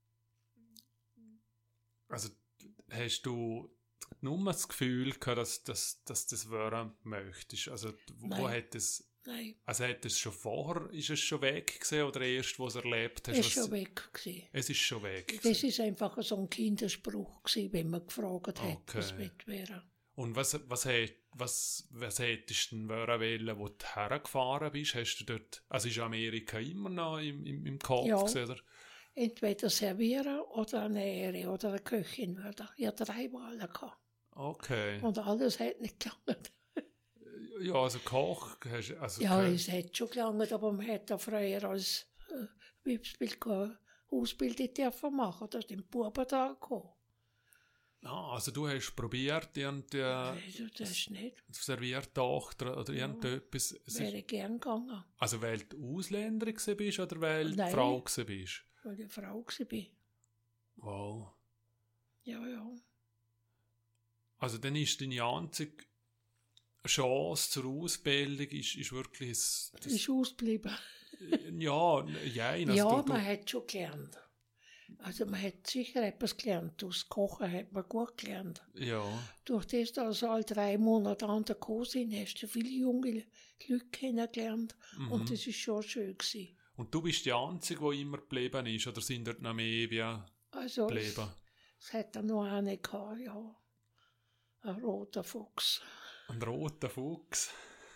also hast du nur das Gefühl gehabt, dass, dass, dass das werden möchtest? Also wo, wo hat das, Nein. Also hat es schon vorher, ist es schon weg gewesen, oder erst, wo du es erlebt hast? Es ist was, schon weg gewesen. Es ist schon weg Das gewesen. ist einfach so ein Kinderspruch gewesen, wenn man gefragt hat, Okay. was wird wäre. Und was, was, hat, was, was hättest du denn wollen, wo du hergefahren bist? Hast du dort, also ist Amerika immer noch im, im, im Kopf Ja. gewesen, oder? Entweder servieren oder eine Ehre oder eine Köchin würde. Ich hatte drei Wahlen gehabt. Okay. Und alles hat nicht gelangt. Ja, also Koch, hast, also Ja, Kö- es hat schon gelangt, aber man hätte früher als äh, Weibsbild keine Ausbildung dürfen machen. Da ist ein Buben da gekommen. ah, also du hast probiert, irgendeine Nein, das ist nicht. Serviertochter oder irgendetwas. Es ist- Wäre gern gegangen, Also weil du Ausländerin gewesen bist oder weil du Nein. Frau gewesen bist? weil ich Frau war. Wow. Ja, ja. Also dann ist deine einzige Chance zur Ausbildung ist, ist wirklich das, das, Ist ausgeblieben. ja, jein, also Ja, du, du, man hat schon gelernt. Also man hat sicher etwas gelernt. Aus Kochen hat man gut gelernt. ja, Durch das, dass du alle drei Monate an der gekommen sind, hast du viele junge Leute kennengelernt. mhm. Und das war schon schön gewesen. Und du bist die Einzige, die immer geblieben ist, oder sind dort noch mehr wie Also, es, geblieben? es hat dann noch eine gehabt, ja. Ein roter Fuchs. Ein roter Fuchs.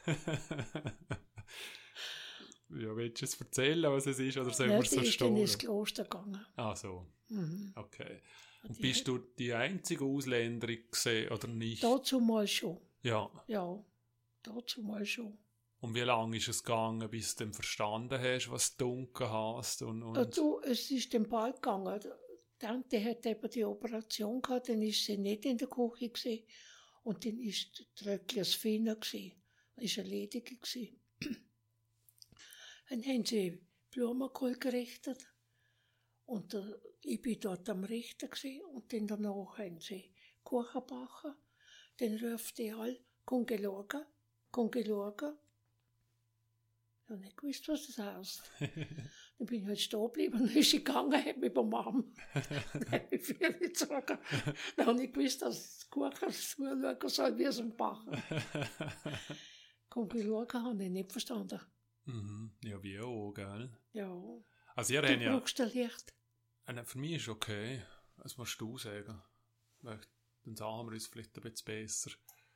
Ja, willst du es erzählen, was es ist, oder sollen Ja, wir es so die ist dann stehen? ins Kloster gegangen. Ah, so, Mhm. okay. Und Die bist hat- du die einzige Ausländerin gewesen, oder nicht? Dazu mal schon. Ja. Ja, dazu mal schon. Und wie lange ist es gegangen, bis du dann verstanden hast, was du dunkel hast? Und, Ja, und du, es ist dann bald gegangen. Die Tante hat eben die Operation gehabt, dann ist sie nicht in der Küche gewesen. Und dann ist die Röckli feiner gewesen. Ist erledigt gewesen. Dann haben sie Blumenkohl gerichtet. Und äh, ich bin dort am Richten gewesen. Und dann danach haben sie Kuchen gebacken. Dann ruft die alle, komm schauen, komm schauen. Ich habe nicht gewusst, was das heißt. Dann bin ich halt stehen geblieben, dann ist sie gegangen, hat mich umarmt. Dann habe ich viel gezogen. Dann habe ich gewusst, dass das Kuchen zuschauen soll, wie es im Bachen. Komm schauen, habe ich nicht verstanden. mhm. Ja, wie auch, gell? Ja, Also ihr du habt ja... brauchst ein Licht. Äh, für mich ist okay. Das musst du sagen. Weil dann sagen wir uns vielleicht ein bisschen besser.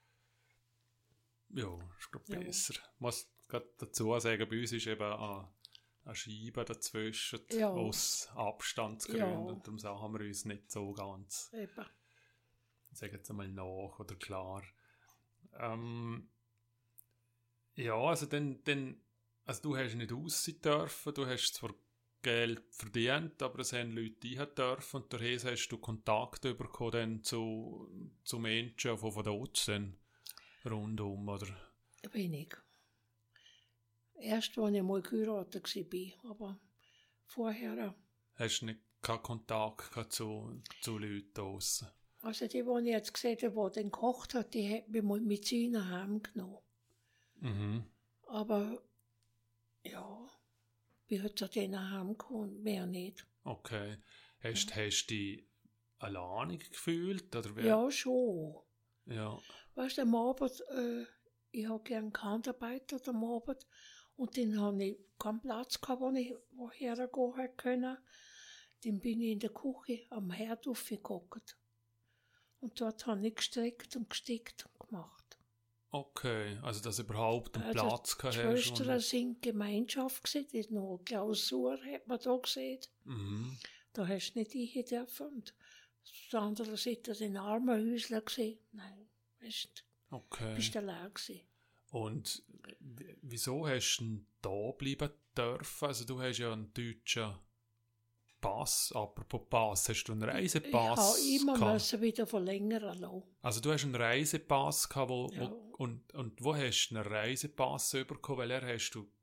Ja, ist glaube ich Ja. besser. Ich muss gerade dazu sagen, bei uns ist eben eine, eine Scheibe dazwischen, Ja. aus Abstandsgründen. Ja. Und darum sagen wir uns nicht so ganz, Eben. sagen jetzt einmal nach oder klar. Ähm, ja, also dann, dann, also du hast nicht aussehen dürfen, du hast zwar Geld verdient, aber es haben Leute rein dürfen und daher hast du Kontakt bekommen dann zu, zu Menschen, die von dort sind, rundum, oder? Wenig. Erst, als ich mal geheiratet war, aber vorher, Hast du nicht keinen Kontakt gehabt zu, zu Leuten draussen? also die, die ich jetzt gesehen habe, die dann gekocht hat, die hat mich mal mit sie nach Hause genommen. Mhm. Aber ja, ich bin halt zu denen heimgekommen, mehr nicht. Okay. Hast, hast du dich alleine gefühlt? Oder wie? Ja, schon. Ja. Weißt du, am Abend, äh, ich habe gerne gearbeitet am Abend und dann habe ich keinen Platz gehabt, wo ich woher gehen hätte können. Dann bin ich in der Küche am Herd aufgehockt. Und dort habe ich gestrickt und gestickt und gemacht. Okay, also dass du überhaupt einen Also Platz die gehabt hast. Schwestern sind Gemeinschaft gewesen, die noch Klausur hat man da gesehen. Mhm. Da hast du nicht rein dürfen. Und auf der anderen Seite den Armenhäusler gesehen. Nein, weißt, Okay. bist du allein gewesen. Und w- wieso hast du denn da bleiben dürfen? Also du hast ja einen deutschen Pass, apropos Pass, hast du einen Ich Reisepass habe immer gehabt? müssen wieder verlängern lassen. Also du hast einen Reisepass gehabt, wo, Ja. wo, und, und wo hast du einen Reisepass bekommen? Weil er hast du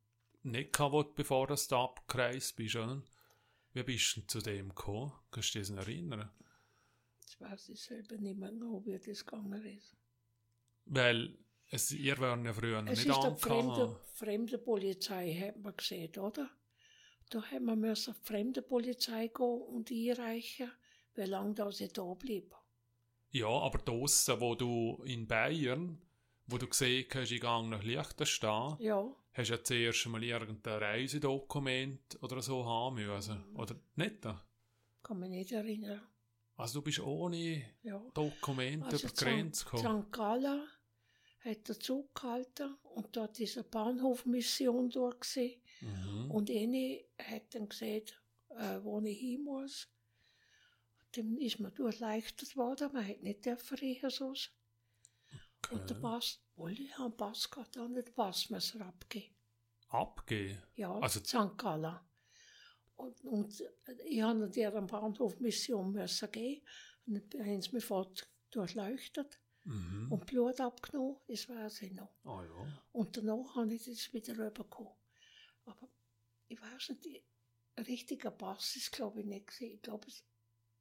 nicht gehabt, bevor du abgereist bist, oder? Wie bist du denn zu dem gekommen? Kannst du dich das erinnern? Das weiß ich selber nicht mehr genau, wie das gegangen ist. Weil es, ihr waren ja früher noch Es nicht ist eine angekommen. fremde, fremde Polizei, hat man gesehen, oder? Da haben wir müssen auf die fremde Polizei gehen und einreichen, wie lange da sie da bleiben. Ja, aber draussen, wo du in Bayern, wo du gesehen hast, ich gehe nach Liechtenstein, Ja, hast du ja zuerst mal irgendein Reisedokument oder so haben müssen. Oder nicht? kann mich nicht erinnern. Also du bist ohne Ja. Dokument Also über die Grenze gekommen. Sankt Gallen hat der Zug gehalten und dort ist eine Bahnhofmission durch gewesen. Mhm. Und eine hat dann gesehen, äh, wo ich hin muss. Dann ist man durchleuchtet worden, man hat nicht dürfen riechen sonst. Okay. Und der Pass, wohl, ich habe einen Pass gehabt, dann den Pass müssen abgeben. Abgeben? Ja, Also- Sankt Gallen. Und, und ich habe der Bahnhof Mission müssen gehen. Und dann haben sie mich fort durchleuchtet Mhm. und Blut abgenommen, das weiß ich noch. Ah ja. Und danach habe ich das wieder rübergekommen. Aber ich weiß nicht, ein richtiger Pass ist, glaube ich, nicht gewesen. Ich glaube, es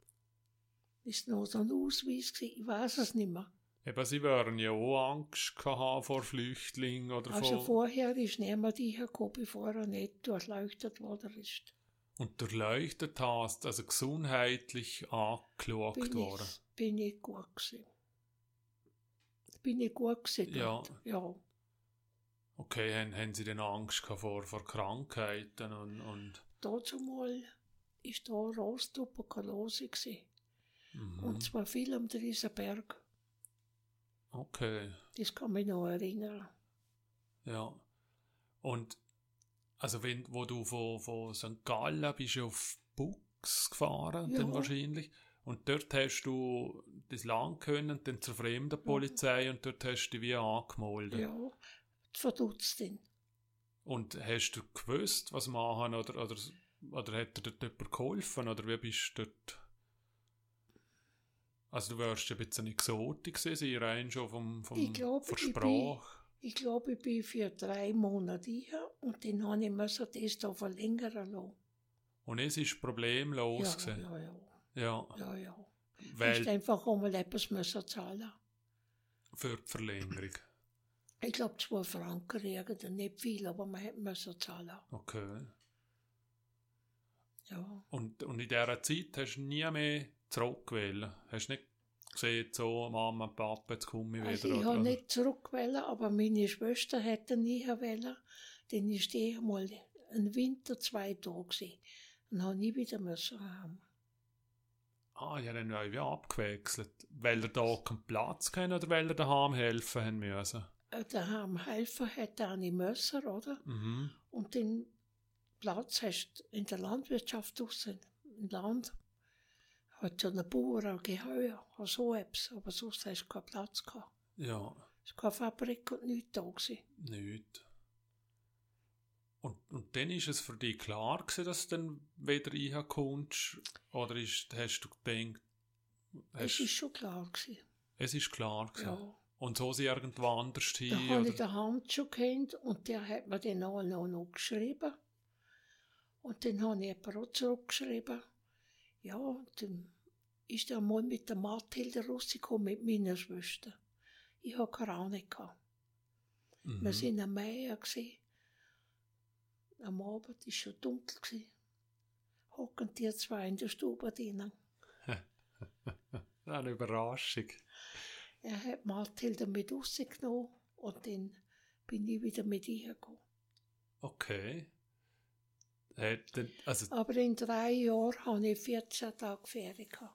ist noch so ein Ausweis gewesen. Ich weiß es nicht mehr. Eben, sie wären ja auch Angst gehabt vor Flüchtlingen oder Also vor... vorher ist niemand hergekommen, bevor er nicht durchleuchtet worden ist. Und durchleuchtet hast, also gesundheitlich angeschaut Bin worden. ich, bin ich gut gewesen. Bin ich gut gewesen Ja. dort. Ja. Okay, haben, haben sie denn Angst gehabt vor, vor Krankheiten und... und Dazu mal ist da Rostuberkulose gewesen. mhm. Und zwar viel am Driesenberg. Okay, Das kann mich noch erinnern. ja. Und also wenn, wo du von, von Sankt Gallen bist du auf Bux gefahren, Ja. dann wahrscheinlich. Und dort hast du das Land können, dann zur Fremdenpolizei und dort hast du dich wie angemeldet. Ja, die Verdutztin. Und hast du gewusst, was machen oder, oder, oder hat dir dort jemand geholfen oder wie bist du dort? Also du wärst ja ein bisschen Exotik gewesen, rein schon vom, vom, Ich glaub, von ich bin- Sprache. Ich glaube, ich bin für drei Monate hier und dann habe ich müssen das da verlängern lassen. Und es ist problemlos Ja, gewesen. ja, ja, Ja, ja, ja. weil Ist einfach einmal etwas müssen zahlen. für die Verlängerung. Ich glaube, zwei Franken irgendwie, nicht viel, aber man hätte müssen zahlen. Okay. Ja. Und, und in dieser Zeit hast du nie mehr zurückgewählt? Hast du nicht gesehen, so Mama, Papa, jetzt komme ich wieder? Also ich oder- habe nicht zurückgewählt, aber meine Schwester hätte nie wollen. Dann ist die einmal ein Winter zwei Tage gewesen. Dann habe ich wieder müssen haben. Ah, ja, dann habe ich wie abgewechselt. Weil er da keinen Platz kennen oder weil er daheim helfen haben müssen? Äh, Daheim helfen hätte auch nicht müssen, oder? Mhm. Und den Platz hast du in der Landwirtschaft draussen, im Land. Hat so eine Bauer, ein Geheuer, so etwas, aber sonst hast du keinen Platz gehabt. Ja, Es war keine Fabrik und nichts da gewesen. nicht. Und, und dann ist es für dich klar gewesen, dass du dann wieder reinkommst? Oder ist, hast du gedacht, Es hast, ist schon klar gewesen. es ist klar gewesen? Ja. Und so sind irgendwo anders hin? Da habe ich Oder? den Handschuh kennt und der hat mir dann auch noch, noch geschrieben. Und dann habe ich jemand auch zurückgeschrieben. Ja, und dann ist er mal mit der Mathilde rausgekommen, mit meiner Schwester. Ich hatte keine Ahnung gehabt. Mhm. Wir waren am Meer. Gewesen. Am Abend war es schon dunkel. Gewesen. Hocken die zwei in der Stube drinnen. Eine Überraschung. Er hat Mathilde mit rausgenommen und dann bin ich wieder mit ihr gekommen. Okay. Äh, dann, also, Aber in drei Jahren hatte ich vierzehn Tage Ferien gehabt.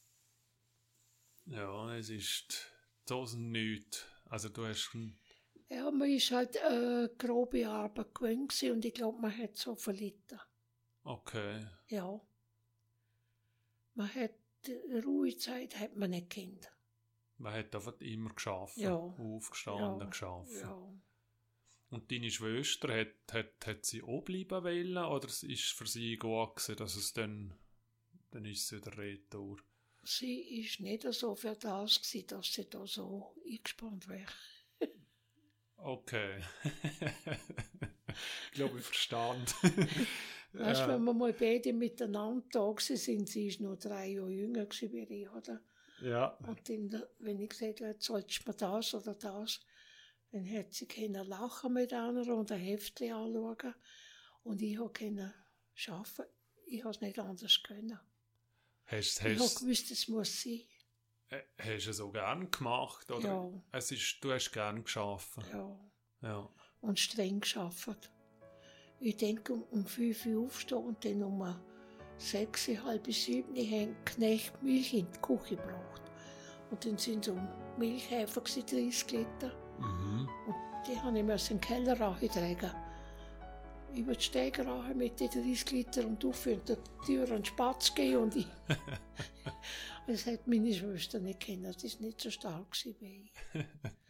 ja, es ist so nichts. Also du hast einen, Ja, man ist halt äh, grobe Arbeit gewöhnt gewesen und ich glaube, man hat so verlitten. okay. Ja. Man hat, die Ruhezeit hat man nicht gekannt. Man hat einfach immer geschafft. Ja. Aufgestanden, Ja. geschafft. Ja. Und deine Schwester, hat, hat, hat sie auch bleiben wollen? Oder ist es für sie gut gewesen, dass es dann, dann ist sie wieder retour? Sie ist nicht so für das gewesen, dass sie da so eingespannt wäre. Okay. glaube, ich verstand. Weißt du, Ja. wenn wir mal beide miteinander da gewesen sind, sie ist noch drei Jahre jünger gewesen wie ich, oder? Ja. Und dann, wenn ich gesagt habe, jetzt sollst du mir das oder das, dann hat sie können lachen mit einer und ein Heftchen anschauen. Und ich habe können arbeiten. Ich habe es nicht anders können. Hast, Ich habe hast, gewusst, es muss sein. äh, hast du es so gern gemacht? Oder? Ja. Es ist, du hast gern geschaffen. Ja. Ja. Und streng gearbeitet. Ich denke, um, um fünf Uhr aufstehen und dann um sechs, halb sieben haben Knecht Milch in die Küche gebracht. Und dann sind so Milchhefer, dreißig Liter. Mhm. Und die habe ich mir aus dem Keller reingetragen. Über die Stege rein mit den dreißig Liter und auf und der Tür an den Spatz gehen. Und ich. Das hat meine Schwester nicht kennen. Das war nicht so stark wie ich.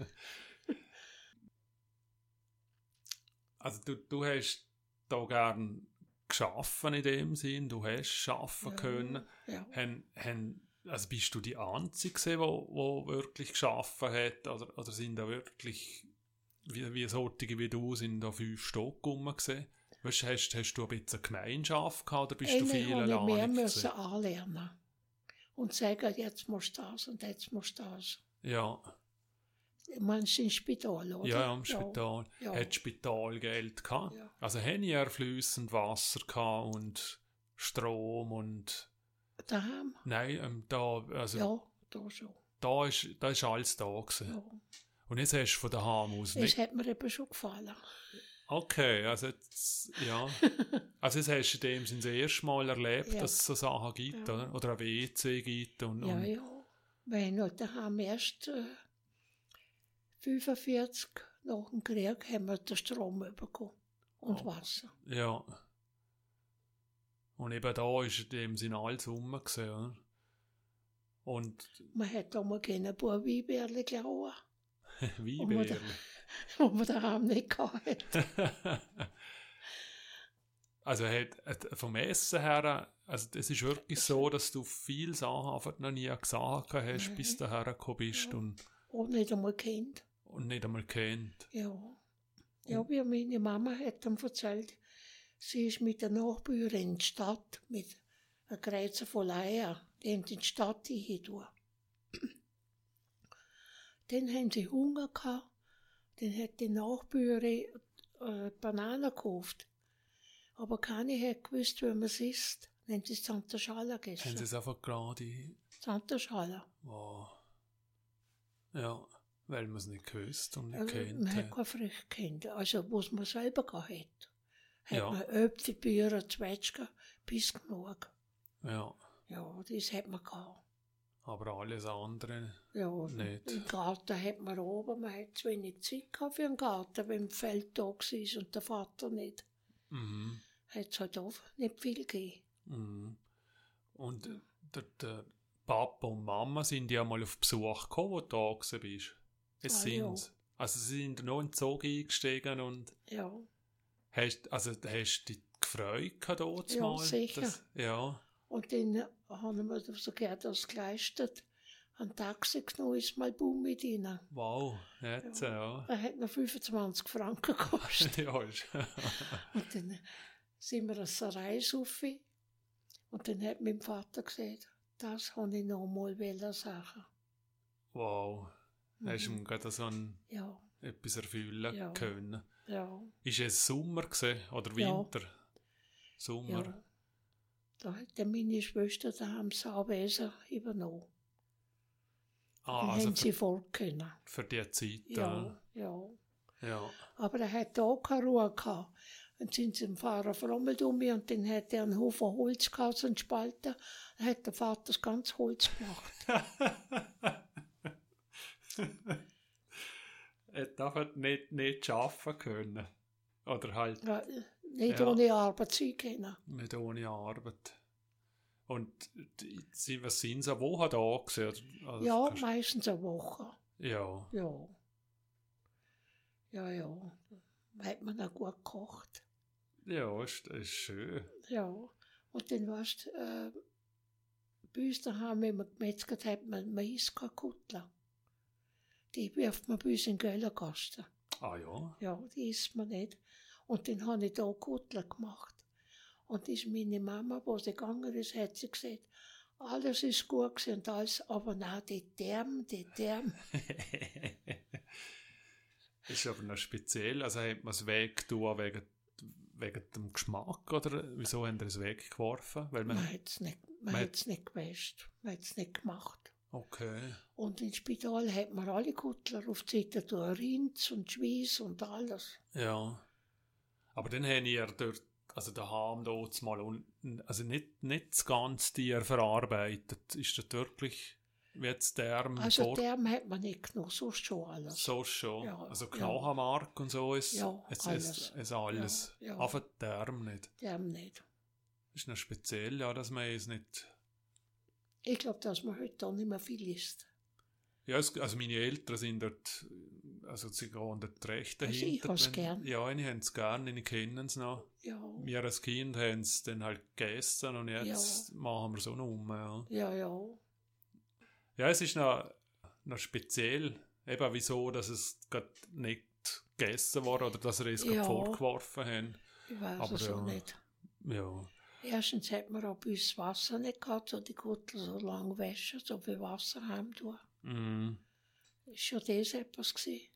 Also du, du hast da gern geschaffen in dem Sinn, du hast schaffen Ja, können. ja. Haben, haben, also bist du die Einzige gewesen, wo, wo wirklich geschaffen hat? Oder, oder sind da wirklich, wie, wie solche wie du, sind da fünf Stück rum gewesen? Weißt, hast, hast du ein bisschen Gemeinschaft gehabt oder bist Einen du viel habe ich mehr alleine müssen gewesen? anlernen. Und sagen, jetzt musst du das und jetzt musst du das. Ja, Meinst du im Spital, oder? ja, im Spital. Ja. Hat Spitalgeld gehabt? Ja. Also haben ja fließend Wasser gehabt und Strom und... Daheim? Nein, ähm, da, also Ja, da schon. da ist, da ist alles da gewesen. Ja. Und jetzt hast du von daheim aus Das nicht... hat mir eben schon gefallen. Okay, also jetzt, ja. Also jetzt hast du in dem Sinne das erste Mal erlebt, Ja. dass es so Sachen gibt, Ja. oder? Oder ein W C gibt und... Ja, und ja. Wir haben noch daheim erst äh, fünfundvierzig nach dem Krieg haben wir den Strom bekommen. Und Oh. Wasser. ja. Und eben da ist in dem Sinne alles rum gewesen, oder? Und Man hat auch mal gerne ein paar Weinbärle klauen, wie Und wir Bärli. die man daheim nicht gehabt hat. Also hat, hat vom Essen her, also es ist wirklich so, dass du viele Sachen einfach noch nie gesagt hast, Nein. bis du hergekommen bist Ja. und, Und nicht einmal kennt. und nicht einmal kennt. Ja. Ja, wie meine Mama hat dann erzählt, sie ist mit der Nachbarin in die Stadt, mit einer Kreuzer von Eier, die haben in die Stadt hingetan. Dann haben sie Hunger gehabt, dann hat die Nachbarin äh, Bananen gekauft. Aber keine hat gewusst, wie man es isst. Dann haben sie Santa Schala Haben sie gegessen. es einfach gerade, Santa Schala. wow. Ja, weil man es nicht gewusst und nicht Also, kennt. man hat hat. keine Früchte gekannt. Also, was man selber gehabt hat. Hat Ja. man Äpfel, Birnen, Zwetschgen, bis genug. Ja, Ja, das hat man gehabt. aber alles andere Ja, nicht. im Garten hat man oben, man hat zu wenig Zeit gehabt für den Garten, wenn das Feld da war und der Vater nicht. Mhm. Hat es halt auch nicht viel gegeben. Mhm. Und der, der Papa und Mama sind ja mal auf Besuch gekommen, wo du da gewesen bist. Es Ah, sind ja. Also sie sind noch in den Zug eingestiegen und Ja, hast, also hast du dich gefreut gehabt dort Ja, mal? sicher. Das, ja, und dann haben wir sogar das geleistet. Ein Taxi genommen, ist mal Baum mit ihnen. wow, jetzt, ja. Er hat noch fünfundzwanzig Franken gekostet. Ja, ist, Und dann sind wir aus der Reise rauf. Und dann hat mein Vater gesagt, das habe ich noch mal sagen. wow. Hast du Mhm. ihm gerade so ein, Ja, etwas erfüllen Ja. können? ja, Ist es Sommer gewesen, oder Ja. Winter? Sommer? ja. Da hat dann meine Schwester daheim das Anwesen übernommen. Ah, Dann also haben für, sie fort können. für die Zeit. Ja, ja. äh, ja. Aber er hat da keine Ruhe gehabt. Dann sind sie dem Fahrer verrommelt um mich und dann hat er einen Haufen Holz gehabt, so einen Spalter. Dann hat der Vater das ganze Holz gemacht. Er darf halt nicht, nicht arbeiten können. Oder halt Ja, nicht Ja. ohne Arbeitszeit können. nicht ohne Arbeit. Und die, sie, was sind sie, eine Woche da gewesen? Also, Ja, kannst- meistens eine Woche. ja. Ja. Ja, ja. Hat man auch gut gekocht. Ja, ist, ist schön. Ja. Und dann weißt du, äh, bei uns daheim, wenn man gemetzelt hat, man Mais kaputt. Die wirft man bei uns in den Gellerkasten. Ah ja. Ja, die isst man nicht. Und dann habe ich da Kuttler gemacht. Und ist meine Mama, wo sie gegangen ist, hat sie gesagt, alles ist gut gewesen und alles, aber nein, die Därme, die Därme. Das ist aber noch speziell. Also hat man es weggetan wegen, wegen dem Geschmack oder wieso haben wir es weggeworfen? Weil man Man hat es nicht, man man hat's nicht gewäscht, man hat es nicht gemacht. Okay. Und im Spital hat man alle Kuttler auf die Seite durch Rinds und Schweiß und alles. Ja. Aber dann haben ihr dort, also daheim dort mal unten, also nicht, nicht das ganze Tier verarbeitet. Ist das wirklich wie jetzt der Also vor Därme hat man nicht genug, sonst schon alles. so schon? Ja, Also ja. Knochenmark und so ist, Ja, es, alles. es, es alles. Ja, ja. Aber der nicht. Därme nicht. Das ist noch speziell, ja, dass man es nicht... Ich glaube, dass man heute da nicht mehr viel isst. Ja, es, also meine Eltern sind dort, also sie gehen dort recht Also ich dahinter. hab's wenn- gern. Ja, ich habe es gern, ich kenne es noch. Ja, Wir als Kind haben es dann halt gegessen und jetzt machen wir es auch noch um. Ja. ja, ja. Ja, es ist noch, noch speziell, eben wieso, dass es gerade nicht gegessen wurde oder dass wir es gerade Ja. vorgeworfen haben. Ich weiß Aber es auch ja. nicht. Ja, Erstens hat man auch bei uns Wasser nicht gehabt, so die Kuttler so lange waschen, so viel Wasser haben tun. mm, Ist schon das etwas gewesen.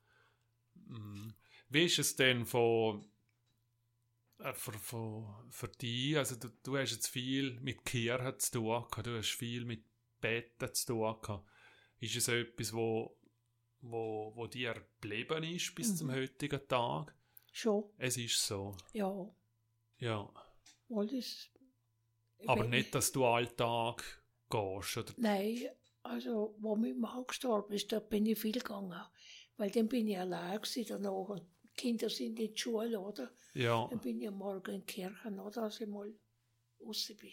mm. Wie ist es denn von, äh, für, für, für dich? Also du, du hast jetzt viel mit Kirchen zu tun gehabt, du hast viel mit Betten zu tun gehabt. Ist es etwas, wo, wo, wo dir geblieben ist bis Mhm. zum heutigen Tag? Schon, Es ist so, ja. ja. Alles. Aber Wenn- nicht, dass du Alltag gehst, oder? Nein, also, wo mein Mann gestorben ist, da bin ich viel gegangen. Weil dann bin ich allein gewesen danach. Und die Kinder sind in der Schule, oder? Ja, Dann bin ich am Morgen in die Kirche, oder? Als ich mal raus bin.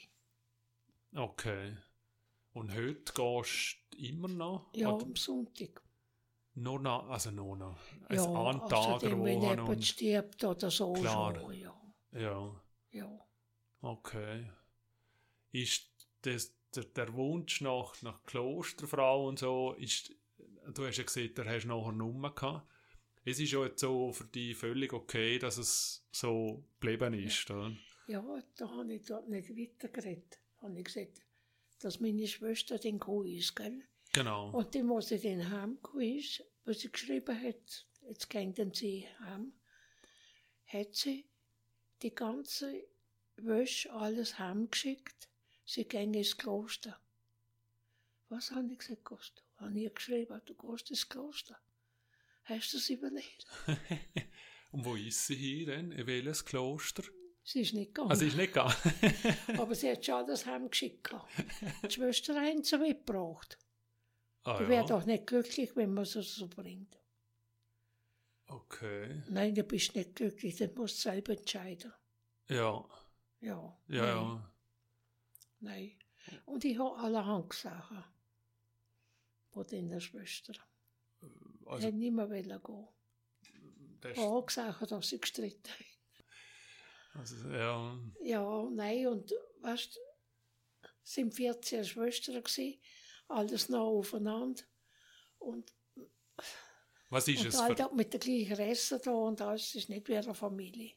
okay. Und heute gehst du immer noch? Ja, Oder am Sonntag. nur noch, also nur noch. Ja, Ein an Tag außerdem, wenn Wochen jemand und... stirbt oder so. Klar. Schon, ja. Ja, Ja. okay. Ist das, der, der Wunsch nach, nach Klosterfrau und so, ist, du hast ja gesehen, da hast du nachher Nummer gehabt. Es ist ja jetzt so für dich völlig okay, dass es so geblieben ist, oder? Ja, da habe ich dort nicht weitergeredet. Da habe ich gesagt, dass meine Schwester den Kuh ist, gell? Genau. Und dann, wo sie den heimgekommen ist, was sie geschrieben hat, jetzt gehen sie heim, hat sie die ganze Wäsche, alles heimgeschickt. Sie gehen ins Kloster. Was habe ich gesagt, gehst du? Habe ich geschrieben, du gehst ins Kloster. Hast du es überlegt? Und wo ist sie hier denn? In welches Kloster? Sie ist nicht gegangen. Also ist nicht gegangen. Aber sie hat schon alles heimgeschickt. gehabt. Die Schwester haben sie mitgebracht. Ah, Die wäre ja. doch nicht glücklich, wenn man sie so bringt. Okay. Nein, du bist nicht glücklich, du musst selber entscheiden. Ja. Ja. Ja, nein, ja. Nein. Und ich habe allerhand Sachen von deiner Schwester. Ich Also, hätte nicht mehr wollen gehen. das, Ich habe auch gesagt, dass sie gestritten haben. also, ja. Ja, nein, und weißt du, es sind vierzehn Schwestern gewesen, alles noch aufeinander. Und, Was ist und es alle für... mit der gleichen Essen da und alles ist nicht wie eine Familie.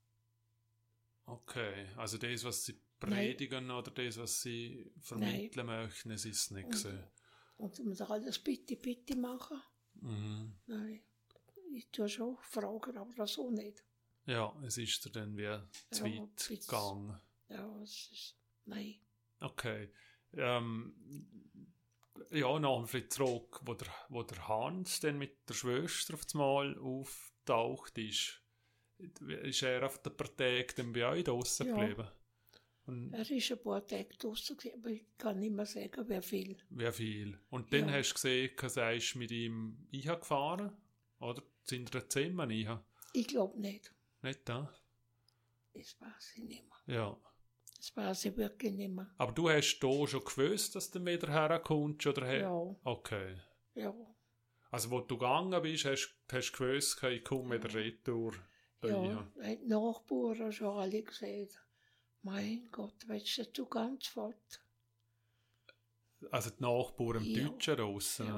Okay, also das, was sie predigen oder das, was sie vermitteln möchten, es ist nicht so. Und du musst alles bitte, bitte machen. Mhm. Nein, ich tue schon fragen, aber das auch nicht. Ja, es ist dir dann wie zu Ja, weit bisschen. gegangen. Ja, es ist, nein. Okay. Ähm, ja, noch ein zurück, wo der, wo der Hans dann mit der Schwester auf einmal auftaucht ist. Ist er auf der Partei dann bei euch draussen Ja. geblieben? Und Er ist ein paar Tage draussen gewesen, aber ich kann nicht mehr sagen, wie viel. wie viel? Und dann Ja. hast du gesehen, du seist mit ihm eingefahren? Oder sind ihr zusammen rein? Ich glaube nicht. Nicht da? Das weiß ich nicht mehr. Ja. Das weiß ich wirklich nicht mehr. Aber du hast hier schon gewusst, dass du wieder herkommst? Oder he- Ja, Okay. ja. Also, wo du gegangen bist, hast hast du gewusst, ich komme wieder retour. da Ja, rein. die Nachbarn haben schon alle gesagt, mein Gott, willst du ganz fort? Also die Nachbarn im Ja. Deutschen draussen. Ja. Ne?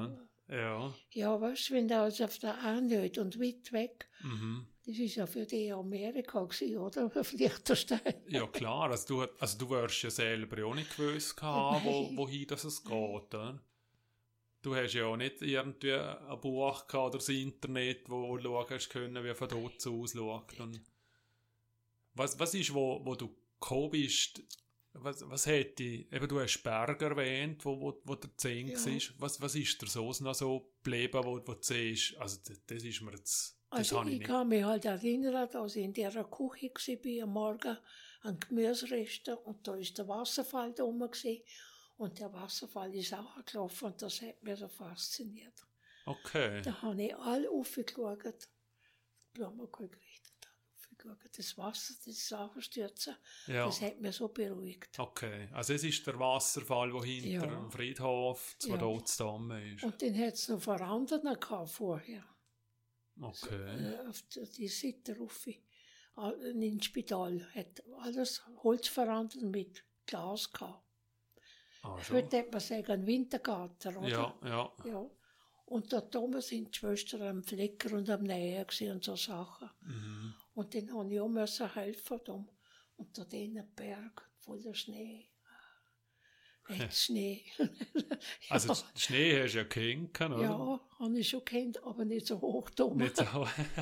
Ja. Ja, weißt du, wenn du also auf der Anhöhe und weit weg, Mhm. das ist ja für die Amerika gewesen, oder? Auf Liechtenstein. Ja, klar. Also du, also du wirst ja selber auch nicht gewusst haben, wo, wohin das es geht. Oder? Du hast ja auch nicht irgendwie ein Buch gehabt oder das Internet, wo du schauen hast können, wie von dort ausschaut. Und was, was ist, wo, wo du gekommen bist, was, was hätte, eben du hast Berg erwähnt, wo, wo, wo der zehn Ja. war. Was, was ist dir so noch so geblieben, wo, wo du siehst? Also das, das ist mir jetzt, das Also habe ich ich nicht. kann mich halt erinnern, dass ich in dieser Küche war am Morgen, an Gemüsereste, und da ist der Wasserfall da oben gewesen, und der Wasserfall ist auch gelaufen und das hat mich so fasziniert. Okay. Da habe ich alle aufgeschaut, Blumenkohl gerichtet, aufgeschaut, das Wasser, das Sauerstürzen, Ja. das hat mich so beruhigt. Okay, also es ist der Wasserfall, der hinter Ja. dem Friedhof zu Ja. dort zu Damme ist. Und den hat es noch vor anderen gehabt vorher. Okay. Äh, auf die die Seite rauf. All- Ins Spital hat alles Holzveranden mit Glas gehabt. Also. Heute hat man sagen, ein Wintergarten, oder? Ja, ja. Ja. Und dort oben sind die Schwestern am Flecker und am Nähen gewesen und so Sachen. Mhm. Und dann habe ich auch müssen helfen. Da. Und da den Berg voller Schnee. Echt Schnee. Also den Schnee hast du ja gekannt, oder? Ja, habe ich schon kennt, aber nicht so hoch da. Nicht so.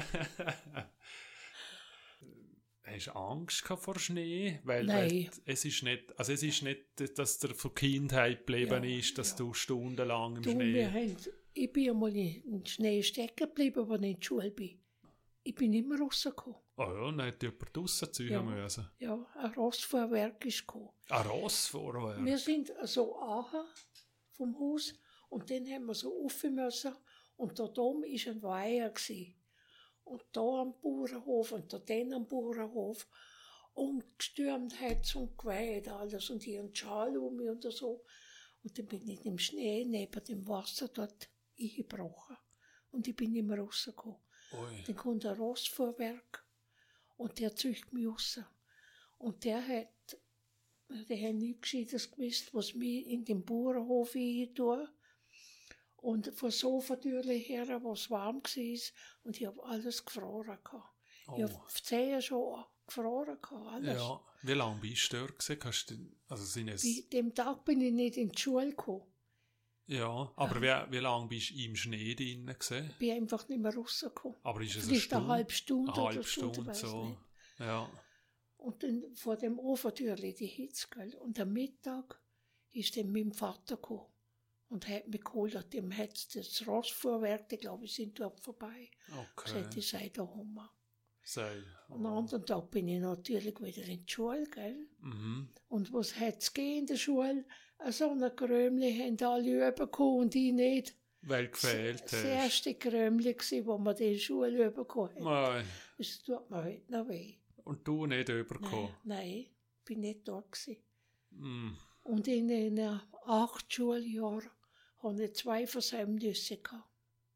Hast du Angst gehabt vor Schnee? Weil, Nein. weil es ist nicht, also es ist nicht, dass der von Kindheit geblieben Ja, ist, dass ja. du stundenlang im Du, Schnee... wir haben, ich bin einmal im Schnee stecken geblieben, als ich in der Schule bin. Ich bin immer rausgekommen. Oh ja, dann hätte jemand rausziehen Ja. müssen. Ja, ein Rossfuhrwerk ist gekommen. Ein Rossvorwerk? Wir sind so angekommen vom Haus und dann haben wir so rauf müssen und da oben war ein Weiher gewesen. Und da am Bauernhof und da dann am Bauernhof. Und gestürmt hat es und geweht alles und hier ein Schal um mich und so. Und dann bin ich im Schnee neben dem Wasser dort eingebrochen. Und ich bin nicht mehr rausgekommen. Ui. Dann kommt ein Rossfuhrwerk und der zücht mich raus. Und der hat, der hat nichts Gescheites gewusst, was mich in den Bauernhof eintun. Und von Sofentürchen her, wo es warm war, und ich habe alles gefroren. Gehabt. Oh. Ich habe die Zehen schon gefroren, gehabt, alles. Ja, wie lange bist du dort gewesen? Kannst du, also sind es, Bei dem Tag bin ich nicht in die Schule gekommen. ja, aber wie, wie lange bist du im Schnee drin gewesen? Ich bin einfach nicht mehr rausgekommen. Aber ist es eine Vielleicht Stunde? eine halbe Stunde Eine halbe oder Stunde, Stunde, weiss so. nicht. Ja. Und dann vor dem Ofentürchen die Hitze, gell? Und am Mittag ist dann mein Vater gekommen und hat mich geholt. Und dem hat es das Rossfuhrwerk, ich glaube, sind dort vorbei. Okay. Gesagt, ich sei da rum. Sei. Am anderen Tag bin ich natürlich wieder in die Schule, gell? Mhm. Und was hat es in der Schule? So ein Krömli haben alle bekommen und ich nicht. Weil du gefehlt Das hast. erste Krömli war, wo man die in der Schule bekommen hat. Nein. Das tut mir heute noch weh. Und du nicht überkommen? Nein, nein, bin nicht da gewesen. Mm. Und in den acht Schuljahren hatte ich zwei Versäumnisse gehabt.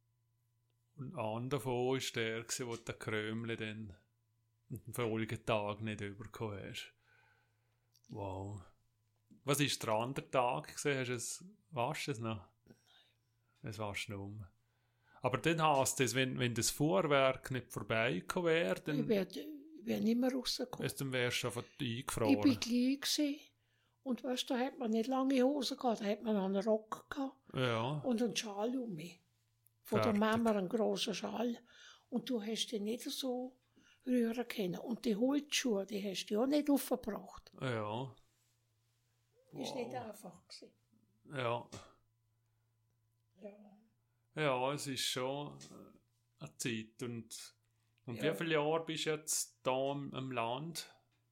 Und einer davon war der, gewesen, wo du den Krömli dann am Folgetag nicht überkommen hast. Wow. Was war der andere Tag? Gewesen? Hast du es, warst du es noch? Nein. Es warst du noch um. Aber dann heisst es, wenn, wenn das Fuhrwerk nicht vorbeigekommen wäre, Ich dann, wäre wär nicht mehr rausgekommen. dann wärst du einfach Ich eingefroren. war klein gewesen. Und weißt du, da hat man nicht lange Hosen gehabt, da hat man einen Rock gehabt Ja. und einen Schal um mich. Von Fertig. der Mama einen grossen Schal. Und du hast den nicht so rühren können. Und die Holzschuhe, die hast du auch nicht aufgebracht. Ja. Das war Wow. nicht einfach gewesen. Ja. Ja. Ja, es ist schon äh, eine Zeit. Und, und Ja. wie viele Jahre bist du jetzt da im, im Land?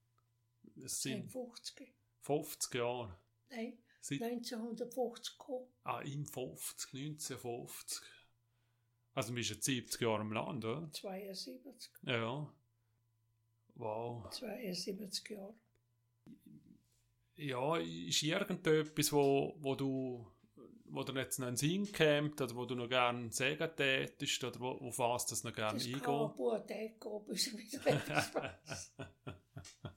Es sind fünfzig. fünfzig Jahre. Nein, Seit, neunzehnhundertfünfzig gekommen. ah, im fünfzig, neunzehnhundertfünfzig. Also du bist jetzt siebzig Jahre im Land, oder? zweiundsiebzig. Ja. Wow. zweiundsiebzig Jahre. Ja, ist irgendetwas, wo, wo du wo dir jetzt noch in den Sinn kommt, oder wo du noch gerne sagen tätest, oder wo, auf was das noch gerne Das eingehen? kann ein paar Tage gehen, bis ich wieder etwas weiss.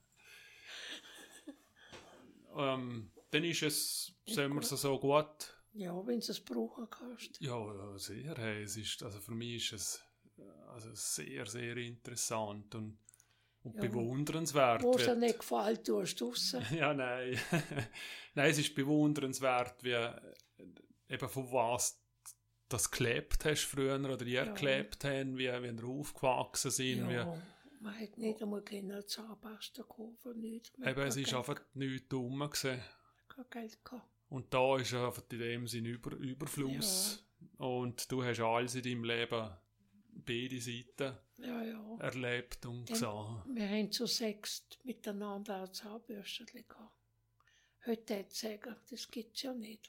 ähm, dann ist es, sagen wir es so gut, Ja, wenn du es brauchen kannst. Ja, sehr. Hey, es ist, also für mich ist es also sehr, sehr interessant und, und Ja. bewundernswert. Wo es dir wird- nicht gefällt, tust du raus. Ja, nein. Nein, es ist bewundernswert, wie äh, eben von was das gelebt hast früher oder ihr Ja. gelebt haben, wie, wie ihr aufgewachsen sind. Ja, man hat nicht einmal keine Zahnpasta kaufen, nichts. Wie, Man eben, hat es kein ist Geld- einfach nichts dumm gewesen. kein Geld gehabt. Und da ist einfach in dem Sinn Über, Überfluss. Und du hast alles in deinem Leben beide Seiten Ja, ja. erlebt und Dann- gesehen. Wir haben zu sechst miteinander ein Zahnbürstchen gehabt. Heute hätte ich sagen, das gibt es ja nicht.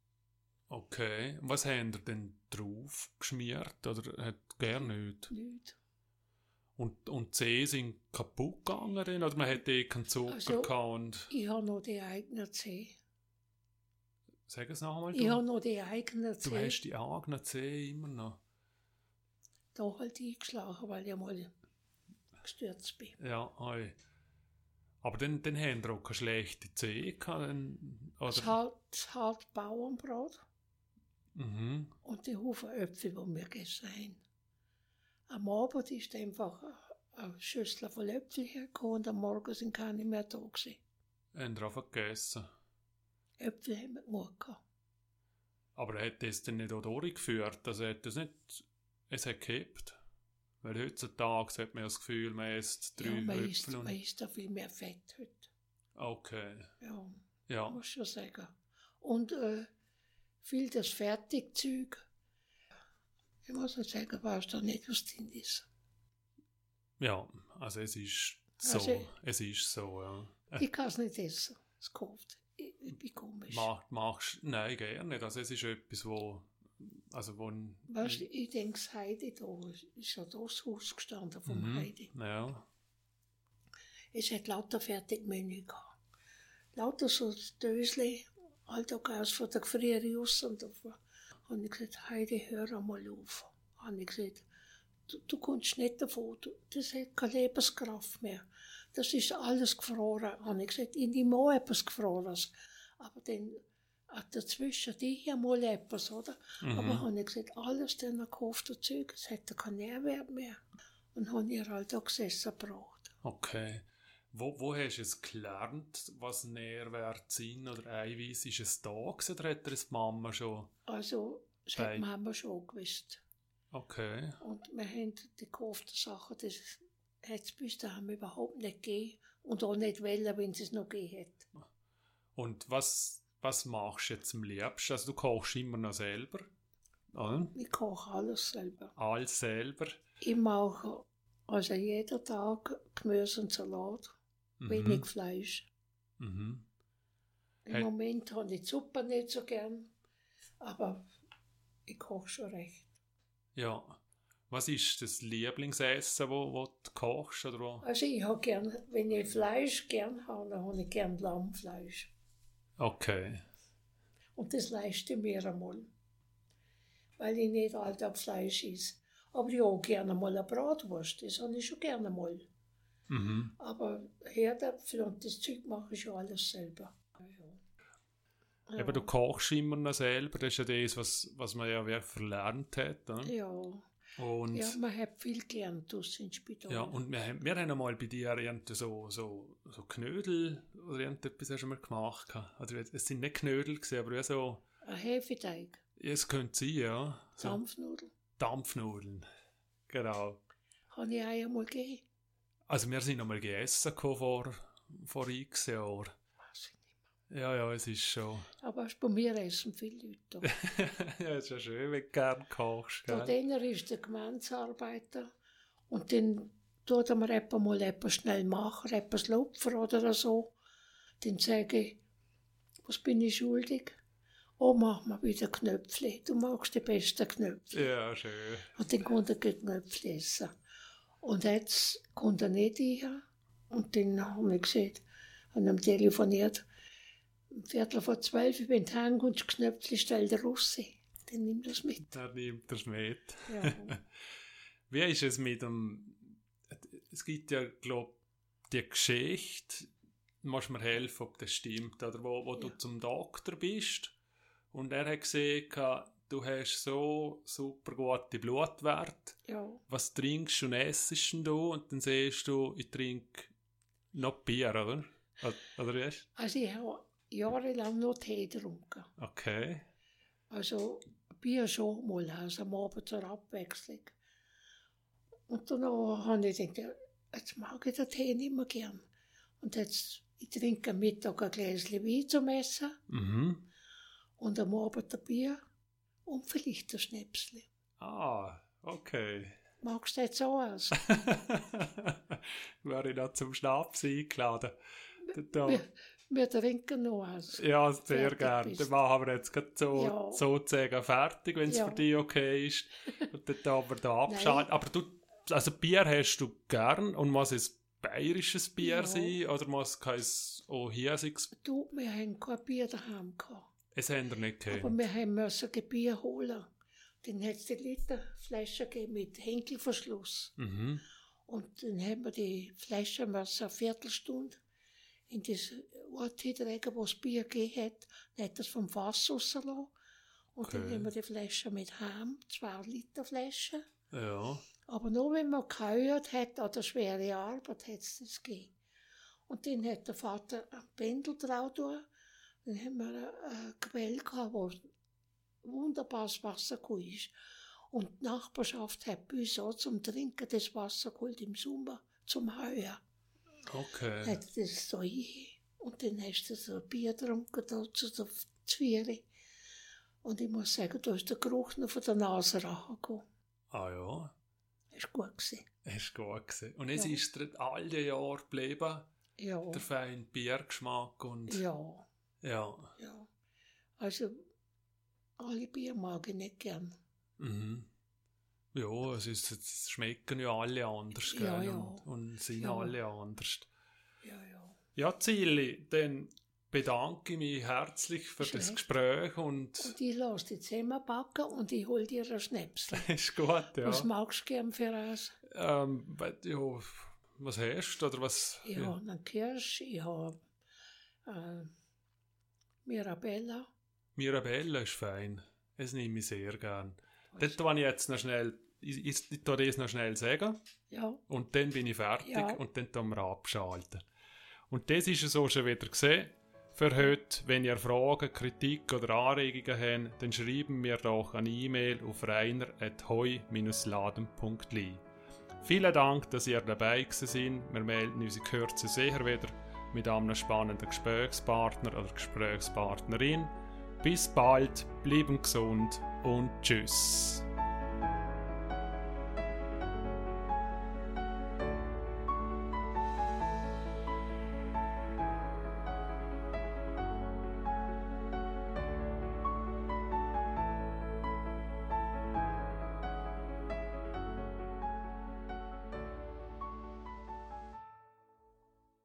Okay. Und was haben ihr denn drauf geschmiert? Oder hat gar nichts? Nicht. Und, und die Zähne sind kaputt gegangen? Dann? Oder man hat eh keinen Zucker Also- gehabt? Und, Ich habe noch die eigenen Zähne. sag es noch einmal. Ich Du, habe noch die eigenen du Zähne. hast die eigenen Zähne immer noch. Da halt eingeschlagen, weil ich mal gestürzt bin. Ja, oi. Aber dann, dann haben wir auch keine schlechten Zähne gehabt. Dann, Das oder? hart, das hart Bauernbrot Mhm. und die Haufen Äpfel, die wir gegessen haben. Am Abend ist einfach eine Schüssel voll Äpfel hergekommen und am Morgen sind keine mehr da gewesen. Haben wir einfach gegessen. Äpfel haben wir genug gehabt. Aber er hat das dann nicht auch durchgeführt. Also er hat das nicht, es hat gekippt. Weil heutzutage hat man das Gefühl, man isst drei Ja, man isst, Äpfel. man Und, isst da viel mehr Fett heute. okay, Ja, ja. muss schon sagen. Und äh, viel das Fertigzeug. Ich muss auch sagen, brauchst du nicht was drin ist. Ja, also es ist so. Also- es ist so, ja. Ich kann es nicht essen. Es kauft. Ich, ich bin komisch. Mach, machst, nein, gerne nicht. Also es ist etwas, wo, also wo, Weißt du, ich denke, das Heidi da ist ja das Haus gestanden vom Mhm. Heidi. ja, Es hat lauter Fertigmenü gehabt. Lauter so Dösli, Alltag aus von der Gefriere aus. Und da habe ich gesagt, Heidi, hör einmal auf. Habe ich gesagt, du, du kommst nicht davon, du, das hat keine Lebenskraft mehr. Das ist alles gefroren. Habe ich gesagt, ich nehme auch etwas Gefrorenes. Aber dann hat dazwischen die hier mal etwas, oder? Mhm. Aber habe ich gesagt, alles dann gekaufte Zeug, es hätte keinen Nährwert mehr. Und habe ich halt auch gesessen gebraucht. okay. Wo, wo hast du es gelernt, was Nährwert sind oder Eiweiß? Ist es da gewesen, oder hat das die Mama schon? Also, das Bei- hat Mama schon gewusst. Okay. Und wir haben die gekauften Sachen, das hat es bis dahin überhaupt nicht gegeben. Und auch nicht wollen, wenn es es noch gegeben hat. Und was, was machst du jetzt am liebsten? Also du kochst immer noch selber, oder? Ich koche alles selber. Alles selber. Ich mache also jeden Tag Gemüse und Salat, Mhm. wenig Fleisch. Mhm. Im Hey. Moment habe ich die Suppe nicht so gern, aber ich koche schon recht. Ja. Was ist das Lieblingsessen, wo, wo du kochst? Oder wo? Also ich habe gern, wenn ich Fleisch gern habe, dann habe ich gern Lammfleisch. Okay. Und das leiste ich mir einmal. Weil ich nicht alltag Fleisch esse. Aber ich habe gerne mal eine Bratwurst, das habe ich schon gerne mal. Mhm. Aber Herdäpfel und das Zeug mache ich schon alles selber. Ja. Eben, du kochst immer noch selber, das ist ja das, was, was man ja wirklich verlernt hat. Oder? Ja. Und, Ja, man hat viel gelernt aus dem Spital. ja, und wir, haben- wir haben einmal bei dir irgendwie so, so, so Knödel oder irgendetwas hast du mal gemacht. gehabt. Oder es sind nicht Knödel gewesen, aber wie so, Ein Hefeteig, ja, es könnte sein, ja. So Dampfnudeln, Dampfnudeln. Genau. habe ich auch einmal gegeben. Also wir sind einmal gegessen gekommen vor, vor x Jahren. Weiß ich nicht Ja, ja, es ist schon. mehr. Aber bei mir essen viele Leute da. Ja, es ist ja schön, wenn du gerne kochst. Da Gell? einer ist der Gemeindearbeiter und dann tut er mir etwa mal etwas schnell machen, etwas lupfen oder so. Dann sage ich, was bin ich schuldig? Oh, mach mal wieder Knöpfle. Du magst die besten Knöpfle. Ja, schön. Und dann konnte er die Knöpfle essen. Und jetzt konnte er nicht rein. Und dann haben wir gesagt, haben ihm telefoniert, um Viertel vor zwölf, ich bin heim und das Knöpfle stell dir raus. Dann nimm das mit. Er nimmt das mit. Ja. Wie ist es mit dem. Es gibt ja, glaube ich, die Geschichte, du musst mir helfen, ob das stimmt, oder wo, wo Ja. du zum Doktor bist und er hat gesehen, du hast so super gute Blutwerte. Ja. Was trinkst du und essst du? Und dann siehst du, ich trinke noch Bier, oder? Oder wie ist? Also ich habe jahrelang noch Tee getrunken. Okay. Also Bier schon mal, also am Abend zur Abwechslung. Und dann habe ich gedacht, jetzt mag ich den Tee nicht mehr gern. Und jetzt, ich trinke am Mittag ein Gläschen Wein zum Essen. Mhm. Und am Abend ein Bier und vielleicht ein Schnäpsli. Ah, okay. Magst du jetzt so aus? Wäre ich noch zum Schnaps eingeladen. Wir, wir trinken noch aus. Ja, sehr gerne. Dann machen wir jetzt gerade so, Ja. sozusagen fertig, wenn es Ja. für dich okay ist. Und dann tun wir da abschalten. Aber du, also Bier hast du gern und muss es bayerisches Bier Ja. sein oder muss kein auch hiesiges? Du, wir haben kein Bier daheim gehabt. Es haben wir nicht Aber gehabt. wir haben müssen ein Bier holen. Dann hat es die Literflasche gegeben mit Henkelverschluss. Mhm. Und dann haben wir die Flasche müssen eine Viertelstunde in das Ort hineinlegen, wo das Bier gegeben hat. Dann hat das vom Fass rausgelassen. Und Okay. dann haben wir die Flasche mit heim, zwei Liter Flasche. Ja. Aber nur wenn man geheuert hat oder schwere Arbeit, hat es das gegeben. Und dann hat der Vater ein Pendel drauf getan. Dann haben wir eine Quelle gehabt, wo wunderbares Wasser gekommen ist. Und die Nachbarschaft hat bei uns auch zum Trinken das Wasser geholt im Sommer, zum Heuer. Okay. Hat das so ein. Und dann hast du so ein Bier getrunken, da zu der Zwiebel. Und ich muss sagen, da ist der Geruch noch von der Nase rausgekommen. Ah ja. Das war gut gewesen. Es war gut gewesen. Und es Ja. ist dir all die Jahre geblieben, Ja, der feine Biergeschmack und... ja, Ja. ja. Also, alle Bier mag ich nicht gern. Mhm. Ja, es, ist, es schmecken ja alle anders, gell? Ja, ja. Und, und sind Ja. alle anders. Ja, ja. Ja, Zilli, dann bedanke ich mich herzlich für das Schlecht. Gespräch und Und ich lasse die zusammenpacken und ich hole dir ein Schnäpsel. ist gut, ja. Was magst du gern für eins? Ähm, we- ja, was hast du, oder was? Ich habe einen Kirsch, ich habe äh, Mirabella. Mirabelle ist fein. Das nehme ich sehr gern. Das tue ich jetzt noch schnell, ich, ich, ich tue das noch schnell sagen Ja, und dann bin ich fertig Ja. und dann tun wir abschalten. Und das ist es auch schon wieder gesehen. Für heute, wenn ihr Fragen, Kritik oder Anregungen habt, dann schreiben mir doch eine E-Mail auf reiner at heu dash laden punkt l i. Vielen Dank, dass ihr dabei gewesen seid. Wir melden uns in Kürze sicher wieder mit einem spannenden Gesprächspartner oder Gesprächspartnerin. Bis bald, bleiben gesund und tschüss.